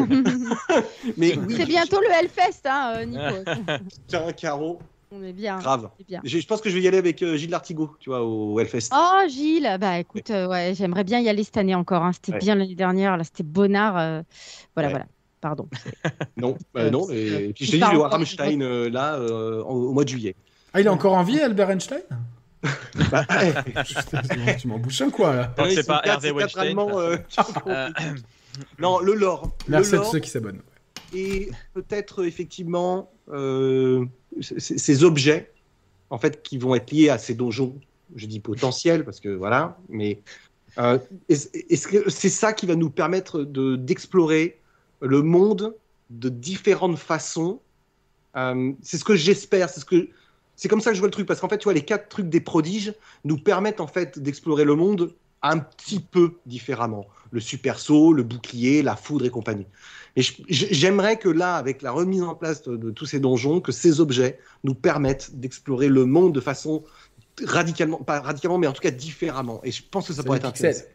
Mais oui, C'est bientôt le Hellfest, hein, euh, Nico. Putain, Caro, On est bien. grave. C'est bien. Je, je pense que je vais y aller avec euh, Gilles Lartigot, tu vois, au Hellfest. Oh, Gilles, bah écoute, euh, ouais, j'aimerais bien y aller cette année encore. Hein. C'était Ouais. bien l'année dernière, là, c'était bonnard. euh, Voilà, Ouais. voilà. pardon. Non, bah, Euh, non. c'est- Et, et puis je il t'ai dit, part je vais voir encore- Rammstein euh, là euh, au, au mois de juillet. Ah, il est encore en vie, Albert Einstein? Bah, ouais. Putain, tu m'en bouches un quoi, là. Tant que Ouais, c'est ils pas sont quatre, Hervé c'est quatre Weinstein, Allemands, de euh, toute qui ont Euh, compris. Non, le lore. Merci le à lore ceux qui s'abonnent. et peut-être effectivement euh, c- c- ces objets en fait qui vont être liés à ces donjons. Je dis potentiels parce que voilà, mais euh, est-ce est-ce que c'est ça qui va nous permettre de d'explorer le monde de différentes façons? Euh, c'est ce que j'espère, c'est ce que c'est comme ça que je vois le truc, parce qu'en fait, tu vois, les quatre trucs des prodiges nous permettent en fait d'explorer le monde un petit peu différemment. Le super saut, le bouclier, la foudre et compagnie. Et je- je- j'aimerais que là, avec la remise en place de, de tous ces donjons, que ces objets nous permettent d'explorer le monde de façon radicalement, pas radicalement, mais en tout cas différemment. Et je pense que ça C'est pourrait les être pixels. intéressant.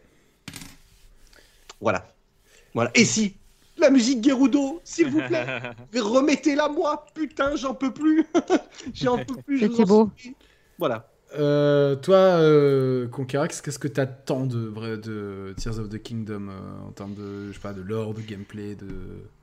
Voilà. Voilà. Et si la musique Gerudo, s'il vous plaît, mais remettez-la moi, putain, j'en peux plus. J'en peux plus. je vous C'était en beau. supplie. Voilà. Euh, toi, euh, Conquerax, qu'est-ce que t'attends de, vrai- de Tears of the Kingdom euh, en termes de, je sais pas, de lore, de gameplay, de...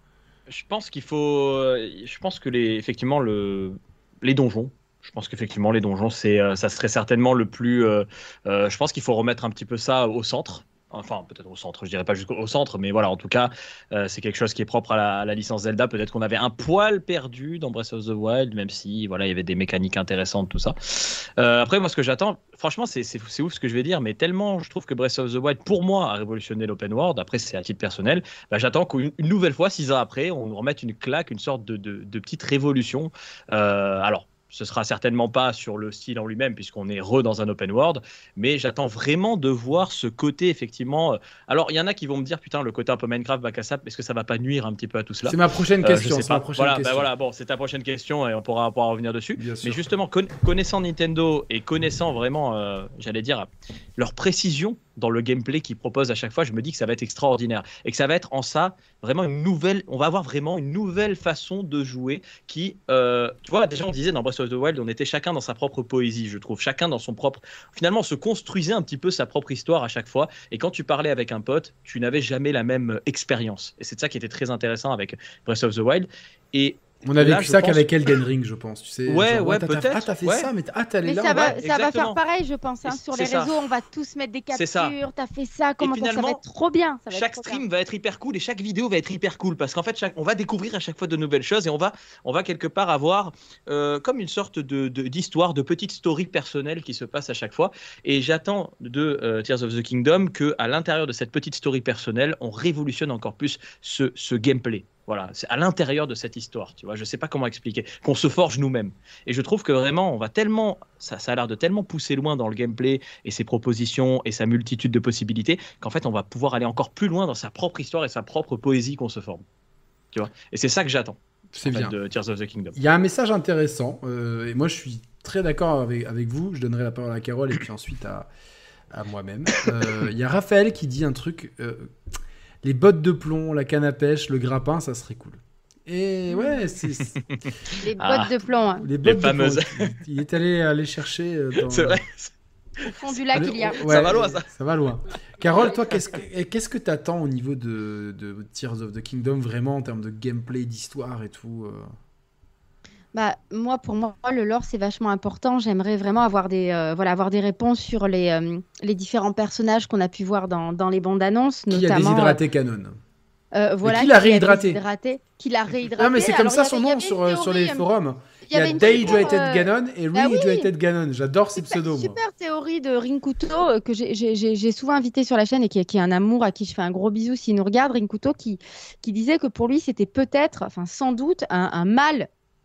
Je pense qu'il faut. euh, Je pense que les, effectivement, le, les donjons. Je pense qu'effectivement, les donjons, c'est, euh, ça serait certainement le plus. euh, euh, je pense qu'il faut remettre un petit peu ça au centre. Enfin, peut-être au centre, je dirais pas jusqu'au au centre, mais voilà, en tout cas, euh, c'est quelque chose qui est propre à la, à la licence Zelda. Peut-être qu'on avait un poil perdu dans Breath of the Wild, même si voilà, il y avait des mécaniques intéressantes, tout ça. Euh, après, moi, ce que j'attends, franchement, c'est, c'est, c'est ouf ce que je vais dire, mais tellement je trouve que Breath of the Wild, pour moi, a révolutionné l'open world. Après, c'est à titre personnel. Bah, j'attends qu'une une nouvelle fois, six ans après, on nous remette une claque, une sorte de, de, de petite révolution. Euh, alors. Ce sera certainement pas sur le style en lui-même, puisqu'on est re dans un open world, mais j'attends vraiment de voir ce côté, effectivement. euh, Alors, il y en a qui vont me dire, putain, le côté un peu Minecraft, bac à sable, est-ce que ça va pas nuire un petit peu à tout cela? C'est ma prochaine Euh, question. je sais c'est ma pas. prochaine Voilà, bah question. voilà, bon, c'est ta prochaine question et on pourra, on pourra revenir dessus. Bien sûr. Mais justement, con- connaissant Nintendo et connaissant vraiment, euh, j'allais dire, leur précision dans le gameplay qu'ils proposent à chaque fois, je me dis que ça va être extraordinaire et que ça va être en ça vraiment une nouvelle. On va avoir vraiment une nouvelle façon de jouer qui, euh, tu vois, déjà on disait dans Breath of the Wild, on était chacun dans sa propre poésie, je trouve, chacun dans son propre. Finalement, on se construisait un petit peu sa propre histoire à chaque fois. Et quand tu parlais avec un pote, tu n'avais jamais la même expérience. Et c'est ça qui était très intéressant avec Breath of the Wild. Et On a là, vécu je ça pense- qu'avec Elden Ring, je pense. Tu sais, Ouais, genre, ouais, t'as- t'as- peut-être, Ah, t'as fait ouais. ça, mais t'as- ah, t'es allé Mais là. ça en va, bas. ça va exactement. faire pareil, je pense. hein. Et Sur c'est les ça. réseaux, on va tous mettre des C'est ça. captures. T'as fait ça, comment ça, ça va finalement, être trop bien. Ça va Chaque être trop stream bien. va être hyper cool et chaque vidéo va être hyper cool parce qu'en fait chaque, on va découvrir à chaque fois de nouvelles choses et on va, on va quelque part avoir euh, comme une sorte de, de- d'histoire, de petite story personnelle qui se passe à chaque fois. Et j'attends de euh, Tears of the Kingdom que à l'intérieur de cette petite story personnelle, on révolutionne encore plus ce, ce gameplay. Voilà, c'est à l'intérieur de cette histoire, tu vois. Je sais pas comment expliquer, qu'on se forge nous-mêmes. Et je trouve que vraiment, on va tellement, ça, ça a l'air de tellement pousser loin dans le gameplay et ses propositions et sa multitude de possibilités qu'en fait, on va pouvoir aller encore plus loin dans sa propre histoire et sa propre poésie qu'on se forme. Tu vois. Et c'est ça que j'attends. C'est en fait, bien. de Tears of the Kingdom. Il y a un message intéressant, euh, et moi je suis très d'accord avec, avec vous. Je donnerai la parole à Carole et puis ensuite à, à moi-même. Euh, Il y a Raphaël qui dit un truc euh, les bottes de plomb, la canne à pêche, le grappin, ça serait cool. Et ouais, c'est. c'est- Les bottes Ah. de plomb. hein. Les bottes de fameuses. plomb. Il est allé aller chercher. euh, dans- C'est vrai. Au fond du lac, il y a. Ouais, Ça va loin, ça. Ça va loin. Carole, toi, qu'est-ce que qu'est-ce que t'attends au niveau de, de Tears of the Kingdom, vraiment, en termes de gameplay, d'histoire et tout euh Bah, moi, pour moi, le lore, c'est vachement important. J'aimerais vraiment avoir des, euh, voilà, avoir des réponses sur les, euh, les différents personnages qu'on a pu voir dans, dans les bandes annonces, Qui a notamment. déshydraté Canon euh, voilà, qui l'a a réhydraté déshydraté, Qui l'a réhydraté. Non, mais c'est comme Alors, ça il y son avait- il y nom avait sur, une euh, sur les théorie, forums. Il y avait une Dehydrated super, euh, Ganon et bah oui. Rehydrated Ganon. J'adore ces Super, pseudos, moi. super théorie de Rinkuto euh, que j'ai- j'ai j'ai- j'ai souvent invité sur la chaîne et qui, qui est un amour à qui je fais un gros bisou s'il nous regarde. Rinkuto qui, qui disait que pour lui c'était peut-être, enfin sans doute, un, un mâle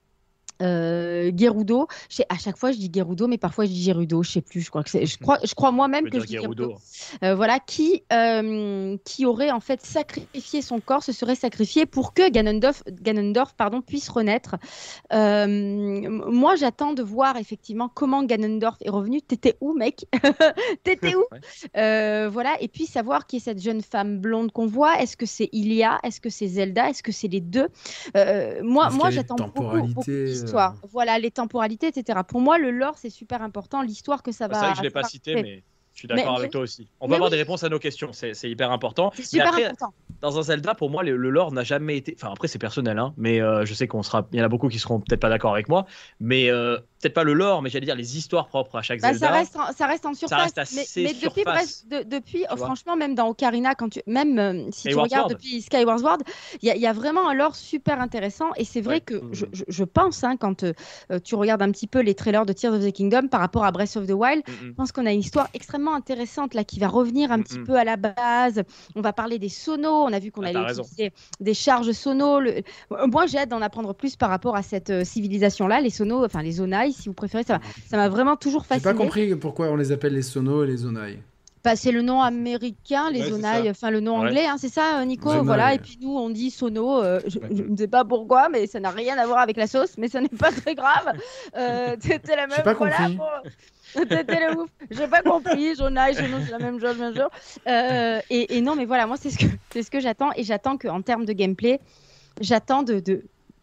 euh, Gerudo. Je sais- à chaque fois je dis Gerudo, mais parfois je dis Gerudo, je sais plus. Je crois que c'est, je crois, je crois moi-même Je que veux je dis dire Gerudo. Gerudo. Euh, voilà, qui, euh, qui aurait en fait sacrifié son corps, se serait sacrifié pour que Ganondorf, Ganondorf pardon, puisse renaître. Euh, m- moi, j'attends de voir effectivement comment Ganondorf est revenu. T'étais où, mec? T'étais où? Ouais. Euh, Voilà, et puis savoir qui est cette jeune femme blonde qu'on voit. Est-ce que c'est Ilia? Est-ce que c'est Zelda? Est-ce que c'est les deux? Euh, Moi, Est-ce moi qu'il y a les j'attends beaucoup, temporalités, beaucoup euh, d'histoire. Voilà, les temporalités, et cetera. Pour moi, le lore, c'est super important. L'histoire que ça va. C'est vrai que je l'ai pas ça va cité, raconter. mais Je suis d'accord Mais- avec toi aussi. On mais va avoir oui. des réponses à nos questions, c'est c'est hyper important. C'est Mais super après, important. dans un Zelda, pour moi, le, le lore n'a jamais été. Enfin, après, c'est personnel, hein, mais euh, je sais qu'on sera. Il y en a beaucoup qui seront peut-être pas d'accord avec moi, mais euh, peut-être pas le lore, mais j'allais dire les histoires propres à chaque Bah, Zelda. ça reste en, ça reste en surface. reste assez mais mais depuis, surface, bref, de- depuis oh, vois. franchement, même dans Ocarina, quand tu, même euh, si tu Skyward regardes Sword. depuis Skyward Sword, il y, a- il y a vraiment un lore super intéressant. Et c'est vrai Ouais. que je, je- je pense, hein, quand euh, euh, tu regardes un petit peu les trailers de Tears of the Kingdom par rapport à Breath of the Wild, Mm, je mm. pense qu'on a une histoire extrêmement intéressante là qui va revenir un Mm, petit mm. peu à la base. On va parler des sonos. On a vu qu'on Ah, allait t'as raison. utiliser des charges sonos. Le- Moi, j'ai hâte d'en apprendre plus par rapport à cette euh, civilisation-là, les sonos, enfin les zonai, si vous préférez. Ça m'a- ça m'a vraiment toujours J'ai fasciné. pas compris pourquoi on les appelle les sonos et les zonai. Bah, c'est le nom américain, les Ouais, c'est zonai, ça. enfin le nom Ouais. anglais, hein, c'est ça, euh, Nico. Zonai, Voilà. ouais. Et puis nous, on dit sono. euh, je, Ouais. je ne sais pas pourquoi, mais ça n'a rien à voir avec la sauce, mais ça n'est pas très grave. Euh, C'était la même. J'ai pas voilà, compris. bon. T'étais le ouf. J'ai pas compris. Zonai, sono, c'est la même chose, bien sûr. Euh, et, et non, mais voilà, moi, c'est ce que c'est ce que j'attends, et j'attends qu'en termes de gameplay, j'attends de, de,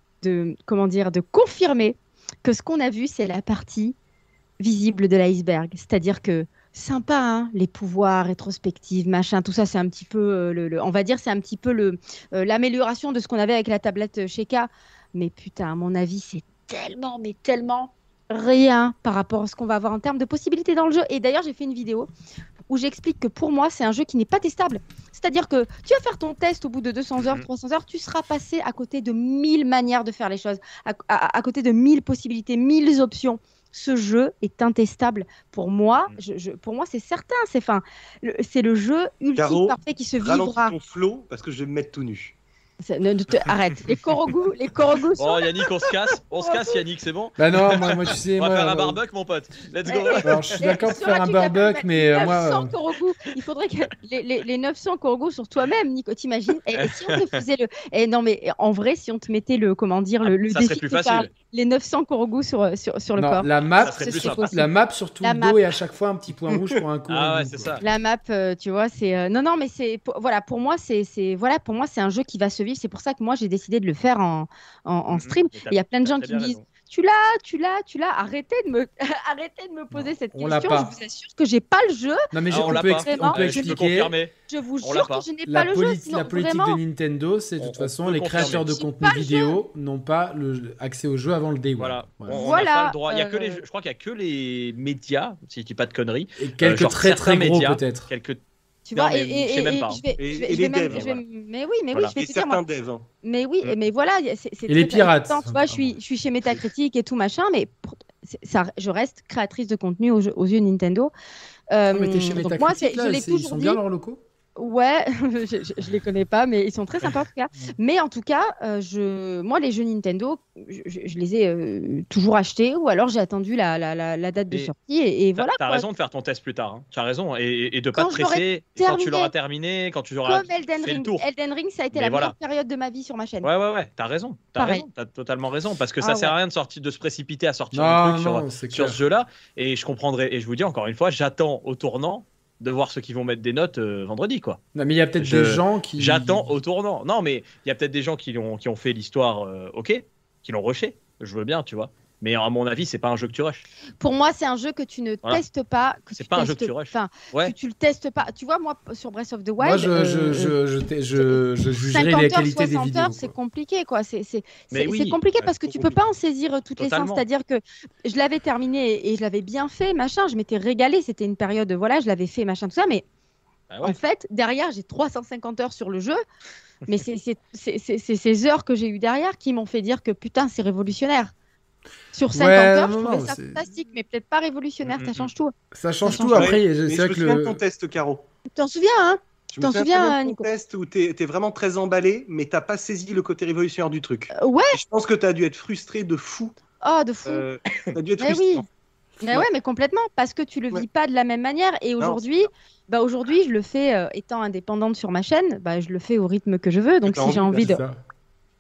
de comment dire, de confirmer que ce qu'on a vu, c'est la partie visible de l'iceberg. C'est-à-dire que sympa, hein, les pouvoirs, rétrospectives, machin, tout ça, c'est un petit peu, euh, le, le- on va dire, c'est un petit peu le, euh, l'amélioration de ce qu'on avait avec la tablette Sheikah. Mais putain, à mon avis, c'est tellement, mais tellement rien par rapport à ce qu'on va avoir en termes de possibilités dans le jeu. Et d'ailleurs, j'ai fait une vidéo où j'explique que pour moi, c'est un jeu qui n'est pas testable. C'est-à-dire que tu vas faire ton test au bout de deux cents heures, Mhm. trois cents heures, tu seras passé à côté de mille manières de faire les choses, à, à- à côté de mille possibilités, mille options. Ce jeu est intestable. Pour moi, Mhm. je, je- pour moi, c'est certain. C'est, fin, le, c'est le jeu ultime Caro, parfait qui se Ralentis vivra. ton flow parce que je vais me mettre tout nu. C'est- Ne, ne te, arrête. Les Korogu, les Korogu sont Bon, Yannick, on se casse. On se casse, Yannick, c'est bon. Bah non, moi, moi tu sais, On va moi. faire un euh, barbecue, mon pote. Let's go. Eh, Alors, je suis d'accord pour faire un Seras-tu capable de barbecue, mettre mais euh, moi. neuf cents euh, Korogu. Il faudrait que les, les, les neuf cents Korogu sur toi-même, Nico, t'imagines? Et, et si on te faisait le. Et non, mais en vrai, si on te mettait le. Comment dire, le, le Ça défi serait plus de faire facile. les neuf cents Korogu sur, sur, sur le non, corps. la map, Ça serait ce plus serait simple. possible. la map sur tout La le map. dos et à chaque fois un petit point rouge pour un coup. Ah ouais, en c'est bout, ça. quoi. La map, euh, tu vois, c'est euh, non, non, mais c'est pour- voilà, pour moi, c'est c'est voilà, pour moi, c'est un jeu qui va se vivre. C'est pour ça que moi, j'ai décidé de le faire en, en, en Mhm. stream. Et t'as- Il y a plein de t'as gens très qui me bien disent, raison. tu l'as, tu l'as, tu l'as. Arrêtez de me, arrêtez de me poser Non, cette on l'a question. pas. Je vous assure que j'ai pas le jeu. Non, mais Ah, je- on on, l'a peut pas. expli- Vraiment, on peut Euh, je peux expliquer. confirmer. Je vous On l'a jure pas. que je n'ai La, pas le jeu. poli- Sinon, la politique vraiment, de Nintendo, c'est de On- toute on façon, peut les créateurs de confirmer. contenu J'ai pas le vidéo n'ont pas le accès au jeu avant le day one. Voilà. Voilà. On, on Voilà, n'a pas le droit. Il y a que les, euh, je crois qu'il y a que les médias, si je dis pas de conneries, Et quelques genre très très certains gros médias, peut-être. quelques. tu Non, vois, mais et, et, je sais même et- pas, je vais, Et- je vais- et je vais les même- devs, je vais- voilà. mais oui, mais Voilà. oui, je vais Et te dire, moi, certains devs. hein. mais oui, Mm. mais voilà, y a- c'est c'est Et les très pirates. excitant, tu vois, je suis, je suis chez Metacritic et tout machin, mais pour- c'est- ça, je reste créatrice de contenu aux, jeux- aux yeux de Nintendo. Euh, Non, mais t'es chez donc Metacritic, moi, c'est- là, je l'ai c'est- ils toujours sont dit. bien leurs locaux. Ouais, je, je, je les connais pas, mais ils sont très sympas en tout cas. Mais en tout cas, euh, je, moi, les jeux Nintendo, je, je- je les ai euh, toujours achetés, ou alors j'ai attendu la, la, la, la date de Et sortie, et, et T'as voilà. t'as quoi. raison de faire ton test plus tard. Hein. Tu as raison. Et, et de pas Quand te je l'aurai presser. Et quand tu terminé. l'auras terminé, quand tu auras Comme Elden fait le Ring. tour. Elden Ring, ça a été Mais la voilà. meilleure période de ma vie sur ma chaîne. Ouais, ouais, ouais. T'as raison. T'as Pareil. raison. T'as totalement raison. Parce que ça Ah sert à ouais. rien de, sortir, de se précipiter à sortir Non, un truc sur, non, c'est sur clair. ce jeu-là. Et je comprendrai. Et je vous dis encore une fois, j'attends au tournant de voir ceux qui vont mettre des notes euh, vendredi, quoi. Non, mais il y a peut-être Je- des gens qui. J'attends au tournant. Non, mais il y a peut-être des gens qui ont, qui ont fait l'histoire, euh, ok, qui l'ont rushé. Je veux bien, tu vois. Mais à mon avis, c'est pas un jeu que tu rushes. Pour moi, c'est un jeu que tu ne Voilà. testes pas. Que C'est tu pas un jeu testes- que tu rushes. Enfin, Ouais. tu, tu le testes pas. Tu vois, moi, sur Breath of the Wild. Moi, je, euh, je, je, je, t'ai- je, je jugerai cinquante les heures, qualités des soixante vidéos. heures, c'est quoi. compliqué, quoi. C'est c'est- Mais c'est- oui, c'est compliqué ouais, parce que c'est tu trop peux pas en saisir euh, toutes les Totalement. sens. C'est-à-dire que je l'avais terminé et je l'avais bien fait, machin. Je m'étais régalée. C'était une période, voilà, je l'avais fait, machin, tout ça. Mais Ah ouais. en fait, derrière, j'ai trois cent cinquante heures sur le jeu. Mais c'est c'est- c'est- c'est- c'est ces heures que j'ai eues derrière qui m'ont fait dire que putain, c'est révolutionnaire. Sur cinquante Ouais, heures, non, je trouvais non, ça c'est- fantastique, mais peut-être pas révolutionnaire. Mm, Ça mm, change tout. Ça change Ça tout. change Après, Ouais, je- mais c'est je vrai me que souviens de le. ton test, Caro. Tu t'en souviens, hein? Je T'en me souviens souviens, très bien de hein, ton Nico test où t'es t'es vraiment très emballé, mais t'as pas saisi le côté révolutionnaire du truc. Euh, Ouais, Et je pense que t'as dû être frustré de fou. oh, de fou. Euh, t'as dû être Mais frustré. oui. Mais ouais, mais complètement, parce que tu le vis Ouais. pas de la même manière. Et aujourd'hui, bah aujourd'hui, je le fais euh, étant indépendante sur ma chaîne, bah je le fais au rythme que je veux. Donc t'as si j'ai envie, envie de, C'est ça.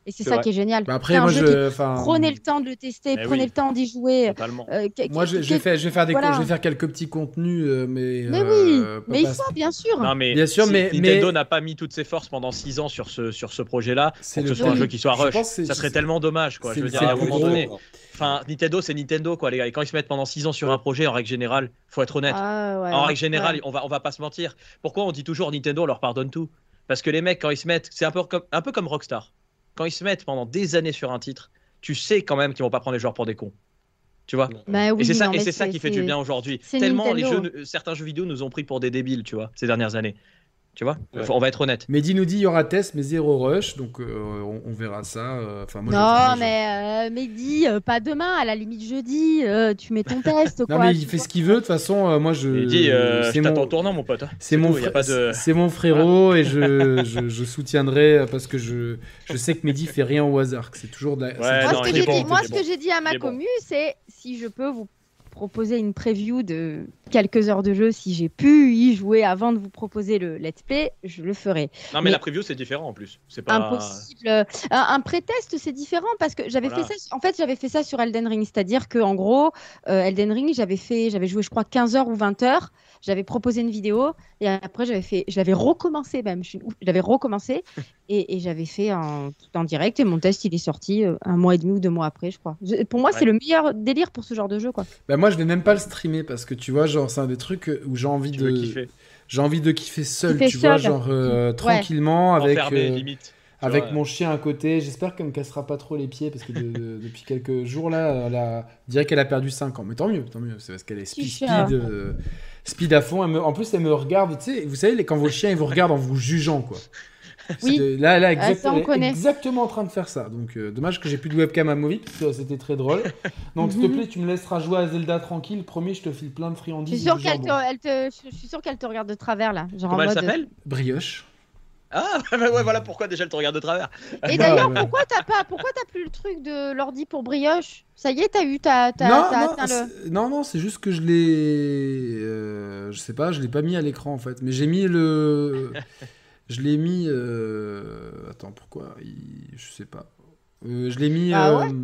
Et c'est C'est ça vrai. qui est génial. Bah après, C'est un moi, jeu je. Enfin, Prenez le temps de le tester, Eh prenez oui. le temps d'y jouer. Totalement. Euh, que- Moi, je, que- je vais faire, je vais faire des, voilà. je vais faire quelques petits contenus, euh, mais. Mais euh, oui, pas- mais il pas- faut, bien sûr. Non, mais Bien sûr, si mais- Nintendo mais- n'a pas mis toutes ses forces pendant six ans sur ce, sur ce projet-là C'est pour que le ce soit un truc. jeu qui soit Je rush. pense que c'est- Ça serait c'est- tellement dommage, quoi. c'est- Je veux dire, c'est à un le moment gros- donné. Enfin, Nintendo, c'est Nintendo, quoi, les gars. Et quand ils se mettent pendant six ans sur un projet, en règle générale, faut être honnête. Ah, ouais, En ouais, règle générale, ouais. on va, on va pas se mentir. Pourquoi on dit toujours Nintendo, on leur pardonne tout? Parce que les mecs, quand ils se mettent, c'est un peu comme, un peu comme Rockstar. Quand ils se mettent pendant des années sur un titre, tu sais quand même qu'ils vont pas prendre les joueurs pour des cons. Tu vois? Bah oui, Et c'est ça, non, et mais c'est ça qui fait du bien aujourd'hui. c'est Tellement les Nintendo. jeux, euh, certains jeux vidéo nous ont pris pour des débiles, tu vois, ces dernières années. Tu vois? Ouais. Faut- On va être honnête. Mehdi nous dit il y aura test, mais zéro rush, donc euh, on, on verra ça. euh, Enfin, moi, je- Non, moi, je- mais, euh, mais dis, euh, pas demain, à la limite jeudi, euh, tu mets ton test. Non, quoi, mais tu il fait vois. ce qu'il veut. De toute façon, euh, moi, je. Il dit, euh, c'est je t'attends mon- au tournant, mon pote. hein. C'est mon, tout, y a frère- pas de... c'est mon frérot et je, je, je soutiendrai euh, parce que je, je sais que Mehdi fait rien au hasard, que c'est toujours de la. Ouais, c'est Moi, toujours non, ce que il très j'ai est bon, dit, moi, il est ce bon. que j'ai dit à Il ma est bon. commu, c'est si je peux vous proposer une preview de quelques heures de jeu, si j'ai pu y jouer avant de vous proposer le let's play, je le ferai. Non, mais, Mais- la preview, c'est différent en plus. C'est pas... Impossible. Un, un pré-test, c'est différent parce que j'avais Voilà. fait ça. En fait, j'avais fait ça sur Elden Ring, c'est-à-dire que en gros, euh, Elden Ring, j'avais fait, j'avais joué, je crois, quinze heures ou vingt heures. J'avais proposé une vidéo et après, j'avais fait, je l'avais recommencé même. Je suis une ouf, je l'avais recommencé et, et j'avais fait en, tout en direct et mon test, il est sorti euh, un mois et demi ou deux mois après, je crois. Je- pour moi, Ouais. c'est le meilleur délire pour ce genre de jeu, quoi. Bah, moi, je vais même pas le streamer parce que tu vois, genre, c'est un des trucs où j'ai envie Tu de. veux kiffer. J'ai envie de kiffer seul, Kiffer tu vois, seul. genre euh, tranquillement avec. Enfermé, euh, limite. Tu Avec vois. mon chien à côté, j'espère qu'elle me cassera pas trop les pieds parce que de- de- depuis quelques jours là, elle a... je dirais qu'elle a perdu cinq ans. Mais tant mieux, tant mieux, c'est parce qu'elle est speed, Petit chat. speed, euh, speed à fond. Elle me- En plus, elle me regarde, tu sais, vous savez, les- quand vos chiens ils vous regardent en vous jugeant, quoi. Oui. C'est- Là, là, Ah, exact- ça, on elle est connaît. exactement en train de faire ça. Donc, euh, dommage que j'ai plus de webcam à Movie parce que c'était très drôle. Donc, s'il te plaît, tu me laisseras jouer à Zelda tranquille. Promis, je te file plein de Je friandises. suis sûre du qu'elle jambon. te, elle te- je suis sûre qu'elle te regarde de travers là, genre en Comment elle mode. s'appelle? Brioche. Ah, bah ouais, voilà pourquoi déjà elle te regarde de travers. Et d'ailleurs, Ouais, ouais. pourquoi t'as pas, pourquoi t'as plus le truc de l'ordi pour brioche? Ça y est, t'as eu, t'as, t'as, non, t'as non, atteint le. c'est- non, non, c'est juste que je l'ai. euh, je sais pas, je l'ai pas mis à l'écran en fait. Mais j'ai mis le. Je l'ai mis. euh, Attends, pourquoi Il- Je sais pas. Euh, je l'ai mis. Ah euh, ouais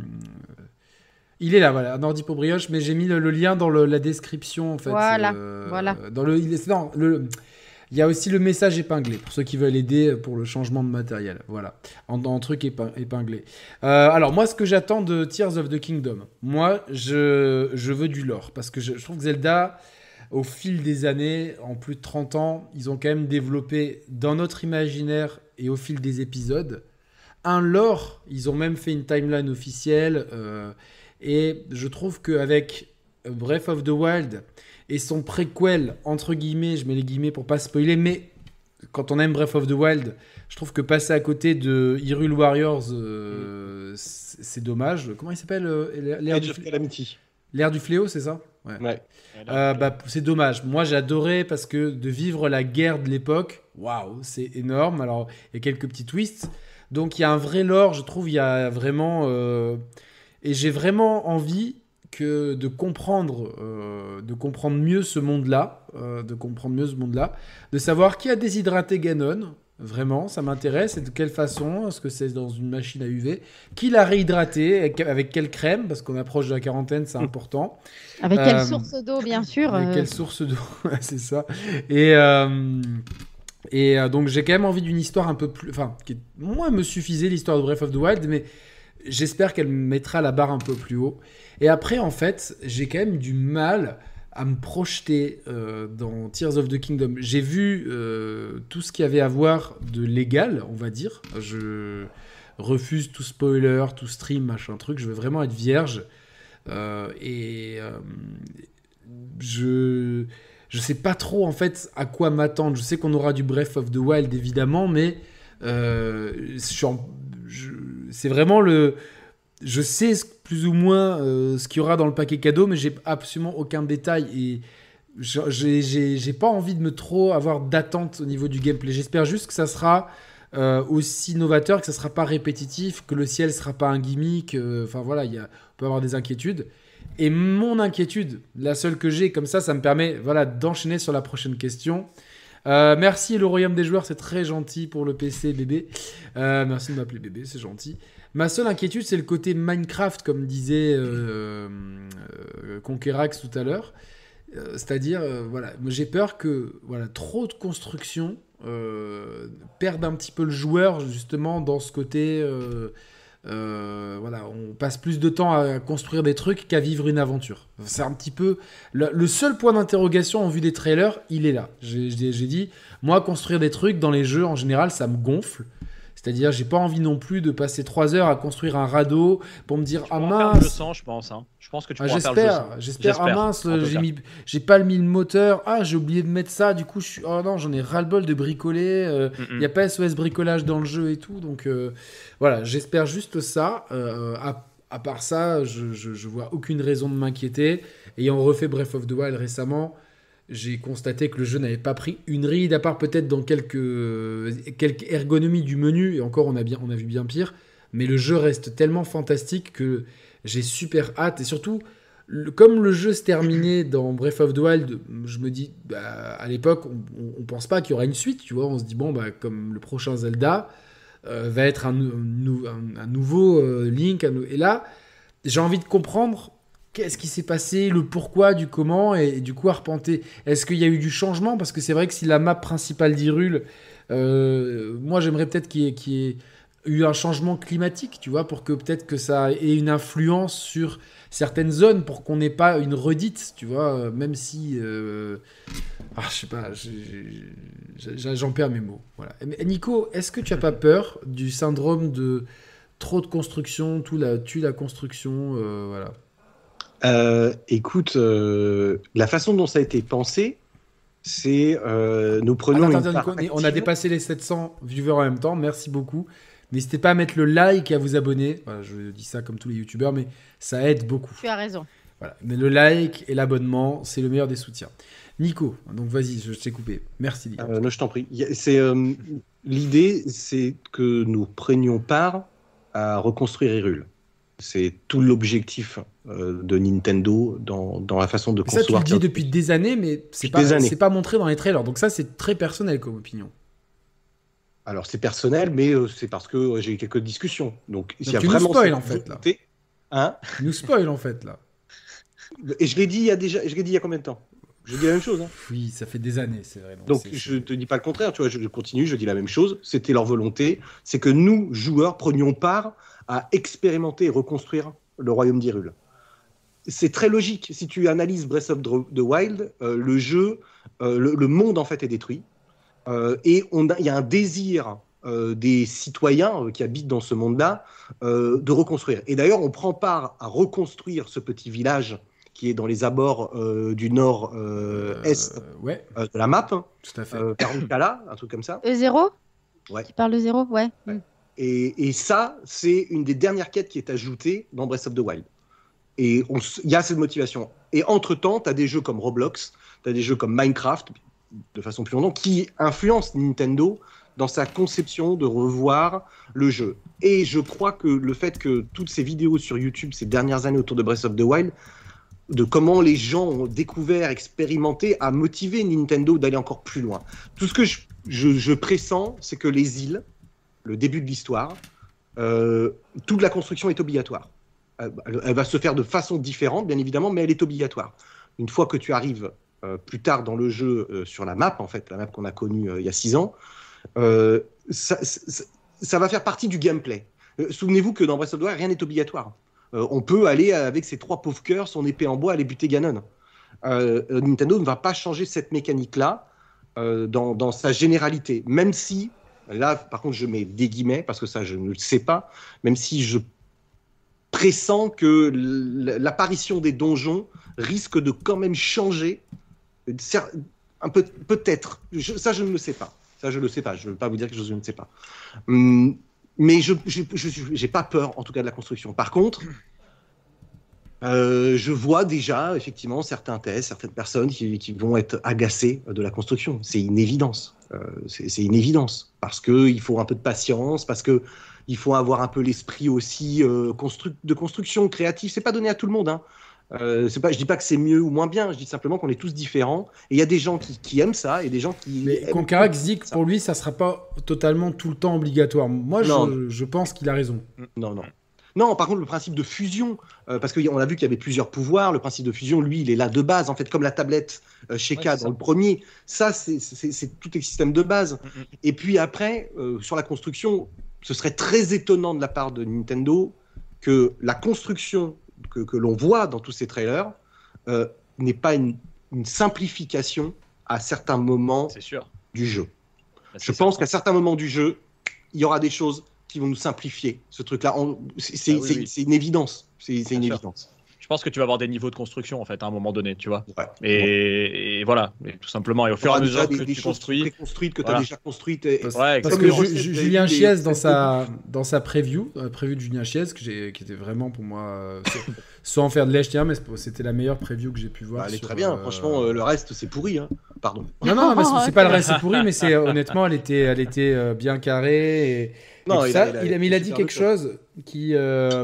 Il est là, voilà, un ordi pour brioche, mais j'ai mis le, le lien dans le- la description en fait. Voilà, euh, voilà. Dans le, il est- non, le, il y a aussi le message épinglé pour ceux qui veulent aider pour le changement de matériel. Voilà, en, en truc épin- épinglé. Euh, alors moi, ce que j'attends de Tears of the Kingdom, moi, je, je veux du lore parce que je, je trouve que Zelda, au fil des années, en plus de trente ans, ils ont quand même développé dans notre imaginaire et au fil des épisodes un lore. Ils ont même fait une timeline officielle. euh, et je trouve qu'avec Breath of the Wild et son préquel, entre guillemets, je mets les guillemets pour pas spoiler, mais quand on aime Breath of the Wild, je trouve que passer à côté de Hyrule Warriors, euh, c'est c'est dommage. Comment il s'appelle euh, l'ère Age du, of flé- Calamity. l'ère du fléau, c'est ça? Ouais. Ouais. Euh, bah, c'est dommage. Moi, j'ai adoré parce que de vivre la guerre de l'époque, waouh, c'est énorme. Alors, il y a quelques petits twists. Donc, il y a un vrai lore, je trouve. Il y a vraiment. euh, Et j'ai vraiment envie que de comprendre, euh, de comprendre mieux ce monde-là, euh, de comprendre mieux ce monde-là, de savoir qui a déshydraté Ganon. Vraiment, ça m'intéresse. Et de quelle façon? Est-ce que c'est dans une machine à U V? Qui l'a réhydraté? Avec, avec quelle crème? Parce qu'on approche de la quarantaine, c'est important. Avec quelle Euh, source d'eau, bien sûr. Avec euh, quelle source d'eau? Ouais, c'est ça. Et, euh, et euh, donc, j'ai quand même envie d'une histoire un peu plus. Enfin, qui, moi, me suffisait l'histoire de Breath of the Wild, mais j'espère qu'elle mettra la barre un peu plus haut. Et après, en fait, j'ai quand même du mal à me projeter euh, dans Tears of the Kingdom. J'ai vu euh, tout ce qu'il y avait à voir de légal, on va dire. Je refuse tout spoiler, tout stream, machin truc. Je veux vraiment être vierge. Euh, et euh, je je sais pas trop en fait à quoi m'attendre. Je sais qu'on aura du Breath of the Wild évidemment, mais euh, je suis en- je- c'est vraiment le. Je sais ce- plus ou moins euh, ce qu'il y aura dans le paquet cadeau, mais j'ai absolument aucun détail et je- j'ai j'ai- j'ai pas envie de me trop avoir d'attente au niveau du gameplay. J'espère juste que ça sera euh, aussi novateur, que ça sera pas répétitif, que le ciel sera pas un gimmick. euh, Enfin voilà, il y a, on peut avoir des inquiétudes. Et mon inquiétude, la seule que j'ai, comme ça, ça me permet voilà, d'enchaîner sur la prochaine question. Euh, merci le royaume des joueurs, c'est très gentil pour le P C bébé. Euh, merci de m'appeler bébé, c'est gentil. Ma seule inquiétude, c'est le côté Minecraft, comme disait euh, euh, Conquerax tout à l'heure. Euh, c'est-à-dire, euh, voilà, j'ai peur que voilà, trop de construction euh, perde un petit peu le joueur, justement, dans ce côté... Euh, Euh, voilà, on passe plus de temps à construire des trucs qu'à vivre une aventure. C'est un petit peu le, le seul point d'interrogation en vue des trailers, il est là. J'ai, j'ai, j'ai dit, moi, construire des trucs dans les jeux en général, ça me gonfle. C'est-à-dire, j'ai pas envie non plus de passer trois heures à construire un radeau pour me dire Tu ah pourras faire le jeu mince. sans, je pense. Hein. Je pense que tu Ah, pourras faire le jeu j'espère, sans. j'espère. Ah mince, en tout j'ai cas. mis, j'ai pas mis le moteur. Ah, j'ai oublié de mettre ça. Du coup, je suis. Oh non, j'en ai ras-le-bol de bricoler. Il Mm-mm. n'y a pas S O S bricolage dans le jeu et tout. Donc euh, voilà, j'espère juste ça. Euh, à, à part ça, je, je, je vois aucune raison de m'inquiéter. Ayant refait Breath of the Wild récemment, j'ai constaté que le jeu n'avait pas pris une ride, à part peut-être dans quelques, quelques ergonomies du menu. Et encore, on a, bien, on a vu bien pire. Mais le jeu reste tellement fantastique que j'ai super hâte. Et surtout, le, comme le jeu se terminait dans Breath of the Wild, je me dis, bah, à l'époque, on ne pense pas qu'il y aura une suite. Tu vois, on se dit, bon, bah, comme le prochain Zelda euh, va être un, un, un nouveau euh, Link. Un, et là, j'ai envie de comprendre qu'est-ce qui s'est passé, le pourquoi, du comment, et, et du coup arpenter. Est-ce qu'il y a eu du changement? Parce que c'est vrai que si la map principale d'Hyrule, euh, moi j'aimerais peut-être qu'il y ait, qu'il y ait eu un changement climatique, tu vois, pour que peut-être que ça ait une influence sur certaines zones, pour qu'on n'ait pas une redite, tu vois, même si... Euh... Ah, je sais pas, j'ai, j'ai, j'en perds mes mots. Voilà. Mais Nico, est-ce que tu n'as pas peur du syndrome de trop de construction, tout la, tue la construction, euh, voilà. Euh, écoute, euh, la façon dont ça a été pensé, c'est euh, nous prenons attends, une attends, part Nico, on active. a dépassé les sept cents viewers en même temps, merci beaucoup. N'hésitez pas à mettre le like et à vous abonner. Voilà, je dis ça comme tous les youtubeurs, mais ça aide beaucoup. Tu as raison. Voilà. Mais le like et l'abonnement, c'est le meilleur des soutiens. Nico, donc vas-y, je t'ai coupé. Merci, Nico. Euh, non, je t'en prie. Y a- C'est, euh, l'idée, c'est que nous prenions part à reconstruire Hyrule. C'est tout l'objectif euh, de Nintendo dans, dans la façon de Mais ça, tu le concevoir. dis depuis des années, mais c'est Depuis pas, des années. c'est pas montré dans les trailers. Donc ça, c'est très personnel comme opinion. Alors c'est personnel, mais euh, c'est parce que euh, j'ai eu quelques discussions. Donc il y a tu nous vraiment spoil, cette en fait, là. volonté. Hein Tu nous spoil en fait là. Et je l'ai dit il y a déjà, je l'ai dit il y a combien de temps? Je dis la même chose. Hein. Oui, ça fait des années, c'est vrai. Donc, Donc c'est, je c'est... te dis pas le contraire, tu vois, je continue, je dis la même chose. C'était leur volonté, c'est que nous, joueurs, prenions part à expérimenter et reconstruire le royaume d'Hyrule. C'est très logique. Si tu analyses Breath of the Wild, euh, le jeu, euh, le, le monde en fait est détruit. Euh, et on a- il y a un désir euh, des citoyens euh, qui habitent dans ce monde-là euh, de reconstruire. Et d'ailleurs, on prend part à reconstruire ce petit village qui est dans les abords euh, du nord-est Euh, ouais, euh, de la map, tout à fait. euh, Karunkala, un truc comme ça. E zéro Ouais. Tu parles de zéro? Ouais. Ouais. Et, et ça, c'est une des dernières quêtes qui est ajoutée dans Breath of the Wild. Et on s- il y a cette motivation. Et entre-temps, tu as des jeux comme Roblox, tu as des jeux comme Minecraft, de façon plus longtemps, qui influencent Nintendo dans sa conception de revoir le jeu. Et je crois que le fait que toutes ces vidéos sur YouTube ces dernières années autour de Breath of the Wild, de comment les gens ont découvert, expérimenté, a motivé Nintendo d'aller encore plus loin. Tout ce que je, je, je pressens, c'est que les îles, le début de l'histoire, euh, toute la construction est obligatoire. Euh, Elle, elle va se faire de façon différente, bien évidemment, mais elle est obligatoire. Une fois que tu arrives euh, plus tard dans le jeu euh, sur la map, en fait, la map qu'on a connue euh, il y a six ans, euh, ça, ça, ça va faire partie du gameplay. Euh, souvenez-vous que dans Breath of the Wild, rien n'est obligatoire. Euh, on peut aller avec ses trois pauvres cœurs, son épée en bois, aller buter Ganon. Euh, Nintendo ne va pas changer cette mécanique-là euh, dans, dans sa généralité, même si, là, par contre, je mets des guillemets, parce que ça, je ne le sais pas, même si je pressens que l'apparition des donjons risque de quand même changer, un peu, peut-être, je, ça, je ne le sais pas. Ça, je ne le sais pas, je ne veux pas vous dire que je ne sais pas. Hum, mais je n'ai pas peur, en tout cas, de la construction. Par contre, euh, je vois déjà, effectivement, certains tests, certaines personnes qui, qui vont être agacées de la construction. C'est une évidence. Euh, c'est une évidence. Parce qu'il faut un peu de patience, parce qu'il faut avoir un peu l'esprit aussi euh, constru de construction créative. C'est pas donné à tout le monde. Hein. Euh, c'est pas, je dis pas que c'est mieux ou moins bien, je dis simplement qu'on est tous différents. Et il y a des gens qui, qui aiment ça et des gens qui. Mais Conquerax dit que pour lui, ça sera pas totalement tout le temps obligatoire. Moi, je, je pense qu'il a raison. Non, non. Non, par contre, le principe de fusion, euh, parce qu'on a vu qu'il y avait plusieurs pouvoirs, le principe de fusion, lui, il est là de base, en fait, comme la tablette euh, chez K ouais, dans ça. Le premier. Ça, c'est, c'est, c'est tout le système de base. Mm-hmm. Et puis après, euh, sur la construction, ce serait très étonnant de la part de Nintendo que la construction que, que l'on voit dans tous ces trailers euh, n'est pas une, une simplification à certains moments du jeu. Bah, Je pense qu'à certains moments du jeu, il y aura des choses qui vont nous simplifier ce truc-là. On, c'est, c'est, ah, oui, c'est, oui. c'est une évidence. C'est, c'est une sûr. évidence. Je pense que tu vas avoir des niveaux de construction en fait à un moment donné, tu vois. Ouais. Et, ouais. et voilà, et tout simplement. Et au fur et à mesure que des, tu construis, construites que voilà. tu as déjà construites. Et... Parce, ouais, parce que Ju- Julien Chiez dans sa dans sa preview, la preview de Julien Chiez, que j'ai, qui était vraiment pour moi, euh, sans en faire de lèche, mais c'était la meilleure preview que j'ai pu voir. Bah, elle est sur, très bien. Euh... Franchement, euh, le reste c'est pourri. Hein. Pardon. Non non, mais c'est, c'est pas le reste c'est pourri, mais c'est honnêtement, elle était elle était euh, bien carrée. Et, non, et il, ça, a, il, a, il, a, mais il a dit quelque chose qui. Euh,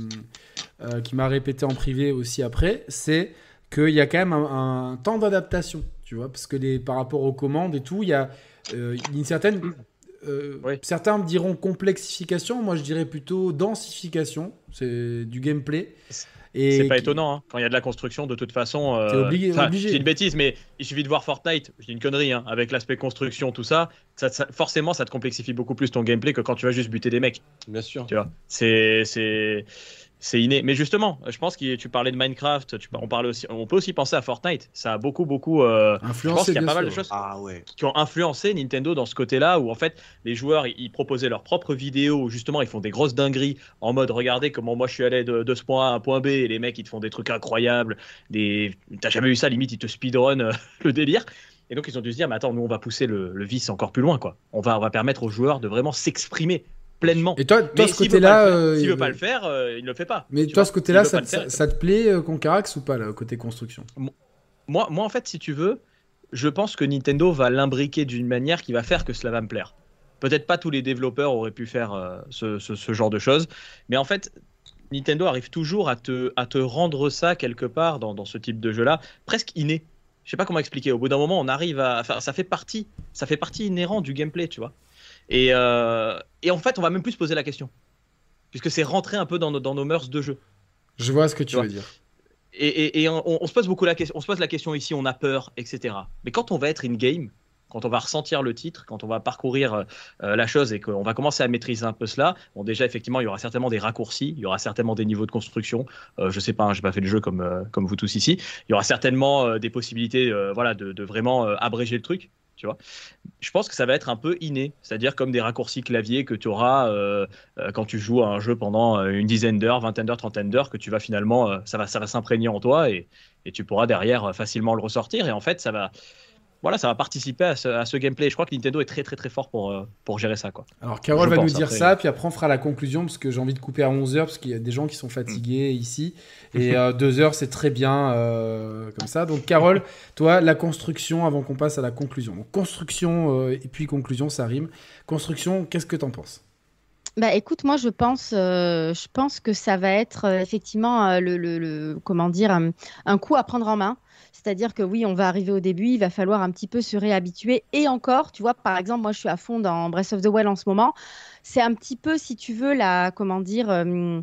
Euh, qui m'a répété en privé aussi après, c'est qu'il y a quand même un, un temps d'adaptation, tu vois, parce que les, par rapport aux commandes et tout, il y a euh, une certaine... Euh, oui. Certains diront complexification, moi je dirais plutôt densification, c'est du gameplay. Et c'est pas qui... étonnant, hein. Quand il y a de la construction, de toute façon... Euh... T'es obligé, obligé. C'est une bêtise, mais il suffit de voir Fortnite, je dis une connerie, hein, avec l'aspect construction, tout ça, ça, ça, forcément ça te complexifie beaucoup plus ton gameplay que quand tu vas juste buter des mecs. Bien sûr. Tu vois, c'est... c'est... C'est inné. Mais justement, je pense que tu parlais de Minecraft, tu, on, parlait aussi, on peut aussi penser à Fortnite. Ça a beaucoup, beaucoup. Euh, je pense qu'il y a pas mal de choses ah, ouais. qui ont influencé Nintendo dans ce côté-là, où en fait, les joueurs ils, ils proposaient leurs propres vidéos, où justement ils font des grosses dingueries en mode regardez comment moi je suis allé de, de ce point A à un point B, et les mecs ils te font des trucs incroyables. Des... T'as jamais vu ça, limite ils te speedrun euh, le délire. Et donc ils ont dû se dire, mais attends, nous on va pousser le, le vice encore plus loin, quoi. On va, on va permettre aux joueurs de vraiment s'exprimer pleinement. Et toi, toi ce côté-là, euh, s'il veut pas le faire, euh, il ne le fait pas. Mais toi, vois, ce côté-là, ça, ça, ça te plaît, euh, Conquerax, ou pas, le côté construction ? Moi, moi, en fait, si tu veux, je pense que Nintendo va l'imbriquer d'une manière qui va faire que cela va me plaire. Peut-être pas tous les développeurs auraient pu faire euh, ce, ce, ce genre de choses, mais en fait, Nintendo arrive toujours à te, à te rendre ça quelque part dans, dans ce type de jeu-là, presque inné. Je sais pas comment expliquer. Au bout d'un moment, on arrive à, enfin, ça fait partie, ça fait partie inhérente du gameplay, tu vois. Et, euh, et en fait, on va même plus se poser la question, puisque c'est rentré un peu dans nos, dans nos mœurs de jeu. Je vois ce que tu, tu veux vois. dire. Et, et, et on, on se pose beaucoup la question, on se pose la question ici, on a peur, et cetera. Mais quand on va être in-game, quand on va ressentir le titre, quand on va parcourir euh, la chose et qu'on va commencer à maîtriser un peu cela, bon déjà effectivement il y aura certainement des raccourcis, il y aura certainement des niveaux de construction, euh, je sais pas, hein, j'ai pas fait le jeu comme, euh, comme vous tous ici, il y aura certainement euh, des possibilités euh, voilà, de, de vraiment euh, abréger le truc. Tu vois, je pense que ça va être un peu inné, c'est-à-dire comme des raccourcis clavier que tu auras euh, euh, quand tu joues à un jeu pendant une dizaine d'heures, vingtaine d'heures, trentaine d'heures, que tu vas finalement, euh, ça va, ça va s'imprégner en toi et, et tu pourras derrière facilement le ressortir. Et en fait, ça va, voilà, ça va participer à ce, à ce gameplay. Je crois que Nintendo est très très très fort pour, euh, pour gérer ça, quoi. Alors Carole je va nous dire après. ça, puis après on fera la conclusion parce que j'ai envie de couper à onze heures parce qu'il y a des gens qui sont fatigués mmh. ici. Et euh, deux heures c'est très bien euh, comme ça. Donc Carole, toi, la construction avant qu'on passe à la conclusion. Donc construction euh, et puis conclusion, ça rime. Construction, qu'est-ce que t'en penses ? Bah écoute, moi je pense, euh, je pense que ça va être euh, effectivement euh, le, le, le, comment dire, un, un coup à prendre en main. C'est-à-dire que oui, on va arriver au début, il va falloir un petit peu se réhabituer. Et encore, tu vois, par exemple, moi je suis à fond dans Breath of the Wild en ce moment. C'est un petit peu, si tu veux, la, comment dire, euh,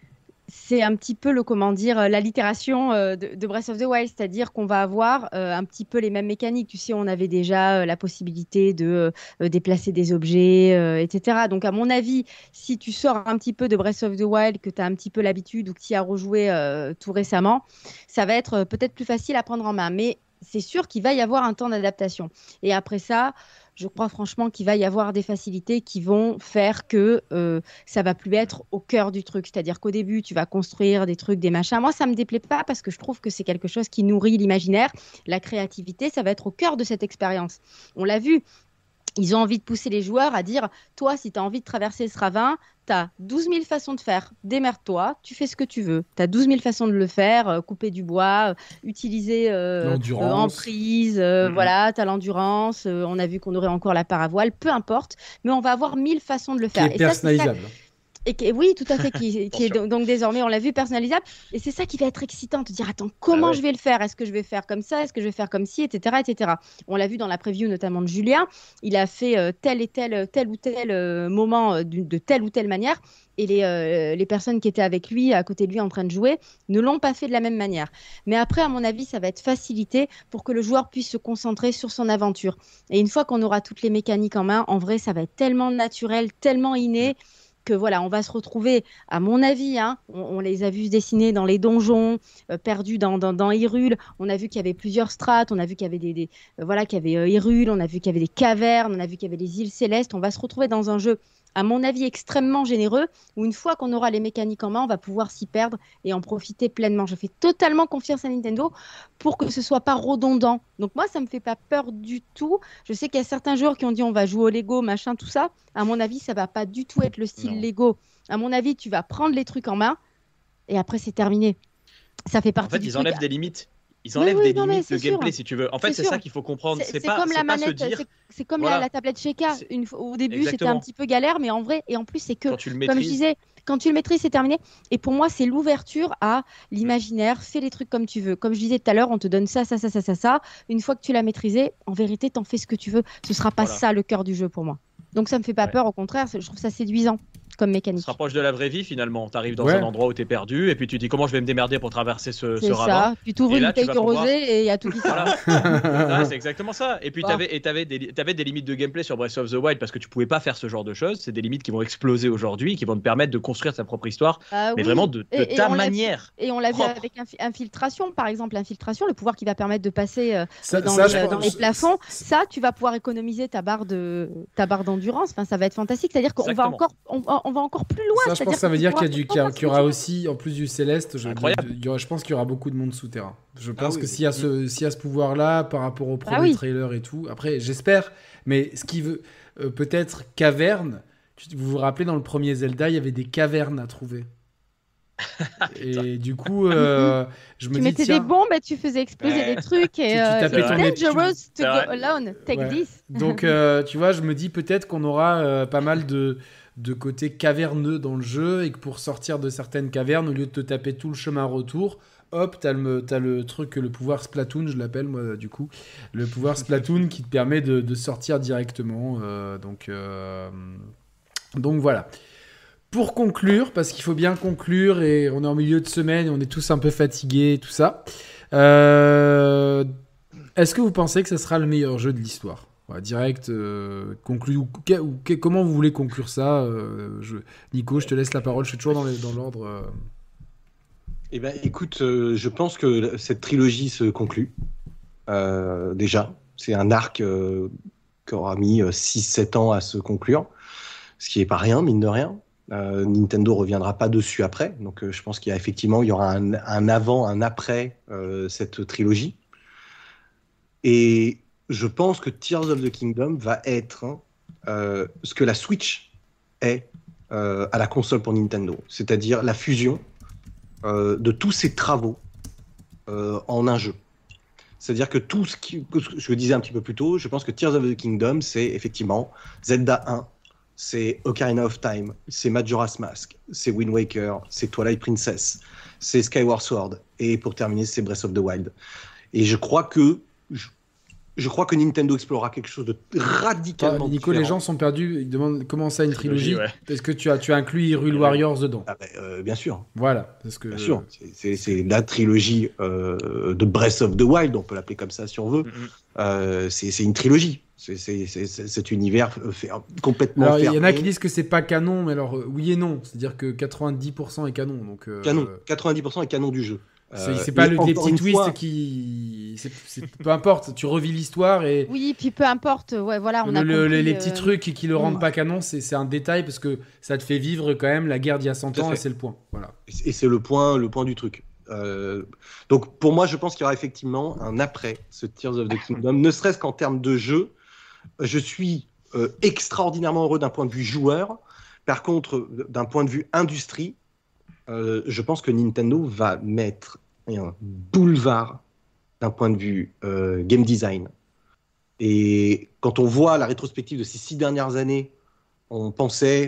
c'est un petit peu le, comment dire, l'allitération euh, de, de Breath of the Wild, c'est-à-dire qu'on va avoir euh, un petit peu les mêmes mécaniques. Tu sais, on avait déjà euh, la possibilité de euh, déplacer des objets, euh, et cetera. Donc, à mon avis, si tu sors un petit peu de Breath of the Wild, que tu as un petit peu l'habitude ou que tu y as rejoué euh, tout récemment, ça va être euh, peut-être plus facile à prendre en main. Mais c'est sûr qu'il va y avoir un temps d'adaptation. Et après ça, je crois franchement qu'il va y avoir des facilités qui vont faire que euh, ça va plus être au cœur du truc. C'est-à-dire qu'au début, tu vas construire des trucs, des machins. Moi, ça me déplaît pas parce que je trouve que c'est quelque chose qui nourrit l'imaginaire. La créativité, ça va être au cœur de cette expérience. On l'a vu. Ils ont envie de pousser les joueurs à dire « Toi, si tu as envie de traverser ce ravin, tu as douze mille façons de faire. Démerde-toi, tu fais ce que tu veux. Tu as douze mille façons de le faire, euh, couper du bois, euh, utiliser euh, euh, en prise, euh, mmh. voilà, tu as l'endurance. Euh, on a vu qu'on aurait encore la paravoile, peu importe. Mais on va avoir mille façons de le faire. Qui est personnalisable. Et qui, oui, tout à fait, qui, qui est Attention. donc, donc désormais, on l'a vu, personnalisable. Et c'est ça qui va être excitant, te dire, attends, comment Ah ouais. je vais le faire? Est-ce que je vais faire comme ça? Est-ce que je vais faire comme ci, et cetera, et cetera. On l'a vu dans la preview notamment de Julien. Il a fait euh, tel et tel, tel ou tel euh, moment euh, de, de telle ou telle manière. Et les, euh, les personnes qui étaient avec lui, à côté de lui, en train de jouer, ne l'ont pas fait de la même manière. Mais après, à mon avis, ça va être facilité pour que le joueur puisse se concentrer sur son aventure. Et une fois qu'on aura toutes les mécaniques en main, en vrai, ça va être tellement naturel, tellement inné que voilà, on va se retrouver, à mon avis, hein, on, on les a vus se dessiner dans les donjons, euh, perdus dans, dans, dans Hyrule. On a vu qu'il y avait plusieurs strates, on a vu qu'il y avait des, des euh, voilà, qu'il y avait euh, Hyrule, on a vu qu'il y avait des cavernes, on a vu qu'il y avait des îles célestes. On va se retrouver dans un jeu, à mon avis, extrêmement généreux, où une fois qu'on aura les mécaniques en main, on va pouvoir s'y perdre et en profiter pleinement. Je fais totalement confiance à Nintendo pour que ce soit pas redondant. Donc moi, ça me fait pas peur du tout. Je sais qu'il y a certains joueurs qui ont dit on va jouer au Lego, machin, tout ça. À mon avis, ça va pas du tout être le style Non. Lego. À mon avis, tu vas prendre les trucs en main et après c'est terminé. Ça fait En partie fait, du ils truc. enlèvent des limites. Ils Oui, enlèvent oui, des non, mais limites de c'est sûr. gameplay, si tu veux. En fait, C'est c'est sûr. ça qu'il faut comprendre. C'est C'est c'est pas, comme la c'est pas se manette, dire. c'est c'est comme Voilà. la, la tablette Sheikah. C'est- Une, fois- au début, c'était Exactement. un petit peu galère, mais en vrai, et en plus, c'est que, Quand tu le comme je maîtrises. disais, quand tu le maîtrises, c'est terminé. Et pour moi, c'est l'ouverture à l'imaginaire. Fais les trucs comme tu veux. Comme je disais tout à l'heure, on te donne ça, ça, ça, ça, ça, ça. Une fois que tu l'as maîtrisé, en vérité, t'en fais ce que tu veux. Ce sera pas Voilà. ça le cœur du jeu pour moi. Donc ça me fait pas Ouais. peur, au contraire, c'est- je trouve ça séduisant comme On mécanique. se rapproche de la vraie vie finalement. Tu arrives dans Ouais. un endroit où tu es perdu et puis tu dis comment je vais me démerder pour traverser ce, ce C'est ravin. ça. Puis tu ouvres Et là, une tu bouteille vas de pouvoir- rosé et il y a tout qui sort. Voilà. Ouais, c'est exactement ça. Et puis Bon. tu avais, des, t'avais des limites de gameplay sur Breath of the Wild parce que tu pouvais pas faire ce genre de choses. C'est des limites qui vont exploser aujourd'hui, qui vont te permettre de construire ta propre histoire, Ah mais oui. vraiment de, de Et- et ta on l'a vu- manière. Et on l'a vu propre. avec infi- infiltration, par exemple, infiltration, le pouvoir qui va permettre de passer euh, Ça- dans, ça, les, je euh, pense- dans les plafonds. ça- Ça, tu vas pouvoir économiser ta barre de ta barre d'endurance. Enfin, ça va être fantastique. C'est-à-dire qu'on va Exactement. encore, on, va- on va encore plus loin. Ça, je pense C'est-à-dire que ça veut tu dire qu'il y, a pourras du- tout qu'il y a- faire ce qu'il y que aura tu veux. aussi, en plus du céleste, je, Incroyable. de- il y aura- je pense qu'il y aura beaucoup de monde souterrain. Je Ah pense oui. que s'il y, a ce- s'il y a ce pouvoir-là par rapport au premier Ah oui. trailer et tout, après, j'espère, mais ce qui veut euh, peut-être caverne, tu- vous vous rappelez dans le premier Zelda, il y avait des cavernes à trouver. Et du coup, euh, je me Tu dis, mettais tiens, des bombes et tu faisais exploser Ouais. des trucs. Et, Tu- tu euh, tapais it's ton ép- tu- dangerous to C'est go vrai. alone. Take Ouais. this. Donc, euh, tu vois, je me dis peut-être qu'on aura euh, pas mal de, de côté caverneux dans le jeu et que pour sortir de certaines cavernes, au lieu de te taper tout le chemin retour, hop, t'as le, t'as le truc, le pouvoir Splatoon, je l'appelle moi du coup, le pouvoir Splatoon qui te permet de, de sortir directement. euh, donc, euh, donc voilà. Pour conclure, parce qu'il faut bien conclure et on est en milieu de semaine et on est tous un peu fatigués et tout ça, euh, est-ce que vous pensez que ce sera le meilleur jeu de l'histoire ? Voilà, direct, euh, conclu, ou, que- ou que- comment vous voulez conclure ça euh, je, Nico, je te laisse la parole, je suis toujours dans, les- dans l'ordre. euh. Eh ben, écoute, euh, je pense que cette trilogie se conclut. Euh, déjà, c'est un arc euh, qui aura mis six sept ans à se conclure, ce qui n'est pas rien, mine de rien. Euh, Nintendo reviendra pas dessus après, donc euh, je pense qu'il y a effectivement il y aura un, un avant, un après euh, cette trilogie. Et je pense que Tears of the Kingdom va être hein, euh, ce que la Switch est euh, à la console pour Nintendo, c'est-à-dire la fusion euh, de tous ces travaux euh, en un jeu. C'est-à-dire que tout ce qui, que je disais un petit peu plus tôt, je pense que Tears of the Kingdom, c'est effectivement Zelda un, c'est Ocarina of Time, c'est Majora's Mask, c'est Wind Waker, c'est Twilight Princess, c'est Skyward Sword, et pour terminer, c'est Breath of the Wild. Et je crois que je, je crois que Nintendo explorera quelque chose de radicalement Ah, Nico, différent. les gens sont perdus, ils demandent comment ça une trilogie, Trilogie, ouais. Est-ce que tu as, tu as inclus Hyrule Warriors dedans? Ah ben, euh, bien sûr, Voilà, parce que bien sûr. C'est- C'est c'est la trilogie euh, de Breath of the Wild, on peut l'appeler comme ça si on veut. Mhm. Euh, c'est c'est une trilogie. C'est c'est- c'est- c'est- cet univers euh, fait, complètement Alors, il y en a fermé. qui disent que c'est pas canon, mais alors euh, oui et non, c'est-à-dire que quatre-vingt-dix pour cent est canon, donc euh, Canon, quatre-vingt-dix pour cent est canon du jeu. c'est Euh, c'est pas et le, les encore petits une twists fois, qui, c'est- c'est- peu importe, tu revis l'histoire et Oui, puis peu importe. Ouais, voilà, on le- a le- compris, les euh, petits trucs qui, qui le rendent mm. pas canon, c'est c'est un détail parce que ça te fait vivre quand même la guerre d'il y a cent Tout à ans fait. et c'est le point. Voilà. Et c'est le point, le point du truc. Euh, donc pour moi, je pense qu'il y aura effectivement un après ce Tears of the Kingdom, ne serait-ce qu'en termes de jeu. Je suis euh, extraordinairement heureux d'un point de vue joueur. Par contre, d'un point de vue industrie, euh, je pense que Nintendo va mettre un boulevard d'un point de vue euh, game design. Et quand on voit la rétrospective de ces six dernières années, on pensait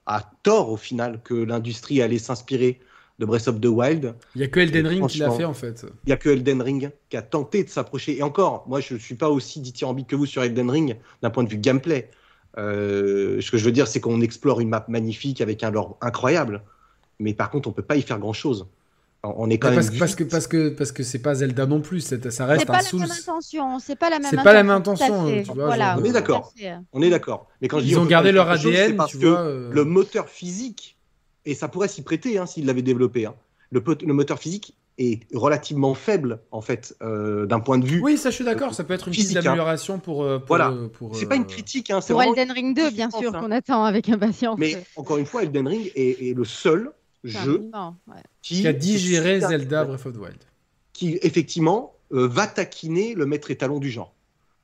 à tort au final que l'industrie allait s'inspirer de Breath of the Wild. Il n'y a que Elden Ring qui l'a Franchement, fait en fait. Il n'y a que Elden Ring qui a tenté de s'approcher. Et encore, moi je ne suis pas aussi dithyrambique que vous sur Elden Ring d'un point de vue gameplay. Euh, ce que je veux dire, c'est qu'on explore une map magnifique avec un lore incroyable. Mais par contre, on ne peut pas y faire grand-chose. On est quand Mais même parce, parce que parce que parce que c'est pas Zelda non plus, c'est- ça C'est reste pas un la Souls. même intention, c'est pas la même C'est intention. pas la même tout à intention, fait. tu vois, Voilà, genre, On est d'accord. tout à fait. On est d'accord. Mais quand je dis Ils on ont peut gardé pas y leur faire grand-chose, A D N, c'est parce tu que vois. euh, le moteur physique, et ça pourrait s'y prêter hein, s'ils l'avaient développé, hein. le, pot- le moteur physique est relativement faible, en fait, euh, d'un point de vue. Oui, ça je suis d'accord, ça peut être une Physique, petite hein. amélioration pour. euh, pour Voilà. euh, pour, C'est pas une euh, critique, hein, c'est Pour vraiment Elden Ring deux, bien différence, sûr, hein. qu'on attend avec impatience. Mais encore une fois, Elden Ring est, est le seul C'est un jeu monument, ouais. qui, qui a digéré qui- Zelda Breath of the Wild. qui, effectivement, euh, va taquiner le maître étalon du genre.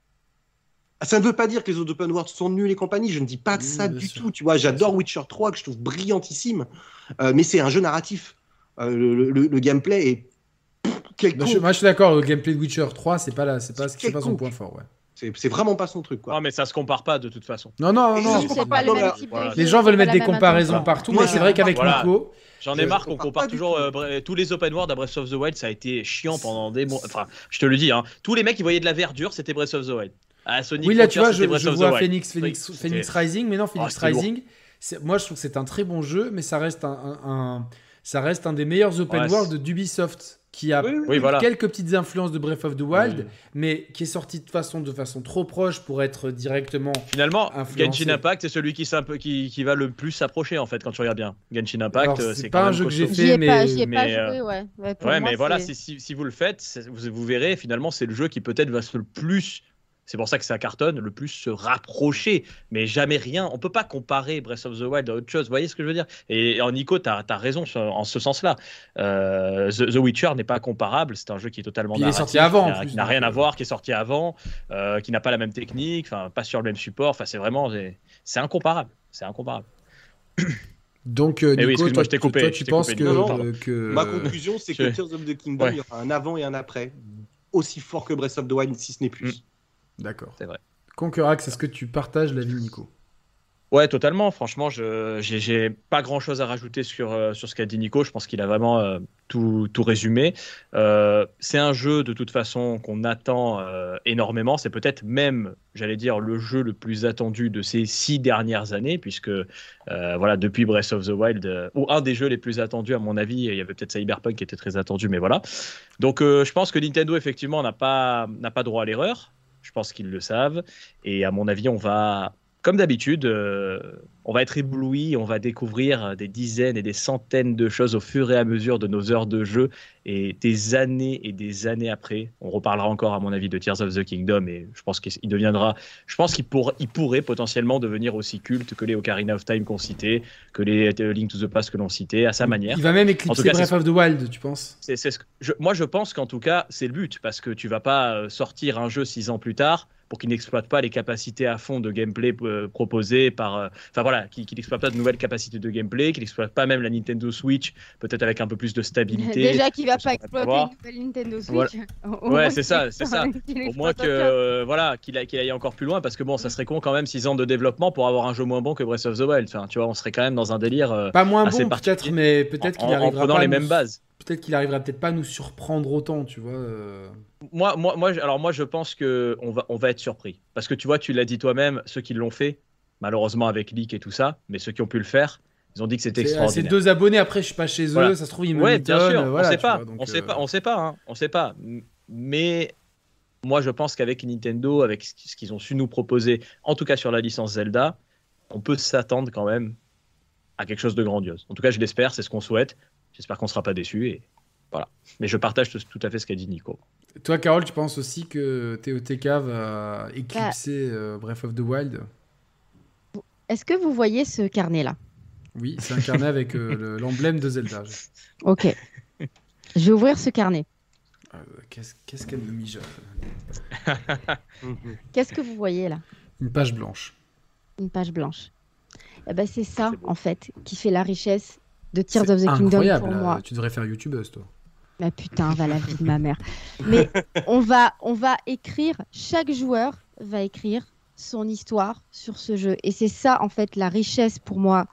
Ça ne veut pas dire que les autres open world sont nuls et compagnie, je ne dis pas de Oui, ça bien du sûr. tout. Tu vois, j'adore Witcher trois, que je trouve brillantissime, euh, mais c'est un jeu narratif. Euh, le, le- le gameplay est pff, Bah, quelconque. je, moi je suis d'accord, le gameplay de Witcher trois, c'est pas, la, c'est pas, C'est c'est pas son quelconque. point fort. Ouais. C'est c'est vraiment pas son truc, quoi. Non, mais ça se compare pas de toute façon. Non, non, Et non. je C'est comprends pas Non, le mais même type de voilà. jeu, Les gens c'est veulent pas mettre la des même comparaisons intention. partout, Moi, mais c'est vrai qu'avec voilà. Nico, J'en Je ai marre qu'on compare compare pas du toujours tout. euh, Bre- tous les open world à Breath of the Wild, ça a été chiant pendant des mois. Enfin, je te le dis, hein, tous les mecs qui voyaient de la verdure, c'était Breath of the Wild. À Sonic oui, là tu Frontier, vois, c'était je, Breath je of the vois Wild. Phoenix, Phoenix, C'était- Phoenix Rising, mais non, Phoenix c'était lourd. Rising, c'est- moi je trouve que c'est un très bon jeu, mais ça reste un, un- un- ça reste un des meilleurs open Ouais, world d'Ubisoft, qui a Oui, oui, Oui, voilà. quelques petites influences de Breath of the Wild, Oui. mais qui est sorti de façon, de façon trop proche pour être directement. Finalement, Influencé. Genshin Impact, c'est celui qui, s'imp- qui, qui va le plus s'approcher en fait quand tu regardes bien. Genshin Impact, Alors, euh, c'est c'est pas quand un même jeu que j'ai costaud. fait. J'y ai mais- pas, j'y ai pas mais, joué, ouais. Ouais, pour Ouais, moi, mais voilà, c'est- si, si, si vous le faites, c'est- vous, vous verrez, finalement, c'est le jeu qui peut-être va se le plus, c'est pour ça que ça cartonne, le plus se rapprocher. Mais jamais rien. On peut pas comparer Breath of the Wild à autre chose. Vous voyez ce que je veux dire? Et en Nico, tu as raison sur- en ce sens-là. Euh, The, The Witcher n'est pas comparable. C'est un jeu qui est totalement Puis il est narratif, sorti avant, qui en n'a- plus, qui n'a donc, rien à euh. voir, qui est sorti avant, euh, qui n'a pas la même technique, enfin, pas sur le même support. Enfin, c'est vraiment, c'est c'est incomparable. C'est incomparable. Donc, euh, Eh oui, Nico, excuse-moi, toi, je t'ai toi, coupé, tu je t'ai penses coupé, que, Nico, pardon. euh, que- Ma conclusion, c'est que je- Tears of the Kingdom, Ouais. il y aura un avant et un après, aussi fort que Breath of the Wild, si ce n'est plus. D'accord. C'est vrai. Concurax, est-ce que tu partages l'avis de Nico? Ouais, totalement. Franchement, je j'ai j'ai pas grand-chose à rajouter sur, euh, sur ce qu'a dit Nico. Je pense qu'il a vraiment euh, tout, tout résumé. Euh, c'est un jeu, de toute façon, qu'on attend euh, énormément. C'est peut-être même, j'allais dire, le jeu le plus attendu de ces six dernières années, puisque, euh, voilà, depuis Breath of the Wild, euh, ou un des jeux les plus attendus, à mon avis, il y avait peut-être Cyberpunk qui était très attendu, mais voilà. Donc, euh, je pense que Nintendo, effectivement, n'a pas, n'a pas droit à l'erreur. Je pense qu'ils le savent. Et à mon avis, on va... Comme d'habitude, euh, on va être ébloui, on va découvrir des dizaines et des centaines de choses au fur et à mesure de nos heures de jeu. Et des années et des années après, on reparlera encore, à mon avis, de Tears of the Kingdom. Et je pense qu'il deviendra, je pense qu'il pour, il pourrait potentiellement devenir aussi culte que les Ocarina of Time qu'on citait, que les euh, Link to the Past que l'on citait, à sa manière. Il va même En éclipser tout cas, Breath c'est- of the Wild, tu penses? C'est, c'est ce que je- moi, je pense qu'en tout cas, c'est le but, parce que tu vas pas euh, sortir un jeu six ans plus tard pour qu'il n'exploite pas les capacités à fond de gameplay euh, proposées par... euh, Enfin voilà, qu'il qu'il n'exploite pas de nouvelles capacités de gameplay, qu'il n'exploite pas même la Nintendo Switch, peut-être avec un peu plus de stabilité. Déjà qu'il va parce qu'on pas va exploiter voir. une nouvelle Nintendo Switch. Voilà. Au Ouais, moins c'est qu'il ça, c'est ça. exploite- qu'il Au moins exploite que autre chose. euh, voilà, qu'il a- qu'il aille encore plus loin, parce que bon, ça serait con quand même six ans de développement pour avoir un jeu moins bon que Breath of the Wild. Enfin, tu vois, on serait quand même dans un délire euh, Pas moins assez bon, peut-être, particulier. mais peut-être en, qu'il en arrivera prenant pas les à mêmes nous- bases. Peut-être qu'il arrivera peut-être pas à nous surprendre autant, tu vois. euh. Moi, moi, moi, je- alors moi, je pense que on va, on va être surpris, parce que tu vois, tu l'as dit toi-même, ceux qui l'ont fait, malheureusement avec leak et tout ça, mais ceux qui ont pu le faire, ils ont dit que c'était C'est c'est extraordinaire. deux abonnés, après je suis pas chez eux, Voilà. ça se trouve ils me Ouais, bien mitonnent, sûr, euh, voilà, on sait tu pas, vois, donc, on sait euh, pas, on sait pas, hein, on sait pas. M- Mais moi, je pense qu'avec Nintendo, avec ce ce qu'ils ont su nous proposer, en tout cas sur la licence Zelda, on peut s'attendre quand même à quelque chose de grandiose. En tout cas, je l'espère, c'est ce qu'on souhaite. J'espère qu'on sera pas déçus et voilà. Mais je partage tout, tout à fait ce qu'a dit Nico. Toi, Carole, tu penses aussi que T O T K va éclipser euh, Breath of the Wild? Est-ce que vous voyez ce carnet-là? Oui, c'est incarné avec euh, le- l'emblème de Zelda. Ok. Je vais ouvrir ce carnet. Euh, Qu'est-ce qu'est-ce qu'elle me mijote? Mhm. Qu'est-ce que vous voyez là? Une page blanche. Une page blanche. Eh ben, c'est ça, C'est beau. en fait, qui fait la richesse de Tears C'est of the Kingdom incroyable, pour là. moi. Tu devrais faire youtubeuse, toi. Mais putain, va la vie de ma mère. Mais on va, on va écrire, chaque joueur va écrire son histoire sur ce jeu. Et c'est ça, en fait, la richesse pour moi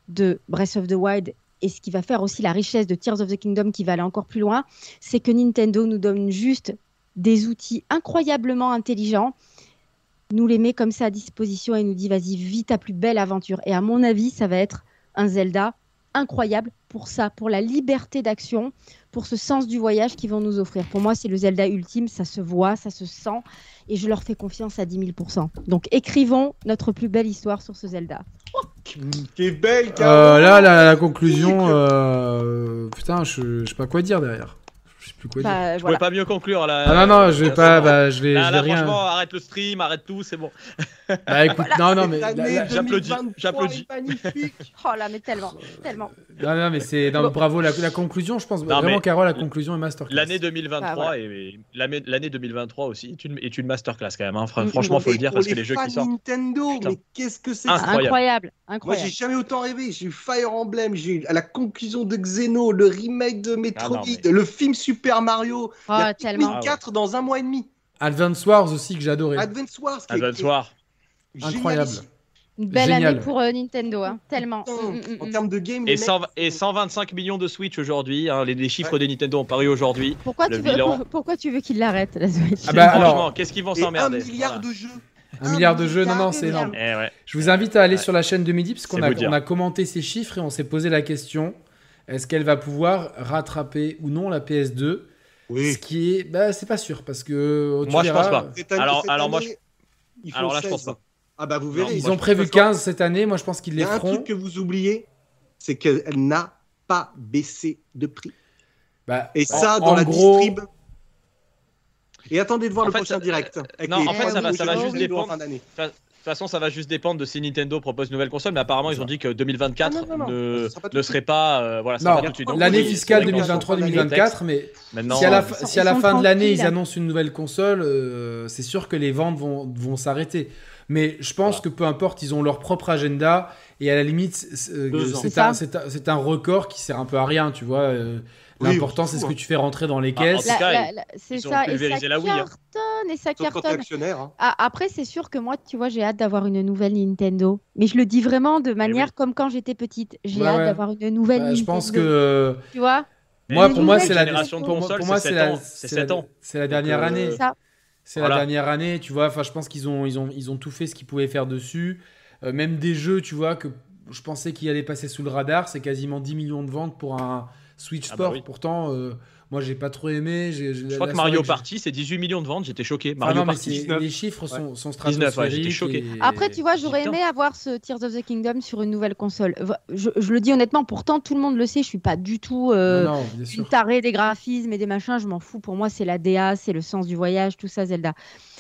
de Breath of the Wild et ce qui va faire aussi la richesse de Tears of the Kingdom qui va aller encore plus loin, c'est que Nintendo nous donne juste des outils incroyablement intelligents, nous les met comme ça à disposition et nous dit vas-y, vis ta plus belle aventure. Et à mon avis, ça va être un Zelda incroyable pour ça, pour la liberté d'action, pour ce sens du voyage qu'ils vont nous offrir. Pour moi, c'est le Zelda ultime, ça se voit, ça se sent, et je leur fais confiance à dix mille pour cent. Donc écrivons notre plus belle histoire sur ce Zelda. Qui belle, Euh, là, la, la conclusion, euh, putain, je, je sais pas quoi dire derrière. Je sais plus quoi dire. Bah, Je voilà. pouvais pas mieux conclure là. Ah non, non, je vais Euh, pas, c'est bon. bah, je vais, Là, je vais là, rien. franchement, arrête le stream, arrête tout, c'est bon. Bah écoute, non, non, mais, là, L'année là- j'applaudis, deux mille vingt-trois j'applaudis. est magnifique. Oh là, mais tellement, tellement. non, non, mais c'est, non, bravo, la, la conclusion, je pense, Non, vraiment, mais- Carole, la conclusion est masterclass. L'année deux mille vingt-trois Bah, voilà. et, et l'année, l'année deux mille vingt-trois aussi est une, est une masterclass quand même. Hein. Fran- Mm, Franchement, Pour faut le les- dire pour parce que les jeux fans qui sortent. Nintendo, Putain. mais qu'est-ce que c'est que ça Incroyable. Incroyable, Moi, incroyable. j'ai jamais autant rêvé. J'ai eu Fire Emblem, j'ai eu à la conclusion de Xeno, le remake de Metroid, Ah non, mais- le film Super Mario, Oh, il y a tellement. Pikmin quatre dans un mois et demi. Advance Wars aussi, que j'adorais. Advance Wars, qui est- Advance qui est Wars. Incroyable. génialissime. Une belle Génial. année pour euh, Nintendo, hein. Tellement. Putain, Mm, mm, En mm. termes de game, Et, les cent, mecs, et cent vingt-cinq millions de Switch aujourd'hui. Hein, les, les chiffres Ouais. de Nintendo ont paru aujourd'hui. Pourquoi, Le tu veux, bilan. pour- pourquoi tu veux qu'il l'arrête, la Switch Ah bah, Franchement, alors- qu'est-ce qu'ils vont et un s'emmerder milliard Voilà. de jeux. Un milliard de jeux, non, non, milliard c'est de énorme. Eh ouais. Je vous invite à aller Ouais. sur la chaîne de Midi, parce qu'on C'est a, vous dire. on a commenté ces chiffres et on s'est posé la question, est-ce qu'elle va pouvoir rattraper ou non la P S deux? Oui. Ce qui est, bah, c'est pas sûr, parce que tu Moi, je verras, pense pas. Cette année- Alors- cette alors moi, année, ils font alors là, je seize. pense pas. Ah bah vous Non, verrez. Ils moi, ont je- prévu de toute façon, quinze cette année, moi je pense qu'ils Il y les a un feront. truc que vous oubliez, c'est qu'elle n'a pas baissé de prix. Bah, Et en- ça, dans en la gros, distrib. Et attendez de voir En le fait, prochain ça- direct. avec non, les en fait, ça va- ça va jeux juste Nintendo en dépendre. fin d'année. De toute façon, ça va juste dépendre de si Nintendo propose une nouvelle console, mais apparemment, ils ont dit que deux mille vingt-quatre Ah non, non, non. ne, Ça sera pas tout ne de serait pas. euh, voilà, ça non, sera pas tout de suite. Donc, l'année oui, fiscale c'est vrai que deux mille vingt-trois deux mille dans le contexte, vingt-quatre, mais Maintenant, si à la, ils fin- sont- si à ils la sont fin de l'année ils tranquilles. annoncent une nouvelle console, euh, c'est sûr que les ventes vont, vont s'arrêter. Mais je pense Voilà. que peu importe, ils ont leur propre agenda et à la limite, c'est euh, Deux ans. c'est C'est un, ça. c'est un- c'est un record qui sert un peu à rien, tu vois. euh, Oui, L'important, on c'est s'en ce fout, que tu fais rentrer dans les Ah, en caisses. tout La- cas, la- la- c'est ils ont ça, et ça pulvérisé la Wii, hein. cartonne, et ça Sauf quand t'es cartonne. actionnaire. hein. Ah, après, c'est sûr que moi, tu vois, j'ai hâte d'avoir une nouvelle Nintendo. Mais je le dis vraiment de manière oui. comme quand j'étais petite. J'ai Ouais, hâte ouais. d'avoir une nouvelle Bah, Nintendo. je pense que euh, Tu vois moi, une pour moi, nouvelle c'est la génération de pour moi- consoles, pour moi, c'est c'est sept la- ans. C'est c'est la- sept ans. c'est la dernière Donc, euh, année. C'est ça. C'est Voilà. la dernière année, tu vois. Enfin, je pense qu'ils ont, ils ont, ils ont tout fait ce qu'ils pouvaient faire dessus. Euh, même des jeux, tu vois, que je pensais qu'ils allaient passer sous le radar. C'est quasiment dix millions de ventes pour un Switch Ah bah Sport. oui. Pourtant, euh, moi, j'ai pas trop aimé. J'ai- j'ai- Je crois la que Mario soirée Party, c'est dix-huit millions de ventes. J'étais choqué. j'ai- Mario Enfin, non, mais Party. c'est- dix-neuf. les chiffres sont, sont dix-neuf, ouais, stratosphériques. j'étais choqué. et- Après, tu vois, j'aurais Putain. aimé avoir ce Tears of the Kingdom sur une nouvelle console. Je, je le dis honnêtement, pourtant, tout le monde le sait, je suis pas du tout euh, Non, non, bien une sûr. tarée des graphismes et des machins. Je m'en fous. Pour moi, c'est la D A, c'est le sens du voyage, tout ça, Zelda.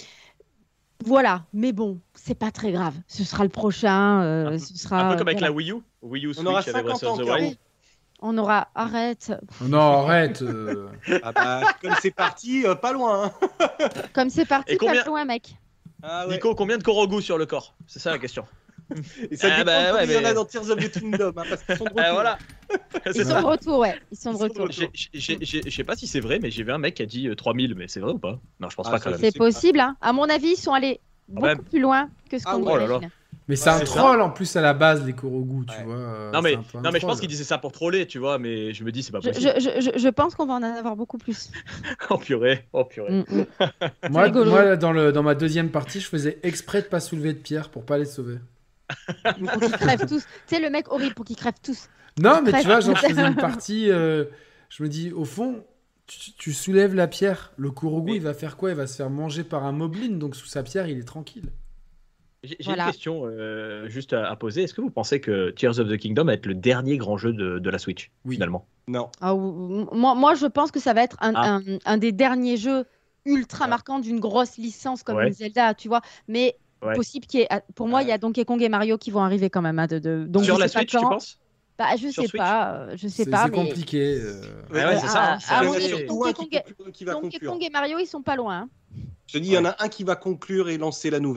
Voilà, mais bon, c'est pas très grave. Ce sera le prochain. euh, Un peu- ce sera, Un peu comme avec voilà. la Wii U. Wii U On aura Switch avec Breath cinquante of the ans, Wild. Caro. On aura. Arrête. Non, arrête. euh. Ah bah, comme c'est parti, euh, pas loin. hein. Comme c'est parti, Et combien- pas loin, mec. Ah ouais. Nico, combien de Korogu sur le corps? C'est ça la question. Et ça Ah dépend bah de ouais, combien il y en mais- a dans Tears of the Kingdom. hein, parce qu'ils sont de Ah, retour. voilà. C'est Ils ça. sont de retour, ouais. Ils sont de Ils sont de retour. retour. J'ai- j'ai- j'ai- Je sais pas si c'est vrai, mais j'ai vu un mec qui a dit euh, trois mille, mais c'est vrai ou pas? Non, je pense Ah, pas ça, quand même. je C'est sais pas. possible, hein. À mon avis, ils sont allés beaucoup même. plus loin que ce Ah qu'on ouais. Oh là là. imagine. Mais c'est un Ouais, troll en plus à la base, les Korogu, tu Ouais. vois. euh, Non mais, c'est un peu un non mais je pense troll. qu'il disait ça pour troller, tu vois, mais je me dis c'est pas Je, possible. je, je, je pense qu'on va en avoir beaucoup plus. Oh purée, oh purée. Mm, mm. Moi, rigolo. moi dans, le, dans ma deuxième partie, je faisais exprès de pas soulever de pierre pour pas les sauver. Pour qu'ils crèvent tous. Tu sais, le mec horrible, pour qu'ils crèvent tous. Non, mais tu Presque. vois, genre, je faisais une partie. euh, je me dis, au fond, tu, tu soulèves la pierre. Le Korogu, Mais- il va faire quoi? Il va se faire manger par un moblin, donc sous sa pierre, il est tranquille. J'ai j'ai Voilà. une question euh, juste à, à poser. Est-ce que vous pensez que Tears of the Kingdom va être le dernier grand jeu de, de la Switch Oui. finalement? Non. Ah, ou- moi, moi, je pense que ça va être un, Ah. un, un des derniers jeux ultra Ah. marquants d'une grosse licence comme Ouais. une Zelda, tu vois. Mais Ouais. possible qu'il y ait. Pour moi, il y a Donkey Kong et Mario qui vont arriver quand même. hein, de, de- donc Sur je la sais pas Switch, tu quand. penses? Bah, je Sur sais Switch pas. euh, Je sais C'est pas. c'est Mais compliqué. euh. Ouais, ouais, c'est ça. hein, Ah, c'est ah, un Il y en mon a Dieu, jeu- surtout un qui, Donkey conclut- qui va Donkey conclure. Kong et Mario, ils sont pas loin. hein. Je te dis, il y en a un qui va conclure et lancer la nouvelle.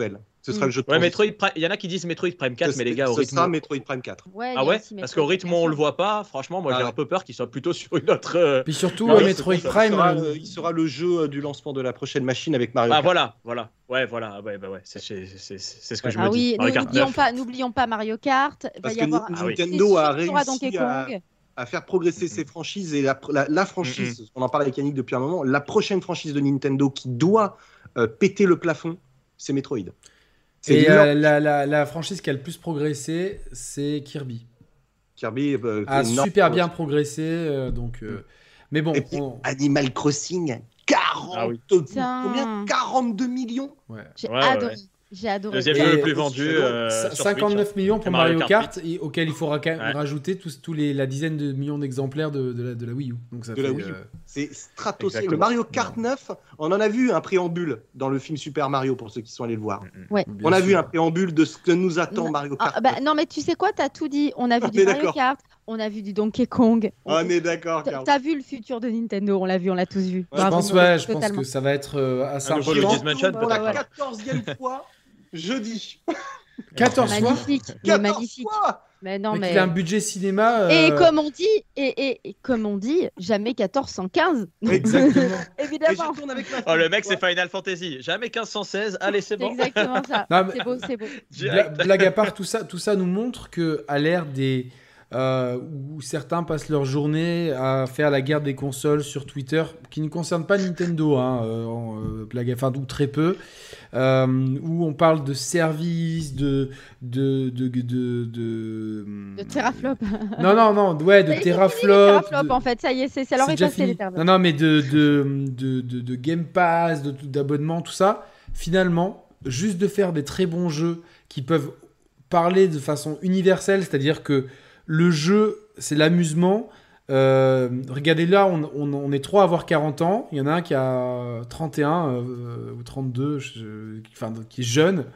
Ce sera Mm. le jeu de Ouais, transition. Metroid Prime- il y en a qui disent Metroid Prime quatre, Ce- mais les gars, au ce rythme. sera Metroid Prime quatre. Ouais, il y Ah a ouais aussi Parce Metroid, qu'au rythme où bien on sûr. le voit pas, franchement, moi Ah j'ai ouais. un peu peur qu'il soit plutôt sur une autre. euh, Puis surtout, Non, euh, mais Metroid Il Prime. sera, euh, euh, il sera le jeu euh, du lancement de la prochaine machine avec Mario Ah Kart. voilà, voilà. Ouais, voilà. Ouais, bah ouais. C'est c'est- c'est- c'est ce que Ouais. je me Ah dis. oui, Mario nous- Kart n'oublions neuf. pas, n'oublions pas Mario Kart. Il va Parce y que avoir. Ni- Ah oui. C'est Nintendo sûr a qu'il y aura Donkey réussi à, Kong. à faire progresser ses franchises et la, la, la franchise, on en parle avec Yannick depuis un moment, la prochaine franchise de Nintendo qui doit euh, péter le plafond, c'est Metroid. C'est Et l'or- euh, la, la, la franchise qui a le plus progressé, c'est Kirby. Kirby euh, A énorme. super bien progressé. euh, donc, euh, Mais bon, Et puis, on- Animal Crossing, quarante, Ah oui. Putain. combien quarante-deux millions. ouais. J'ai Ouais, ouais, adoré. ouais. J'ai adoré. Deuxième Et- jeu le plus Et- vendu. et- euh, Sa- sur cinquante-neuf Switch. millions pour Et Mario Mario Kart Kart, et auquel il faudra Ouais. rajouter tous, tous les, la dizaine de millions d'exemplaires de, de, la, de la Wii U. Donc ça De fait, la Wii U. euh, C'est stratosphérique. Exactement. Le Mario Kart neuf, on en a vu un préambule dans le film Super Mario pour ceux qui sont allés le voir. Ouais. bien On a sûr. vu un préambule de ce que nous attend Non. Mario Ah, Kart. bah, non, mais tu sais quoi, t'as tout dit. On a vu On du est Mario d'accord. Kart, on a vu du Donkey Kong. Ah, on est d'accord, T'as- Caro. T'as vu le futur de Nintendo, on l'a vu, on l'a tous vu. Ouais, Je Bravo, pense, Maurice, ouais, je pense totalement. que ça va être euh, assez Un nouveau important. Luigi's Mansion, Pour la peut-être. quatorzième fois, jeudi. quatorze fois. Magnifique, mais quatorze magnifique. fois. Mais non, Mais mais. qu'il a un budget cinéma. Et euh, comme on dit, et, et, et comme on dit, jamais quatorze sans quinze. Exactement. Et Évidemment. je tourne avec ma Oh, le fille, mec, tu c'est vois. Final Fantasy. Jamais quinze cent seize. Allez, c'est C'est bon. exactement ça. Non, mais- C'est beau, c'est beau. Bla- Direct. blague à part, tout ça, tout ça nous montre que à l'ère des euh, où certains passent leur journée à faire la guerre des consoles sur Twitter, qui ne concerne pas Nintendo, hein, euh, en, euh, blague à part, ou très peu, euh, où on parle de services, de de de de, de, De teraflop. non non non, ouais, de Ça y est, c'est fini, les teraflop. teraflops, de- en fait, ça y est, c'est, ça leur c'est est déjà passé les fini. teraflops. Non, non, mais de, de, de, de, de Game Pass, de, d'abonnement, tout ça, finalement, juste de faire des très bons jeux qui peuvent parler de façon universelle, c'est-à-dire que le jeu, c'est l'amusement. Euh, regardez là, on, on, on est trois à avoir quarante ans. Il y en a un qui a trente et un euh, ou trente-deux, je- enfin, qui est jeune.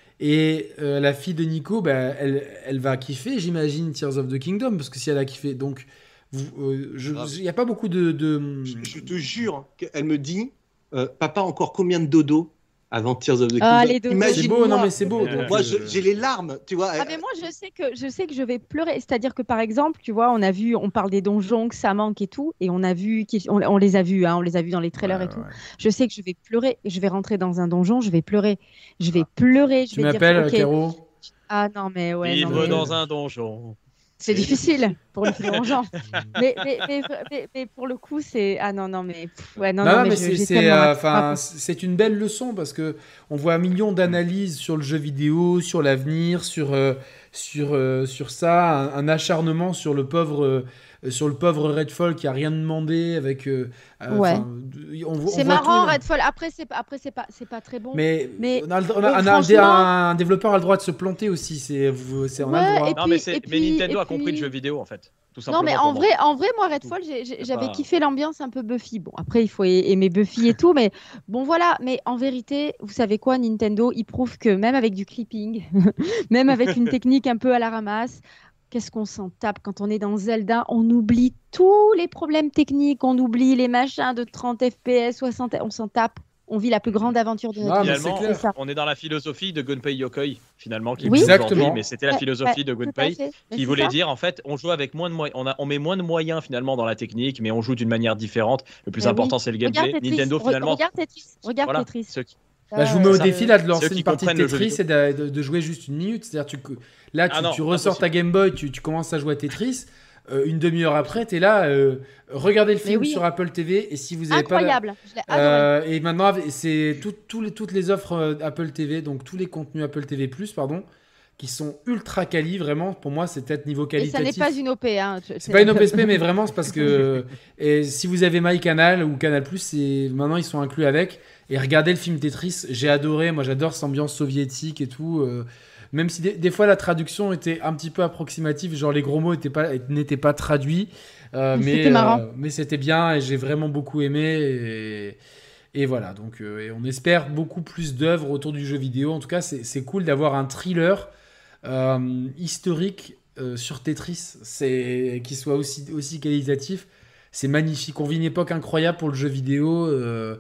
Et euh, la fille de Nico, bah, elle, elle va kiffer, j'imagine, Tears of the Kingdom, parce que si elle a kiffé, donc vous, euh, je- Grave. il n'y a pas beaucoup de, de... Je, je te jure qu'elle me dit euh, Papa, encore combien de dodo avant Tears of the Kingdom? Ah, les dodos. C'est beau, non Imagine-moi. mais c'est beau. Euh, donc, Moi, euh, je- j'ai les larmes, tu vois. Ah mais moi je sais que je sais que je vais pleurer. C'est-à-dire que par exemple, tu vois, on a vu, on parle des donjons, que ça manque et tout, et on a vu, qui- on, on les a vus, hein, on les a vus dans les trailers ouais, et tout. ouais. Je sais que je vais pleurer. Je vais rentrer dans un donjon, je vais pleurer. Je vais pleurer. Je Tu vais m'appelles, dire, ok. Caro? Ah non mais ouais, non, Vivre mais- dans un donjon. c'est difficile pour le plus gens. mais, mais, mais, mais, mais pour le coup, c'est ah non non mais pff, ouais non Non, non, non, mais, mais je- c'est, j'ai c'est, tellement euh, hâte. enfin, Ah, c'est une belle leçon parce que on voit un million d'analyses sur le jeu vidéo, sur l'avenir, sur, euh, sur, euh, sur ça, un, un acharnement sur le pauvre, euh, sur le pauvre Redfall qui a rien demandé avec. euh, euh, Ouais. enfin, on, vo- on c'est voit marrant tout, Redfall. Après c'est pas après c'est pas c'est pas très bon. mais, Mais- on a, le- on a- mais on a un, franchement- un développeur a le droit de se planter aussi. C'est, vous- c'est on a Ouais, le droit. et Non, puis- mais, c'est- et mais puis- Nintendo et a compris puis- le jeu vidéo en fait. Tout Non, simplement. mais pour en moi. vrai, en vrai, moi, Redfall, j'ai- j'ai- C'est j'avais pas- kiffé l'ambiance un peu Buffy. Bon, après, il faut a- aimer Buffy et tout, mais bon, voilà. Mais en vérité, vous savez quoi, Nintendo, il prouve que même avec du clipping, même avec une technique un peu à la ramasse, qu'est-ce qu'on s'en tape quand on est dans Zelda? On oublie tous les problèmes techniques, on oublie les machins de trente F P S, soixante, on s'en tape. On vit la plus grande aventure de notre Ah, vie. mais c'est Finalement, clair. C'est ça. on est dans la philosophie de Gunpei Yokoi, finalement, qui Oui. existe aujourd'hui, Exactement. mais c'était la Ouais, philosophie de Tout à Gunpei, fait. Mais qui c'est voulait ça. dire, en fait, on joue avec moins de moyens, on, a- on met moins de moyens finalement dans la technique, mais on joue d'une manière différente. Le plus Mais important, c'est le Regarde gameplay. Tetris. Nintendo, Re- finalement, Regarde Tetris. Regarde voilà, Tetris. ceux qui- Bah, je vous mets au Euh, défi là de lancer ceux qui une partie de comprennent le jeu Tetris et de, de- de jouer juste une minute. C'est-à-dire tu, là, tu, Ah non, tu ressors impossible. ta Game Boy, tu, tu commences à jouer à Tetris. euh, une demi-heure après, tu es là. euh, regardez le Mais film oui. sur Apple T V. Et si vous avez Incroyable. Je l'ai pas. adoré. euh, et maintenant, avec- c'est tout- tout les- toutes les offres euh, Apple T V, donc tous les contenus Apple T V plus, pardon, qui sont ultra quali. Vraiment, pour moi, c'est peut-être niveau Et ça qualitatif. n'est pas une O P. Hein. C'est pas une O P S P, mais vraiment, c'est parce que et si vous avez MyCanal ou Canal+, c'est maintenant ils sont inclus avec. Et regardez le film Tetris, j'ai adoré. Moi, j'adore cette ambiance soviétique et tout. euh, même si des, des fois la traduction était un petit peu approximative, genre les gros mots étaient pas, n'étaient pas traduits. euh, mais C'était marrant. euh, mais c'était bien et j'ai vraiment beaucoup aimé. Et, et voilà, donc euh, et on espère beaucoup plus d'œuvres autour du jeu vidéo. En tout cas, c'est c'est cool d'avoir un thriller euh, historique euh, sur Tetris, c'est qui soit aussi aussi qualitatif. C'est magnifique. On vit une époque incroyable pour le jeu vidéo. euh,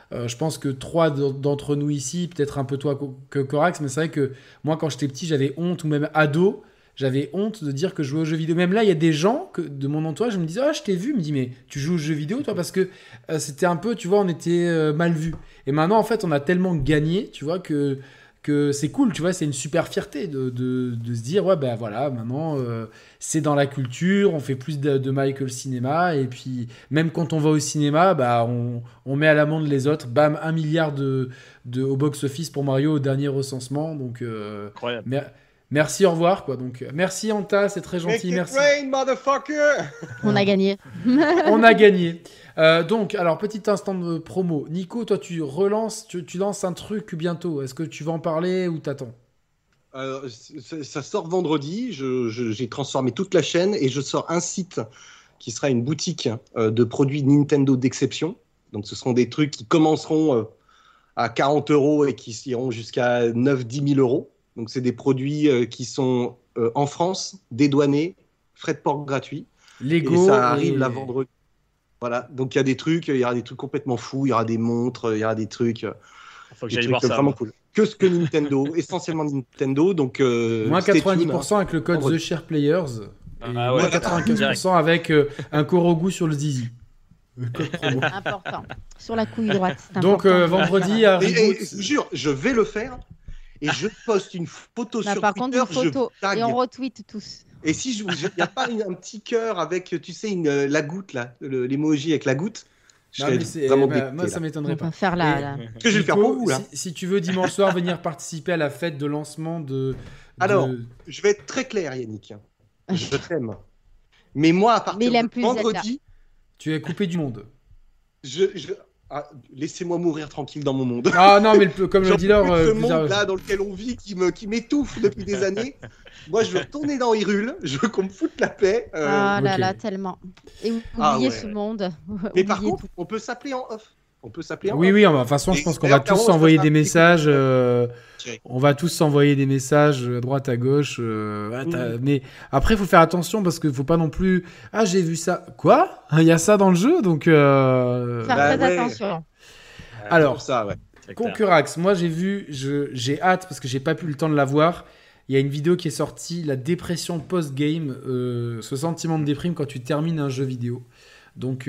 Euh, je pense que trois d- d'entre nous ici, peut-être un peu toi Co- que Corax, mais c'est vrai que moi, quand j'étais petit, j'avais honte, ou même ado, j'avais honte de dire que je jouais aux jeux vidéo. Même là, il y a des gens que, de mon entourage, je me disais, ah, je t'ai vu, il me dit, mais tu joues aux jeux vidéo, toi, parce que euh, c'était un peu, tu vois, on était euh, mal vu. Et maintenant, en fait, on a tellement gagné, tu vois, que que c'est cool, tu vois, c'est une super fierté de, de, de se dire, ouais, ben voilà, maintenant, euh, c'est dans la culture, on fait plus de, de mailles que le cinéma, et puis même quand on va au cinéma, bah, on, on met à l'amende les autres, bam, un milliard de, de, au box-office pour Mario au dernier recensement, donc euh, Incroyable. mer- merci, au revoir, quoi, donc merci Anta, c'est très Make gentil, it merci. rain, motherfucker. On a gagné. On a gagné. Euh, donc, alors, petit instant de promo. Nico, toi, tu relances, tu, tu lances un truc bientôt. Est-ce que tu vas en parler ou t'attends? Euh, c- ça sort vendredi. Je- je- j'ai transformé toute la chaîne et je sors un site qui sera une boutique euh, de produits Nintendo d'exception. Donc, ce seront des trucs qui commenceront euh, à quarante euros et qui iront jusqu'à neuf dix mille euros. Donc, c'est des produits euh, qui sont euh, en France, dédouanés, frais de port gratuits. Lego. Et ça arrive et- là vendredi. Voilà. Donc, il y a des trucs, il y aura des trucs complètement fous, il y aura des montres, il y aura des trucs, euh, Faut que des j'aille trucs voir ça. vraiment moi. cool. Que ce que Nintendo, essentiellement Nintendo. Donc, euh, Moins stay tuned, quatre-vingt-dix pour cent hein. avec le code Vendredi. The Share Players. Et Ah ouais, moins quatre-vingt-quinze pour cent avec euh, un Korogu sur le zizi. Le code promo. Important. Sur la couille droite. c'est Donc, important. euh, vendredi à Et, et, Reboot. je vous jure, je vais le faire et je poste une photo Bah, sur par Twitter. contre, une photo. Je tag. Et on retweet tous. Et si je, il n'y a pas une- un petit cœur avec, tu sais, une, la goutte là, le- l'emoji avec la goutte, je Non, serais mais c'est- vraiment bah, dégoûté, moi, là. ça m'étonnerait On pas. va faire la. Et- la- Ce que je vais le faire pour vous là. Si, si tu veux dimanche soir venir participer à la fête de lancement de. de- Alors, je vais être très clair, Yannick. Je t'aime. Mais moi, à Mais il partir aime de plus vendredi, tu es coupé du monde. je, je- ah, laissez-moi mourir tranquille dans mon monde. Ah non, mais le- comme le J'en dit peux Laure, plus de euh, ce plusieurs- monde-là dans lequel on vit qui me qui m'étouffe depuis des années. Moi, je veux retourner dans Hyrule. Je veux qu'on me foute la paix. euh, Ah là ok. là, tellement. Et oublier Ah ouais, ce ouais. monde. Mais par Oublier contre, on peut s'appeler en off. On peut s'appeler en Oui, off. oui, de toute façon, je Et pense qu'on d'ailleurs, va tous Caro, je s'envoyer passe des un petit messages. coup de- euh, Thierry. On va tous s'envoyer des messages à droite, à gauche. euh, ah, t'as- Mais après, il faut faire attention parce qu'il ne faut pas non plus. Ah, j'ai vu ça. Quoi? Il y a ça dans le jeu, donc. euh, Faire Bah très ouais. attention. Alors, Pour ça, ouais. C'est clair. Concurax, moi j'ai vu, je- j'ai hâte parce que j'ai pas pu le temps de la voir. Il y a une vidéo qui est sortie, la dépression post-game, euh, ce sentiment de déprime quand tu termines un jeu vidéo. Donc,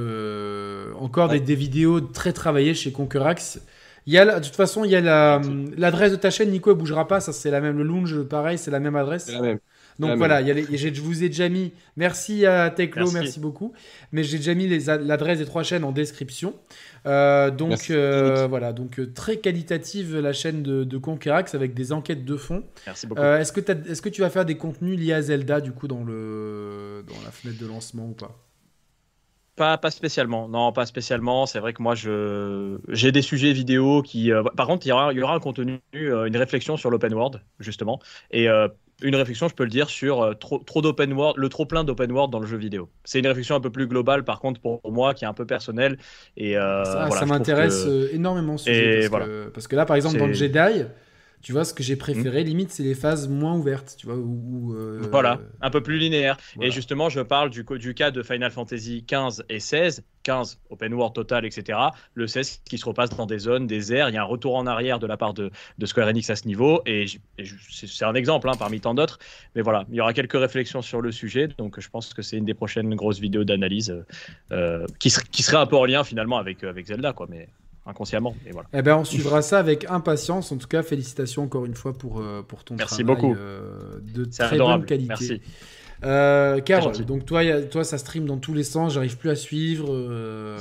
euh, encore Ouais. des, des vidéos très travaillées chez Concurax. Il y a, la- de toute façon, il y a la- l'adresse de ta chaîne, Nico, elle bougera pas. Ça, c'est la même. Le lounge, pareil, c'est la même adresse. C'est la même. Donc la voilà, il y a les- j'ai- je vous ai déjà mis. Merci à Techlo, merci, Merci. beaucoup. Mais j'ai déjà mis les a- l'adresse des trois chaînes en description. Euh, donc Merci, euh, Yannick. voilà, donc euh, très qualitative la chaîne de, de Concurax avec des enquêtes de fond. Merci beaucoup. Euh, Est-ce que, t'as- est-ce que tu vas faire des contenus liés à Zelda du coup dans le dans la fenêtre de lancement ou pas? Pas, pas spécialement, non, pas spécialement. C'est vrai que moi, je j'ai des sujets vidéo qui. euh, Par contre, il y aura, il y aura un contenu, euh, une réflexion sur l'open world, justement. Et euh, une réflexion, je peux le dire, sur euh, trop, trop d'open world, le trop plein d'open world dans le jeu vidéo. C'est une réflexion un peu plus globale, par contre, pour moi, qui est un peu personnelle. Et euh, Ça, voilà, ça je trouve m'intéresse que- euh, énormément ce Et sujet, parce, voilà. que, parce que là par exemple dans le C'est- Jedi, tu vois ce que j'ai préféré limite c'est les phases moins ouvertes, tu vois où, où, euh, Voilà, un peu plus linéaire. voilà. Et justement, je parle du, co- du cas de Final Fantasy quinze et seize. quinze, open world total, et cetera. Le seize qui se repasse dans des zones, des airs. Il y a un retour en arrière de la part de, de Square Enix à ce niveau. Et, j- et j- c'est c'est un exemple hein, parmi tant d'autres. Mais voilà, il y aura quelques réflexions sur le sujet. Donc je pense que c'est une des prochaines grosses vidéos d'analyse euh, euh, qui, ser- qui serait un peu en lien finalement avec, euh, avec Zelda, quoi, mais inconsciemment. Et voilà. Eh ben, on suivra ça avec impatience. En tout cas, félicitations encore une fois pour, euh, pour ton Merci travail beaucoup. euh, de C'est très adorable. bonne qualité. Merci. Euh, Carole, gentil. donc toi, y a- toi, ça stream dans tous les sens. J'arrive plus à suivre. euh,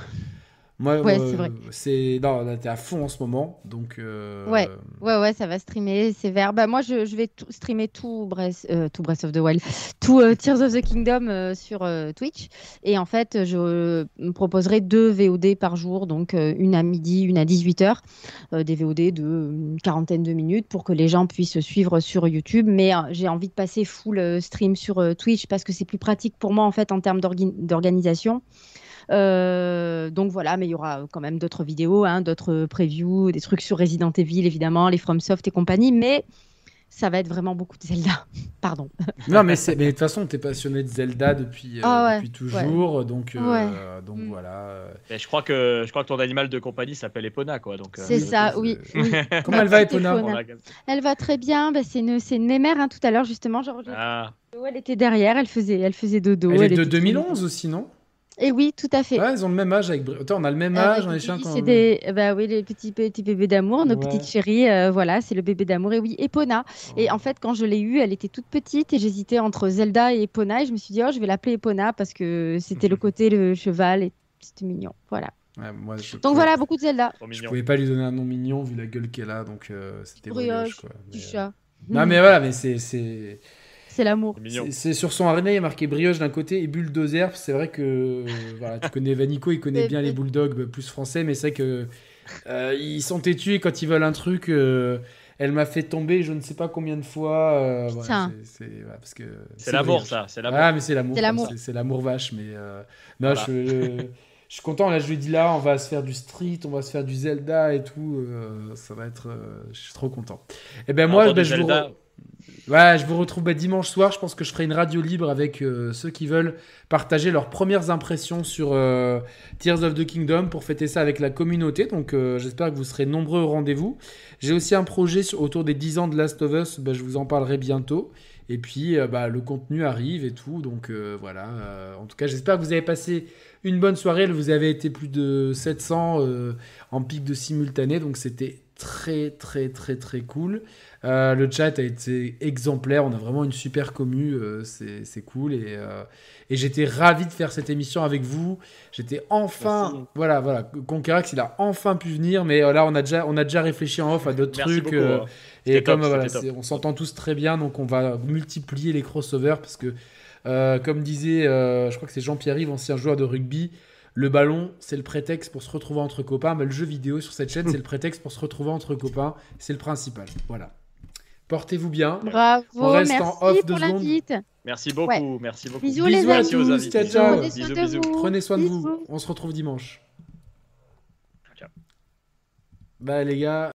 Moi, Ouais, euh, c'est vrai. c'est non, là, t'es à fond en ce moment, donc. euh, Ouais. Ouais, ouais, ça va streamer, c'est vert. Bah, moi, je, je vais tout, streamer tout Breath, euh, tout Breath of the Wild, tout euh, Tears of the Kingdom euh, sur euh, Twitch. Et en fait, je euh, me proposerai deux V O D par jour, donc euh, une à midi, une à dix-huit heures, euh, des V O D de euh, une quarantaine de minutes pour que les gens puissent suivre sur YouTube. Mais euh, j'ai envie de passer full euh, stream sur euh, Twitch parce que c'est plus pratique pour moi en fait en termes d'orgi- d'organisation. Euh, donc voilà, mais il y aura quand même d'autres vidéos, hein, d'autres previews, des trucs sur Resident Evil évidemment, les FromSoft et compagnie. Mais ça va être vraiment beaucoup de Zelda. Pardon. Non, mais c'est- mais de toute façon, t'es passionné de Zelda depuis, euh, Ah ouais, depuis toujours, donc, euh, donc Mm. voilà. euh. Mais je crois que je crois que ton animal de compagnie s'appelle Epona, quoi. Donc. euh, C'est oui, ça, c'est- oui. oui. Comment elle va, Petite Epona Epona. on l'a capté. Elle va très bien. Bah, c'est une, c'est une mémère hein, tout à l'heure justement. Genre, j'ai- Ah, elle était derrière, elle faisait, elle faisait dodo. Elle est de était deux mille trop onze aussi, non? Et oui, tout à fait. Ouais, ils ont le même âge avec. Bri- Attends, on a le même Euh, âge, on est Avec chiens Billy, quand c'est des, bah oui, les petits petits bébés d'amour, nos Ouais. petites chéries. euh, voilà, c'est le bébé d'amour. Et oui, Epona. Et en fait, quand je l'ai eue, elle était toute petite et j'hésitais entre Zelda et Epona. Et je me suis dit, oh, je vais l'appeler Epona parce que c'était le côté le cheval et c'était mignon. Voilà. Ouais, moi, je Donc pouvais- voilà, beaucoup de Zelda. trop Je mignon. pouvais pas lui donner un nom mignon vu la gueule qu'elle a, donc euh, c'était brioche, Brioche, quoi. du Mais, euh, chat. Non, mais voilà, mais c'est. c'est... C'est l'amour. C'est mignon. C'est c'est sur son harnais, il y a marqué brioche d'un côté et bulldozer. C'est vrai que euh, voilà, tu connais Vanico, il connaît Mais- bien les bulldogs bah, plus français, mais c'est vrai que euh, ils sont têtus et quand ils veulent un truc, euh, elle m'a fait tomber je ne sais pas combien de fois. euh, voilà, Putain. c'est c'est- voilà, parce que C'est l'amour, brioche. ça. C'est l'amour. Ah, mais c'est l'amour. C'est l'amour. C'est c'est l'amour vache, mais euh, non, Voilà. je, je suis content. Là, je lui dis là, on va se faire du street, on va se faire du Zelda et tout. euh, ça va être, euh, je suis trop content. Et ben moi, Encore ben, du je vous. Zelda. re- Ouais, je vous retrouve bah, dimanche soir. Je pense que je ferai une radio libre avec euh, ceux qui veulent partager leurs premières impressions sur euh, Tears of the Kingdom pour fêter ça avec la communauté. Donc euh, j'espère que vous serez nombreux au rendez-vous. J'ai aussi un projet sur- autour des dix ans de Last of Us. Bah, je vous en parlerai bientôt. Et puis euh, bah, le contenu arrive et tout. Donc euh, voilà. Euh, en tout cas, j'espère que vous avez passé une bonne soirée. Vous avez été plus de sept cents euh, en pic de simultané. Donc c'était très très très très cool. Euh, le chat a été exemplaire, on a vraiment une super commu, euh, c'est c'est cool et, euh, et j'étais ravi de faire cette émission avec vous. J'étais enfin, Merci. voilà, voilà, Conquerax il a enfin pu venir, mais euh, là on a déjà, on a déjà réfléchi en off à d'autres Merci trucs beaucoup, euh, hein. et C'était comme top, euh, voilà, c'était c'est- on s'entend tous très bien, donc on va multiplier les crossovers parce que euh, comme disait, euh, je crois que c'est Jean-Pierre Yves, ancien joueur de rugby. Le ballon, c'est le prétexte pour se retrouver entre copains. Mais le jeu vidéo sur cette chaîne, c'est le prétexte pour se retrouver entre copains. C'est le principal. Voilà. Portez-vous bien. Bravo, On reste en merci off deux pour secondes. l'invite. Merci beaucoup. Ouais. Merci beaucoup. Bisous, Bisous les à amis. Merci aux tous. invités. Ciao, ciao. Prenez soin Bisous, de bisous. vous. Prenez soin de vous. Bisous. On se retrouve dimanche. Ciao. Bah les gars.